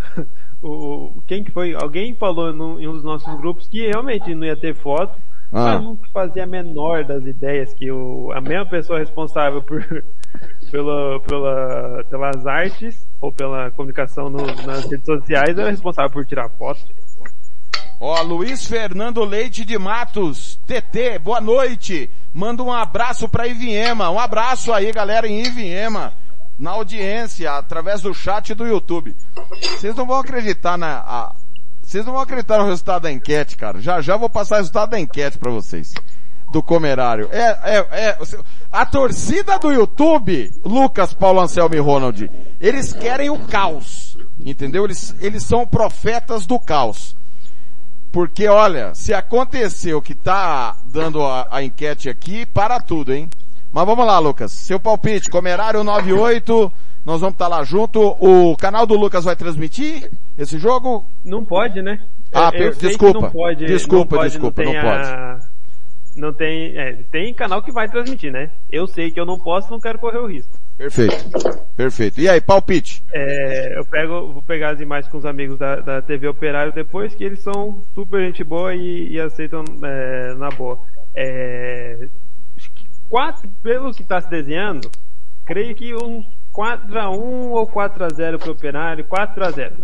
O, quem que foi? Alguém falou no, em um dos nossos grupos que realmente não ia ter foto, ah. mas não fazia a menor das ideias que o, a mesma pessoa responsável por, pela, pela, pelas artes ou pela comunicação no, nas redes sociais era responsável por tirar foto. Ó, Luiz Fernando Leite de Matos, T T, boa noite. Manda um abraço pra Ivinhema. Um abraço aí, galera, em Ivinhema. Na audiência, através do chat do YouTube. Vocês não vão acreditar na, a, vocês não vão acreditar no resultado da enquete, cara. Já já vou passar o resultado da enquete pra vocês. Do Comerário. É, é, é, a torcida do YouTube, Lucas, Paulo Anselmo e Ronald, eles querem o caos. Entendeu? Eles, eles são profetas do caos. Porque, olha, se acontecer o que tá dando a, a enquete aqui, para tudo, hein? Mas vamos lá, Lucas. Seu palpite, Comerário nove e oito, nós vamos estar lá junto. O canal do Lucas vai transmitir esse jogo? Não pode, né? Ah, eu, eu desculpa. Não pode, desculpa, não pode, desculpa, não, não pode. A... Não tem, é, tem canal que vai transmitir, né? Eu sei que eu não posso, não quero correr o risco. Perfeito, perfeito. E aí, palpite? É, eu pego, vou pegar as imagens com os amigos da, da T V Operário depois, que eles são super gente boa e, e aceitam é, na boa. É... Quatro, pelo que está se desenhando, creio que uns quatro a um ou quatro a zero para o Operário, quatro a zero.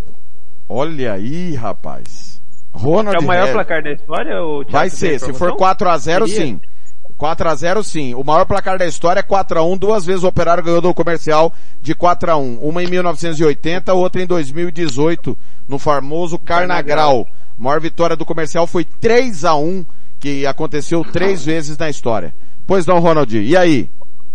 Olha aí, rapaz. Ronald é o maior Red. placar da história? Ou vai ser, se for quatro a zero, sim. quatro a zero, sim. O maior placar da história é quatro a um, duas vezes o Operário ganhou do Comercial de quatro a um. Uma em mil novecentos e oitenta, outra em dois mil e dezoito, no famoso Carnagral. A maior vitória do Comercial foi três a um, que aconteceu três vezes na história. Pois não, Ronald. E aí?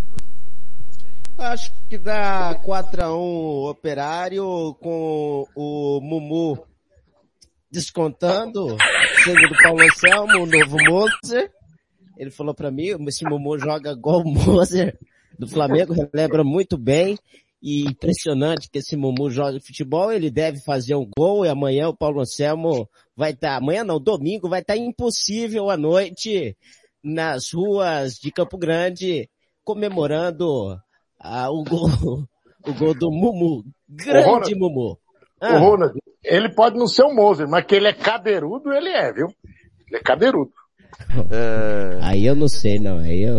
Acho que dá quatro a um Operário com o Mumu descontando, sendo do Paulo Anselmo, o novo Moser. Ele falou pra mim, esse Mumu joga igual o Moser do Flamengo, lembra muito bem. E impressionante que esse Mumu joga futebol, ele deve fazer um gol e amanhã o Paulo Anselmo vai estar, tá, amanhã não, domingo vai estar tá impossível à noite nas ruas de Campo Grande, comemorando ah, o gol, o gol do Mumu. Grande o Ronald, Mumu. Ah. O Ronald, ele pode não ser o Moser, mas que ele é cadeirudo, ele é, viu? Ele é cadeirudo. É... Aí eu não sei, não. Aí eu...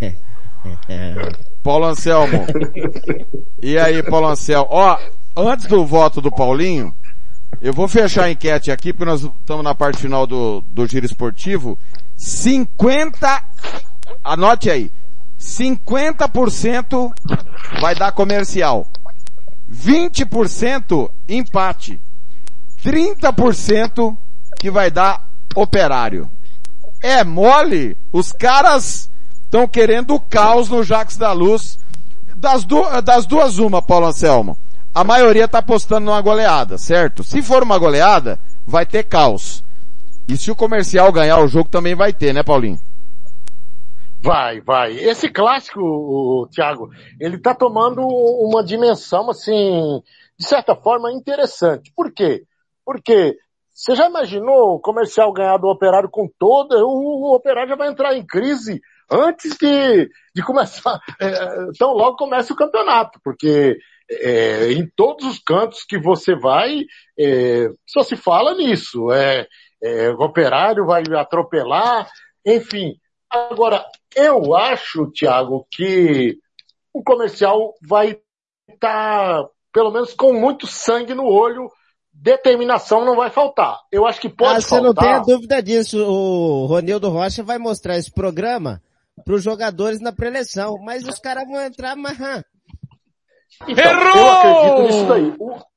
Paulo Anselmo. E aí, Paulo Anselmo? Ó, antes do voto do Paulinho, eu vou fechar a enquete aqui, porque nós estamos na parte final do, do Giro Esportivo. cinquenta, anote aí, cinquenta por cento vai dar Comercial, vinte por cento empate, trinta por cento que vai dar Operário. É mole? Os caras estão querendo o caos no Jacques da Luz. Das, du das duas uma, Paulo Anselmo. A maioria tá apostando numa goleada, certo? Se for uma goleada, vai ter caos. E se o Comercial ganhar o jogo, também vai ter, né, Paulinho? Vai, vai. Esse clássico, o, o, Thiago, ele tá tomando uma dimensão, assim, de certa forma interessante. Por quê? Porque você já imaginou o Comercial ganhar do Operário com toda, o, o Operário já vai entrar em crise antes de, de começar, é, então logo começa o campeonato, porque é, em todos os cantos que você vai, é, só se fala nisso, é, é, o Operário vai atropelar, enfim. Agora, eu acho, Thiago, que o Comercial vai estar, tá, pelo menos com muito sangue no olho, determinação não vai faltar. Eu acho que pode ah, você faltar. Você não tem a dúvida disso. O Ronildo Rocha vai mostrar esse programa para os jogadores na preleção, mas os caras vão entrar amarrar. Então, eu acredito nisso daí.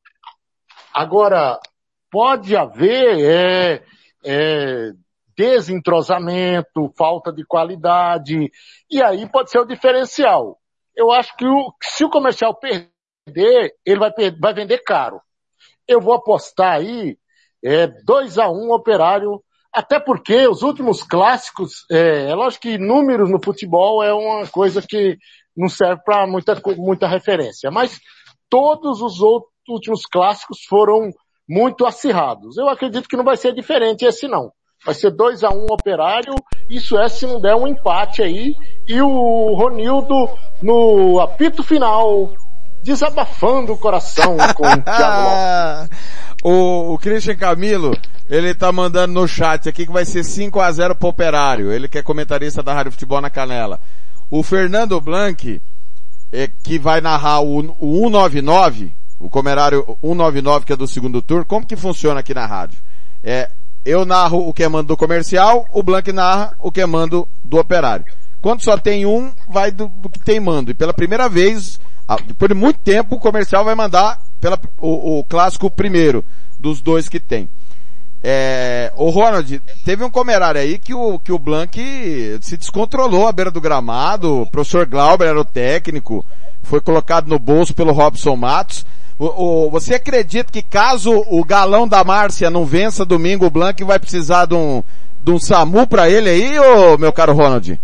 Agora, pode haver é, é, desentrosamento, falta de qualidade, e aí pode ser o diferencial. Eu acho que o, se o Comercial perder, ele vai, vai vender caro. Eu vou apostar aí é, dois a um Operário, até porque os últimos clássicos, é, é lógico que números no futebol é uma coisa que não serve para muita, muita referência, mas todos os outros últimos clássicos foram muito acirrados. Eu acredito que não vai ser diferente esse não. Vai ser dois a um Operário, isso é se não der um empate aí, e o Ronildo no apito final, desabafando o coração com o Thiago Lopes. O, o Christian Camilo, ele tá mandando no chat aqui que vai ser cinco a zero pro Operário. Ele que é comentarista da Rádio Futebol na Canela. O Fernando Blanc, é, que vai narrar o, o cento e noventa e nove, o Comerário cento e noventa e nove, que é do segundo turno. Como que funciona aqui na rádio? É, eu narro o que é mando do Comercial, o Blanc narra o que é mando do Operário. Quando só tem um, vai do, do que tem mando. E pela primeira vez, depois de muito tempo, o Comercial vai mandar pela, o, o clássico primeiro dos dois que tem. É, o Ronald, teve um Comerário aí que o, que o Blanc se descontrolou à beira do gramado, o professor Glauber era o técnico, foi colocado no bolso pelo Robson Matos. O, o, você acredita que caso o galão da Márcia não vença domingo, o Blanc vai precisar de um, de um SAMU pra ele aí, ô, meu caro Ronald?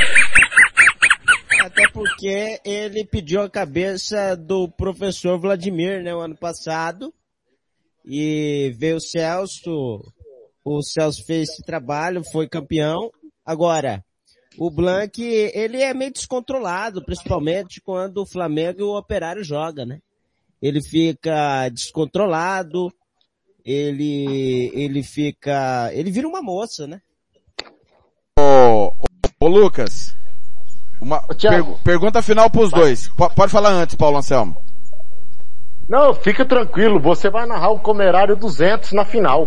Até porque ele pediu a cabeça do professor Vladimir, né, o ano passado, e veio o Celso, o Celso fez esse trabalho, foi campeão. Agora, o Blanc, ele é meio descontrolado, principalmente quando o Flamengo e o Operário jogam, né? Ele fica descontrolado, ele, ele fica, ele vira uma moça, né? Ô, ô, ô Lucas, uma per, pergunta final pros dois. P- pode falar antes, Paulo Anselmo. Não, fica tranquilo, você vai narrar o Comerário duzentos na final.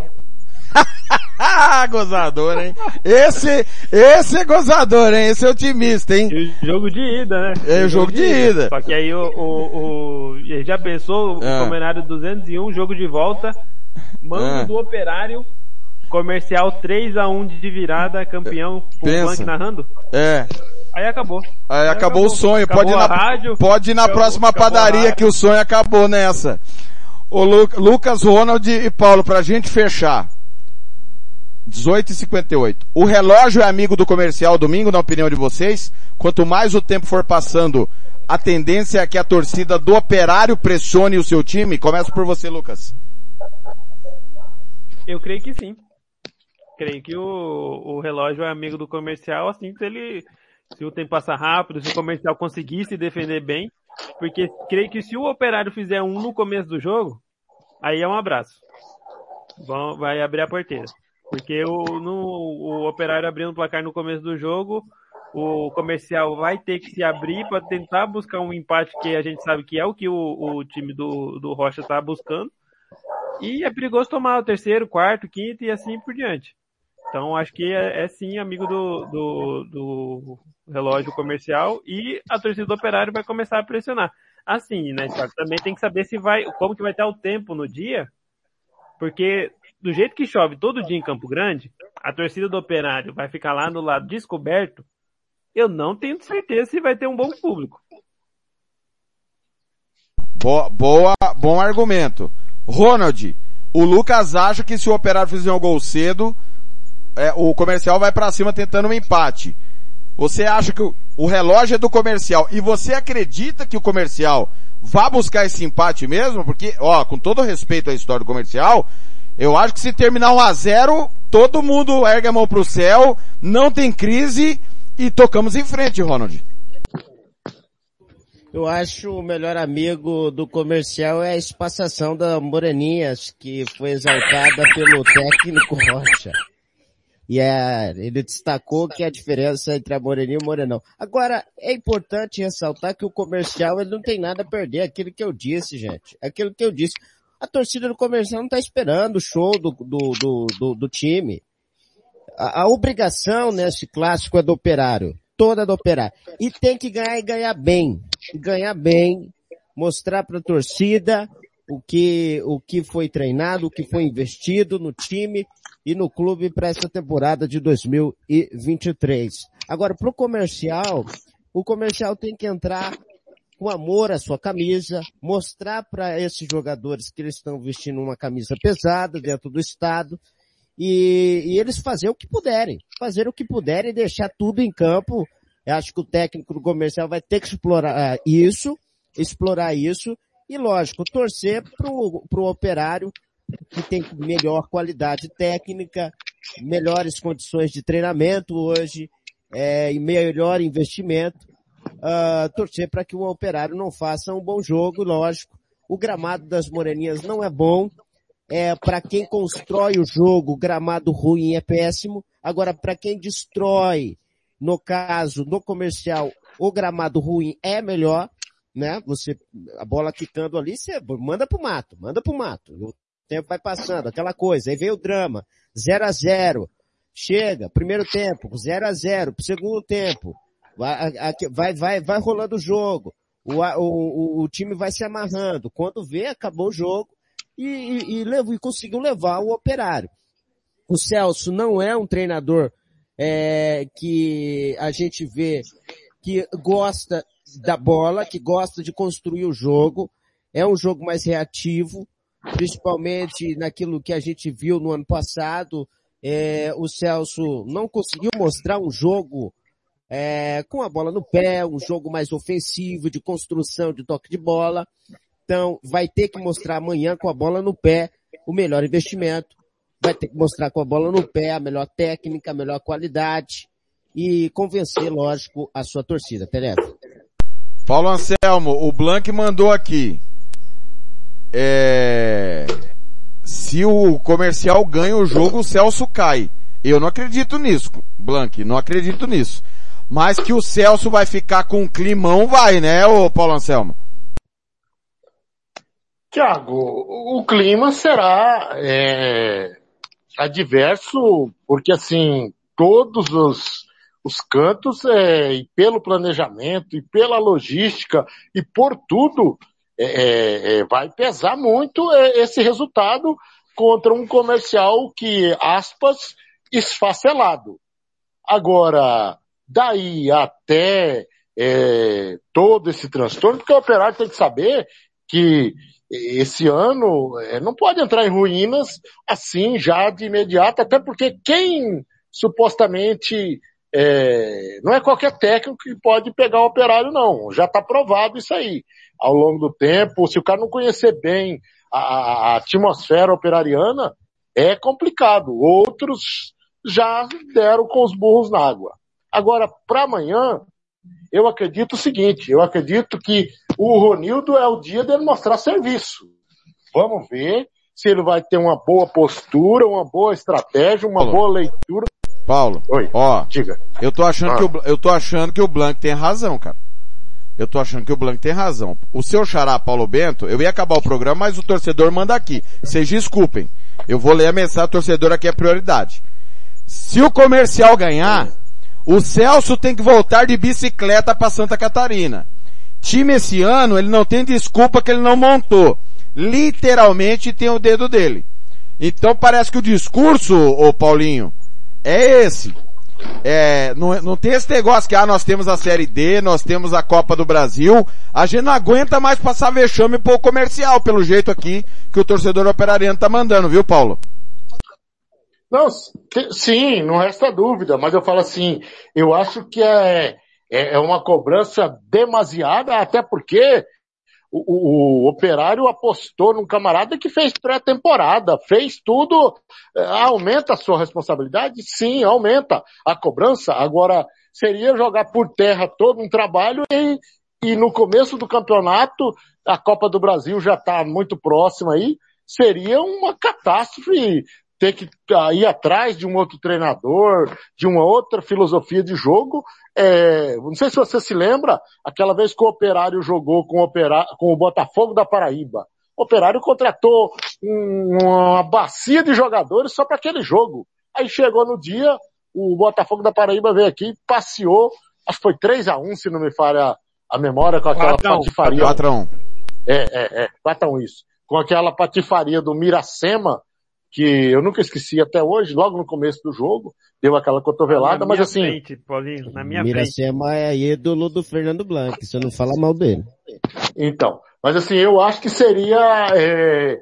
Gozador, hein? Esse, esse é gozador, hein? Esse é otimista, hein? E o jogo de ida, né? É o jogo de ida. Só que aí o, o, o já pensou, ah. o Comerário duzentos e um, jogo de volta, mando ah. do Operário, Comercial três a um de virada, campeão, com o Blanc narrando? É. Aí acabou. Aí, aí acabou, acabou o sonho. Acabou pode ir na, rádio, pode ir na acabou, próxima padaria que o sonho acabou nessa. O Lu, Lucas, Ronald e Paulo, pra gente fechar. dezoito e cinquenta e oito. O relógio é amigo do Comercial domingo, na opinião de vocês? Quanto mais o tempo for passando, a tendência é que a torcida do Operário pressione o seu time? Começo por você, Lucas. Eu creio que sim. Creio que o, o relógio é amigo do Comercial, assim, se ele, se o tempo passar rápido, se o Comercial conseguir se defender bem, porque creio que se o Operário fizer um no começo do jogo, aí é um abraço. Vão, vai abrir a porteira. Porque o, no, o Operário abrindo o placar no começo do jogo, o Comercial vai ter que se abrir para tentar buscar um empate, que a gente sabe que é o que o, o time do, do Rocha está buscando. E é perigoso tomar o terceiro, quarto, quinto e assim por diante. Então acho que é, é sim amigo do, do, do relógio Comercial, e a torcida do Operário vai começar a pressionar. Assim, né, Thiago? Também tem que saber se vai, como que vai estar o tempo no dia, porque do jeito que chove todo dia em Campo Grande, a torcida do Operário vai ficar lá no lado descoberto. Eu não tenho certeza se vai ter um bom público. Boa, boa, bom argumento. Ronald, o Lucas acha que se o Operário fizer um gol cedo, é, o Comercial vai pra cima tentando um empate. Você acha que o, o relógio é do Comercial e você acredita que o Comercial vá buscar esse empate mesmo? Porque, ó, com todo respeito à história do Comercial, eu acho que se terminar um a zero, todo mundo ergue a mão pro céu, não tem crise e tocamos em frente, Ronald. Eu acho o melhor amigo do Comercial é a espaçação da Moreninhas, que foi exaltada pelo técnico Rocha. E é, ele destacou que a diferença entre a Moreninha e o Morenão. Agora, é importante ressaltar que o Comercial ele não tem nada a perder, aquilo que eu disse, gente. Aquilo que eu disse. A torcida do Comercial não está esperando o show do, do, do, do, do time. A, a obrigação nesse clássico é do Operário. Toda do Operário. E tem que ganhar e ganhar bem. Ganhar bem, mostrar para a torcida o que, o que foi treinado, o que foi investido no time e no clube para essa temporada de dois mil e vinte e três. Agora, para o Comercial, o Comercial tem que entrar com amor à sua camisa, mostrar para esses jogadores que eles estão vestindo uma camisa pesada dentro do estado e, e eles fazer o que puderem, fazer o que puderem e deixar tudo em campo. Eu acho que o técnico do Comercial vai ter que explorar isso, explorar isso e, lógico, torcer pro, pro Operário que tem melhor qualidade técnica, melhores condições de treinamento hoje, é, e melhor investimento, uh, torcer para que o Operário não faça um bom jogo, lógico. O gramado das Moreninhas não é bom, é, para quem constrói o jogo, o gramado ruim é péssimo, agora para quem destrói, no caso, no Comercial, o gramado ruim é melhor, né? Você, a bola quicando ali, você manda pro mato, manda pro mato. O tempo vai passando, aquela coisa. Aí vem o drama, zero a zero. Chega, primeiro tempo, zero a zero. Segundo tempo, vai, vai, vai, vai rolando o jogo. O, o, o time vai se amarrando. Quando vê, acabou o jogo e, e, e, levou, e conseguiu levar o Operário. O Celso não é um treinador É, que a gente vê que gosta da bola, que gosta de construir o jogo, é um jogo mais reativo, principalmente naquilo que a gente viu no ano passado. É, o Celso não conseguiu mostrar um jogo é, com a bola no pé, um jogo mais ofensivo, de construção, de toque de bola. Então, vai ter que mostrar amanhã com a bola no pé o melhor investimento. Vai ter que mostrar com a bola no pé a melhor técnica, a melhor qualidade e convencer, lógico, a sua torcida. Pereira. Paulo Anselmo, o Blank mandou aqui. É... Se o Comercial ganha o jogo, o Celso cai. Eu não acredito nisso, Blank, não acredito nisso. Mas que o Celso vai ficar com um climão, vai, né, ô Paulo Anselmo? Tiago, o clima será é, adverso, porque assim, todos os, os cantos, é, e pelo planejamento, e pela logística, e por tudo, é, é, vai pesar muito esse resultado contra um Comercial que, aspas, esfacelado. Agora, daí até é, todo esse transtorno, porque o Operário tem que saber que esse ano é, não pode entrar em ruínas assim já de imediato, até porque quem supostamente é, não é qualquer técnico que pode pegar o Operário, não. Já está provado isso aí. Ao longo do tempo, se o cara não conhecer bem a, a, a atmosfera operariana, é complicado. Outros já deram com os burros na água. Agora, para amanhã, eu acredito o seguinte, eu acredito que o Ronildo é o dia dele mostrar serviço. Vamos ver se ele vai ter uma boa postura, uma boa estratégia, uma Paulo. boa leitura. Paulo, Oi, ó, diga. Eu tô achando ah. que o, eu tô achando que o Blank tem razão, cara. Eu tô achando que o Blank tem razão. O seu xará Paulo Bento, eu ia acabar o programa, mas o torcedor manda aqui. Vocês desculpem. Eu vou ler a mensagem, o torcedor aqui é prioridade. Se o Comercial ganhar, o Celso tem que voltar de bicicleta para Santa Catarina. Time esse ano, ele não tem desculpa que ele não montou. Literalmente tem o dedo dele. Então parece que o discurso, ô Paulinho, é esse. É, não, não tem esse negócio que, ah, nós temos a Série D, nós temos a Copa do Brasil. A gente não aguenta mais passar vexame pro Comercial, pelo jeito aqui que o torcedor operariano tá mandando, viu, Paulo? Não, sim, não resta dúvida, mas eu falo assim, eu acho que é, é, é uma cobrança demasiada, até porque o, o, o Operário apostou num camarada que fez pré-temporada, fez tudo, aumenta a sua responsabilidade? Sim, aumenta a cobrança. Agora, seria jogar por terra todo um trabalho e, e no começo do campeonato, a Copa do Brasil já está muito próxima aí, seria uma catástrofe ter que ir atrás de um outro treinador, de uma outra filosofia de jogo. É, não sei se você se lembra, aquela vez que o Operário jogou com o, Operário, com o Botafogo da Paraíba. O Operário contratou um, uma bacia de jogadores só para aquele jogo. Aí chegou no dia, o Botafogo da Paraíba veio aqui, passeou, acho que foi três a um, se não me falha a memória, com aquela patifaria. quatro a um. É, é, é, quatro a um isso. Com aquela patifaria do Miracema, que eu nunca esqueci até hoje, logo no começo do jogo, deu aquela cotovelada, mas assim... Frente, Paulinho, na minha Miracema frente. é ídolo do Fernando Blanc, você não fala mal dele. Então, mas assim, eu acho que seria é,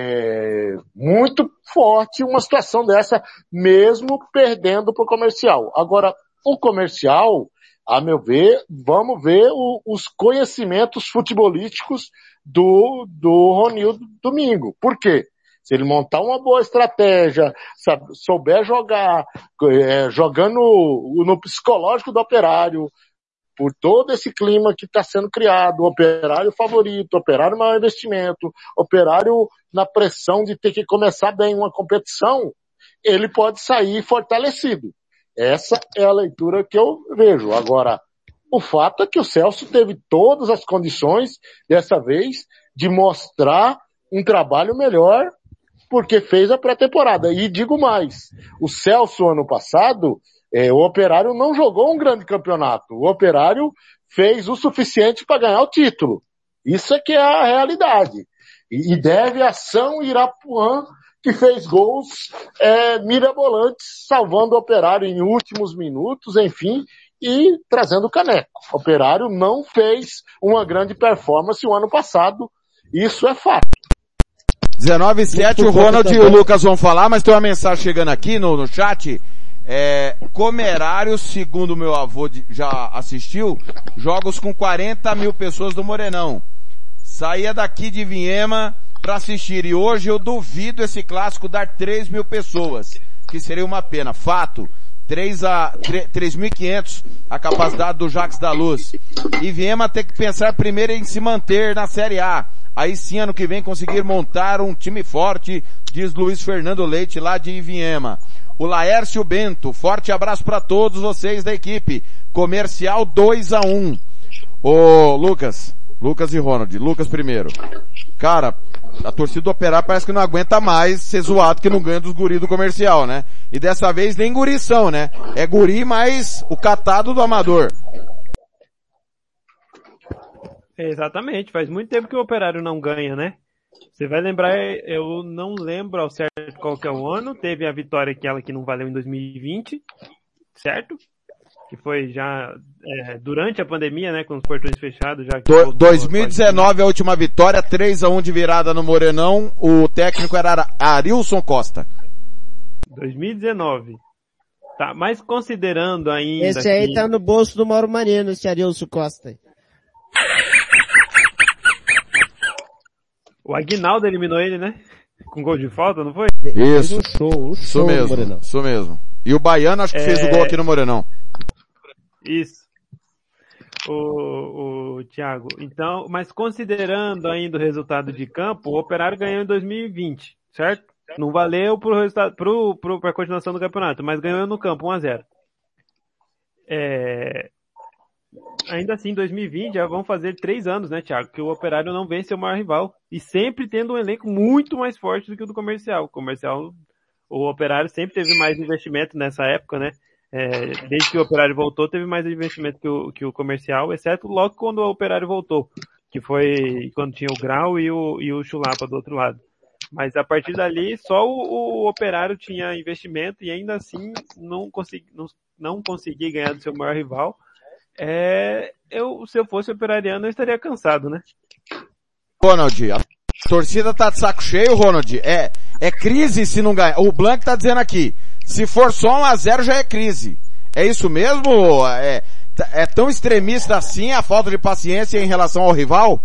é, muito forte uma situação dessa, mesmo perdendo pro Comercial. Agora, o Comercial, a meu ver, vamos ver o, os conhecimentos futebolísticos do, do Ronildo Domingo. Por quê? Se ele montar uma boa estratégia, sabe, souber jogar, é, jogando no, no psicológico do Operário, por todo esse clima que está sendo criado, Operário favorito, Operário maior investimento, Operário na pressão de ter que começar bem uma competição, ele pode sair fortalecido. Essa é a leitura que eu vejo. Agora, o fato é que o Celso teve todas as condições, dessa vez, de mostrar um trabalho melhor, porque fez a pré-temporada. E digo mais, o Celso, ano passado, é, o Operário não jogou um grande campeonato. O Operário fez o suficiente para ganhar o título. Isso é que é a realidade. E, e deve a São Irapuã, que fez gols é, mirabolantes, salvando o Operário em últimos minutos, enfim, e trazendo o caneco. O Operário não fez uma grande performance o ano passado. Isso é fato. dezenove e sete, o Ronald e o Lucas vão falar, mas tem uma mensagem chegando aqui no, no chat. É, Comerário, segundo meu avô de, já assistiu, jogos com quarenta mil pessoas do Morenão. Saía daqui de Viema para assistir, e hoje eu duvido esse clássico dar três mil pessoas, que seria uma pena. Fato, três mil e quinhentos a capacidade do Jacques da Luz. E Viema tem que pensar primeiro em se manter na Série A. Aí sim, ano que vem, conseguir montar um time forte, diz Luiz Fernando Leite, lá de Iviema. O Laércio Bento, forte abraço para todos vocês da equipe. Comercial dois a um. Ô, Lucas, Lucas e Ronald, Lucas primeiro. Cara, a torcida do Operário parece que não aguenta mais ser zoado que não ganha dos guri do Comercial, né? E dessa vez nem guri são, né? É guri mais o catado do amador. Exatamente, faz muito tempo que o Operário não ganha, né? Você vai lembrar, eu não lembro ao certo qual que é o ano, teve a vitória aquela que não valeu em dois mil e vinte, certo? Que foi já é, durante a pandemia, né, com os portões fechados. Já que Do, dois mil e dezenove a última vitória, três a um de virada no Morenão, o técnico era Arilson Costa. dois mil e dezenove. Tá, mas considerando ainda esse aí que... tá no bolso do Mauro Marino, esse Arilson Costa. O Aguinaldo eliminou ele, né? Com gol de falta, não foi? Isso. Um show, um isso show mesmo, Morenão. isso mesmo. E o Baiano acho que é... fez o gol aqui no Morenão. Isso. O, o Thiago. Então, mas considerando ainda o resultado de campo, o Operário ganhou em dois mil e vinte, certo? Não valeu pro resultado, pro, pro, pra continuação do campeonato, mas ganhou no campo um a zero. É... Ainda assim, em dois mil e vinte, já vão fazer três anos, né, Thiago? Que o Operário não vence o maior rival. E sempre tendo um elenco muito mais forte do que o do Comercial. O Comercial, o Operário sempre teve mais investimento nessa época, né? É, desde que o Operário voltou, teve mais investimento que o, que o Comercial, exceto logo quando o Operário voltou. Que foi quando tinha o Grau e o, e o Chulapa do outro lado. Mas a partir dali, só o, o Operário tinha investimento e ainda assim não consegui, não, não consegui ganhar do seu maior rival. É, eu, se eu fosse operariano, eu estaria cansado, né? Ronald, a torcida tá de saco cheio, Ronald. É, é crise se não ganhar. O Blanc tá dizendo aqui, se for só um a zero já é crise. É isso mesmo? É, é tão extremista assim a falta de paciência em relação ao rival?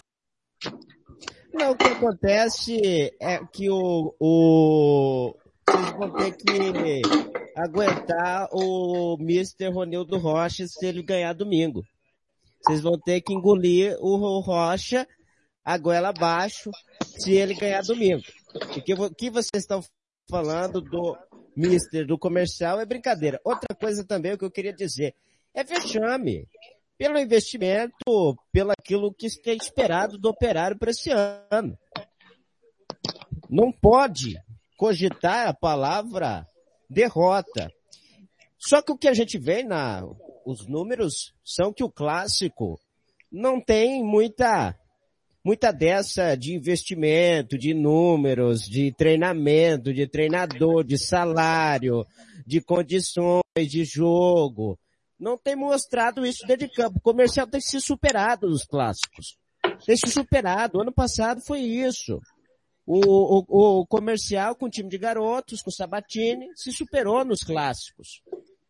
Não, o que acontece é que o, o, vocês vão ter que aguentar o mister Ronildo Rocha se ele ganhar domingo. Vocês vão ter que engolir o Rocha a goela abaixo se ele ganhar domingo. Porque o que vocês estão falando do mister do Comercial é brincadeira. Outra coisa também, o que eu queria dizer, é vexame. Pelo investimento, pelo aquilo que é esperado do Operário para esse ano. Não pode cogitar a palavra derrota. Só que o que a gente vê na, os números são que o clássico não tem muita, muita dessa de investimento, de números, de treinamento, de treinador, de salário, de condições de jogo. Não tem mostrado isso dentro de campo. O Comercial tem se superado nos clássicos. Tem se superado. Ano passado foi isso. O, o, o Comercial com o time de garotos, com o Sabatini, se superou nos clássicos.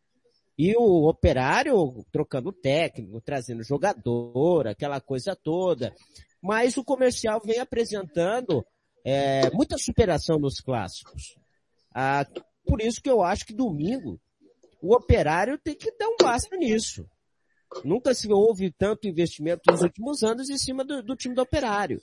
E o Operário trocando técnico, trazendo jogador, aquela coisa toda. Mas o Comercial vem apresentando é, muita superação nos clássicos. Ah, por isso que eu acho que domingo o Operário tem que dar um basta nisso. Nunca se houve tanto investimento nos últimos anos em cima do, do time do Operário.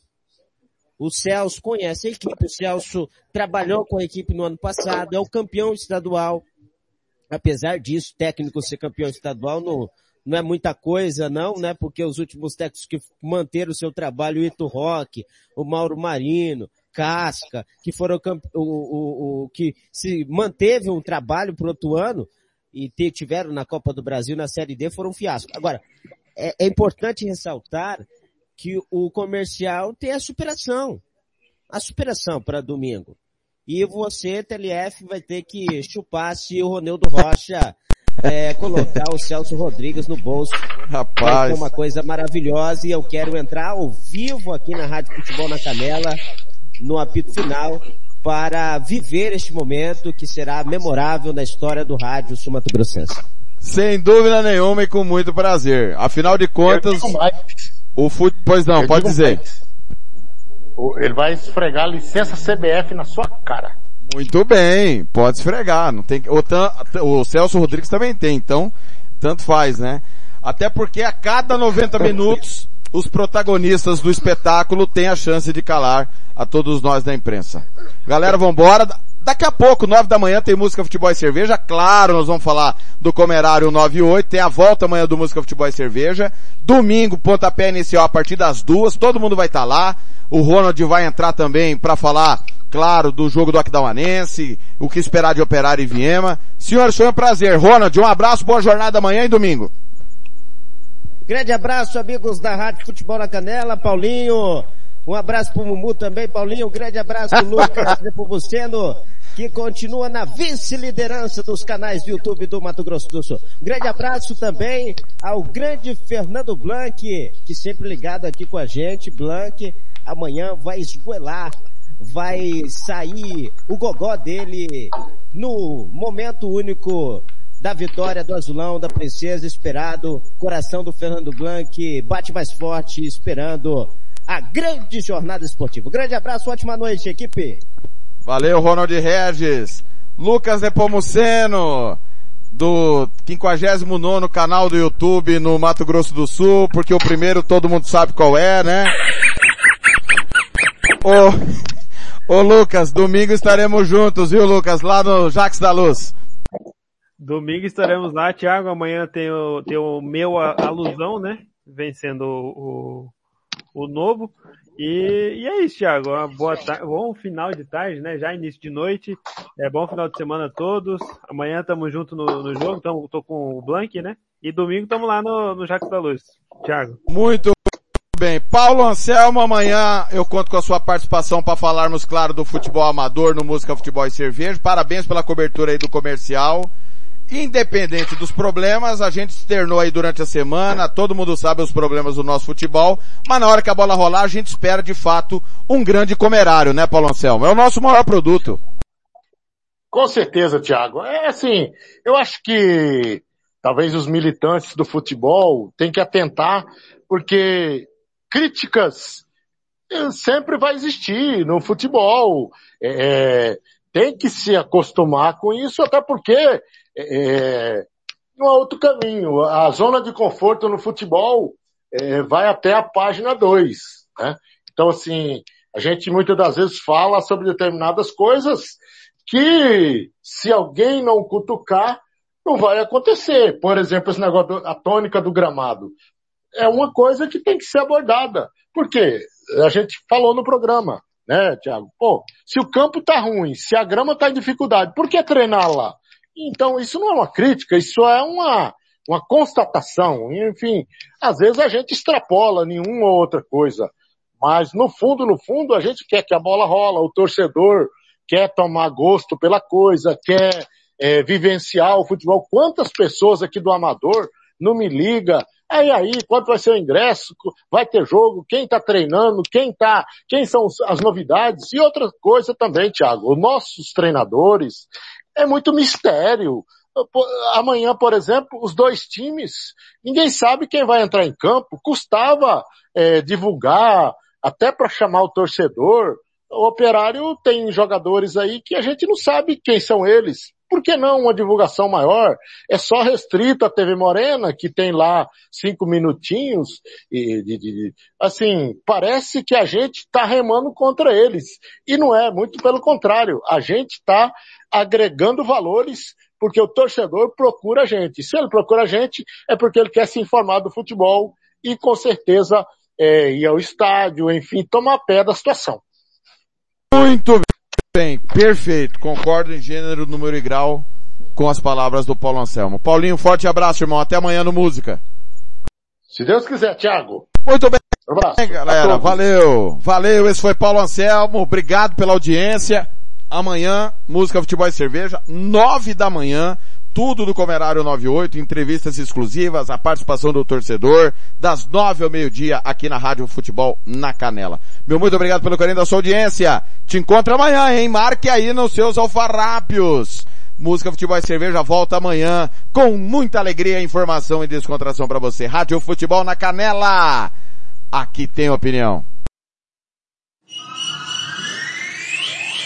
O Celso conhece a equipe, o Celso trabalhou com a equipe no ano passado, é o campeão estadual. Apesar disso, técnico ser campeão estadual não, não é muita coisa não, né? Porque os últimos técnicos que manteram o seu trabalho, o Ito Roque, o Mauro Marino, Casca, que foram o, o, o que se manteve um trabalho para o outro ano, e tiveram na Copa do Brasil, na Série D, foram um fiasco. Agora, é, é importante ressaltar que o Comercial tem a superação. A superação para domingo. E você, T L F, vai ter que chupar se o Ronildo Rocha é, colocar o Celso Rodrigues no bolso. Rapaz. Vai ser uma coisa maravilhosa e eu quero entrar ao vivo aqui na Rádio Futebol na Canela, no apito final, para viver este momento que será memorável na história do rádio sul-mato-grossense. Sem dúvida nenhuma e com muito prazer. Afinal de contas, o fut... Pois não, eu pode dizer. Mais. Ele vai esfregar a licença C B F na sua cara. Muito bem, pode esfregar. Não tem... o, Tan... o Celso Rodrigues também tem, então tanto faz, né? Até porque a cada noventa minutos os protagonistas do espetáculo têm a chance de calar a todos nós da imprensa. Galera, vambora. Daqui a pouco, nove da manhã, tem Música, Futebol e Cerveja. Claro, nós vamos falar do Comerário nove e oito. Tem a volta amanhã do Música, Futebol e Cerveja. Domingo, pontapé inicial a partir das duas. Todo mundo vai estar lá. O Ronald vai entrar também para falar, claro, do jogo do Aquidauanense, o que esperar de Operário e Viema. Senhores, foi um prazer. Ronald, um abraço, boa jornada amanhã e domingo. Grande abraço, amigos da Rádio Futebol na Canela, Paulinho. Um abraço pro Mumu também, Paulinho. Um grande abraço pro Lucas Nepomuceno, que continua na vice-liderança dos canais do YouTube do Mato Grosso do Sul. Um grande abraço também ao grande Fernando Blanc, que sempre ligado aqui com a gente. Blanc, amanhã vai esgoelar, vai sair o gogó dele no momento único da vitória do Azulão, da Princesa, esperado. Coração do Fernando Blanc bate mais forte, esperando a grande jornada esportiva. Grande abraço, ótima noite, equipe. Valeu, Ronald Regis. Lucas Nepomuceno, do quinquagésimo nono canal do YouTube no Mato Grosso do Sul, porque o primeiro todo mundo sabe qual é, né? Ô, ô Lucas, domingo estaremos juntos, viu, Lucas? Lá no Jacques da Luz. Domingo estaremos lá, Thiago. Amanhã tem o, tem o meu alusão, né? Vencendo o, o, o novo. E, e é isso, Thiago. Uma boa tarde, bom final de tarde, né? Já início de noite. É bom final de semana a todos. Amanhã estamos juntos no, no jogo. Tamo, tô com o Blanc, né? E domingo estamos lá no, no Jacques da Luz. Thiago. Muito bem. Paulo Anselmo, amanhã eu conto com a sua participação para falarmos, claro, do futebol amador no Música, Futebol e Cerveja. Parabéns pela cobertura aí do Comercial. independente dos problemas, a gente externou aí durante a semana, todo mundo sabe os problemas do nosso futebol, mas na hora que a bola rolar, a gente espera de fato um grande comerário, né, Paulo Anselmo? É o nosso maior produto. Com certeza, Thiago. É assim, eu acho que talvez os militantes do futebol têm que atentar, porque críticas sempre vai existir no futebol. É, tem que se acostumar com isso, até porque é, não há outro caminho. A zona de conforto no futebol é, vai até a página dois, né? Então, assim, a gente muitas das vezes fala sobre determinadas coisas que, se alguém não cutucar, não vai acontecer. Por exemplo, esse negócio da tônica do gramado. É uma coisa que tem que ser abordada. Por quê? A gente falou no programa, né, Thiago? Pô, se o campo tá ruim, se a grama tá em dificuldade, por que treinar lá? Então, isso não é uma crítica, isso é uma, uma constatação. Enfim, às vezes a gente extrapola nenhuma ou outra coisa. Mas, no fundo, no fundo, a gente quer que a bola rola, o torcedor quer tomar gosto pela coisa, quer é, vivenciar o futebol. Quantas pessoas aqui do Amador não me liga? Aí, aí, quanto vai ser o ingresso? Vai ter jogo? Quem tá treinando? Quem tá, quem são as novidades? E outra coisa também, Thiago, os nossos treinadores, é muito mistério. Amanhã, por exemplo, os dois times, ninguém sabe quem vai entrar em campo. Custava é, divulgar, até para chamar o torcedor. O Operário tem jogadores aí que a gente não sabe quem são eles. Por que não uma divulgação maior? É só restrito a T V Morena, que tem lá cinco minutinhos. E, de, de, assim, parece que a gente está remando contra eles. E não é, muito pelo contrário. A gente está agregando valores porque o torcedor procura a gente. Se ele procura a gente, é porque ele quer se informar do futebol e, com certeza, é, ir ao estádio, enfim, tomar pé da situação. Muito bem, perfeito. Concordo em gênero, número e grau com as palavras do Paulo Anselmo. Paulinho, forte abraço, irmão. Até amanhã no Música. Se Deus quiser, Thiago. Muito bem, um abraço, bem galera. Valeu. Valeu, esse foi Paulo Anselmo. Obrigado pela audiência. Amanhã, Música, Futebol e Cerveja, nove da manhã. Tudo do Comerário noventa e oito, entrevistas exclusivas, a participação do torcedor, das nove ao meio-dia, aqui na Rádio Futebol na Canela. Meu muito obrigado pelo carinho da sua audiência. Te encontro amanhã, hein? Marque aí nos seus alfarrápios. Música, Futebol e Cerveja volta amanhã com muita alegria, informação e descontração para você. Rádio Futebol na Canela. Aqui tem opinião.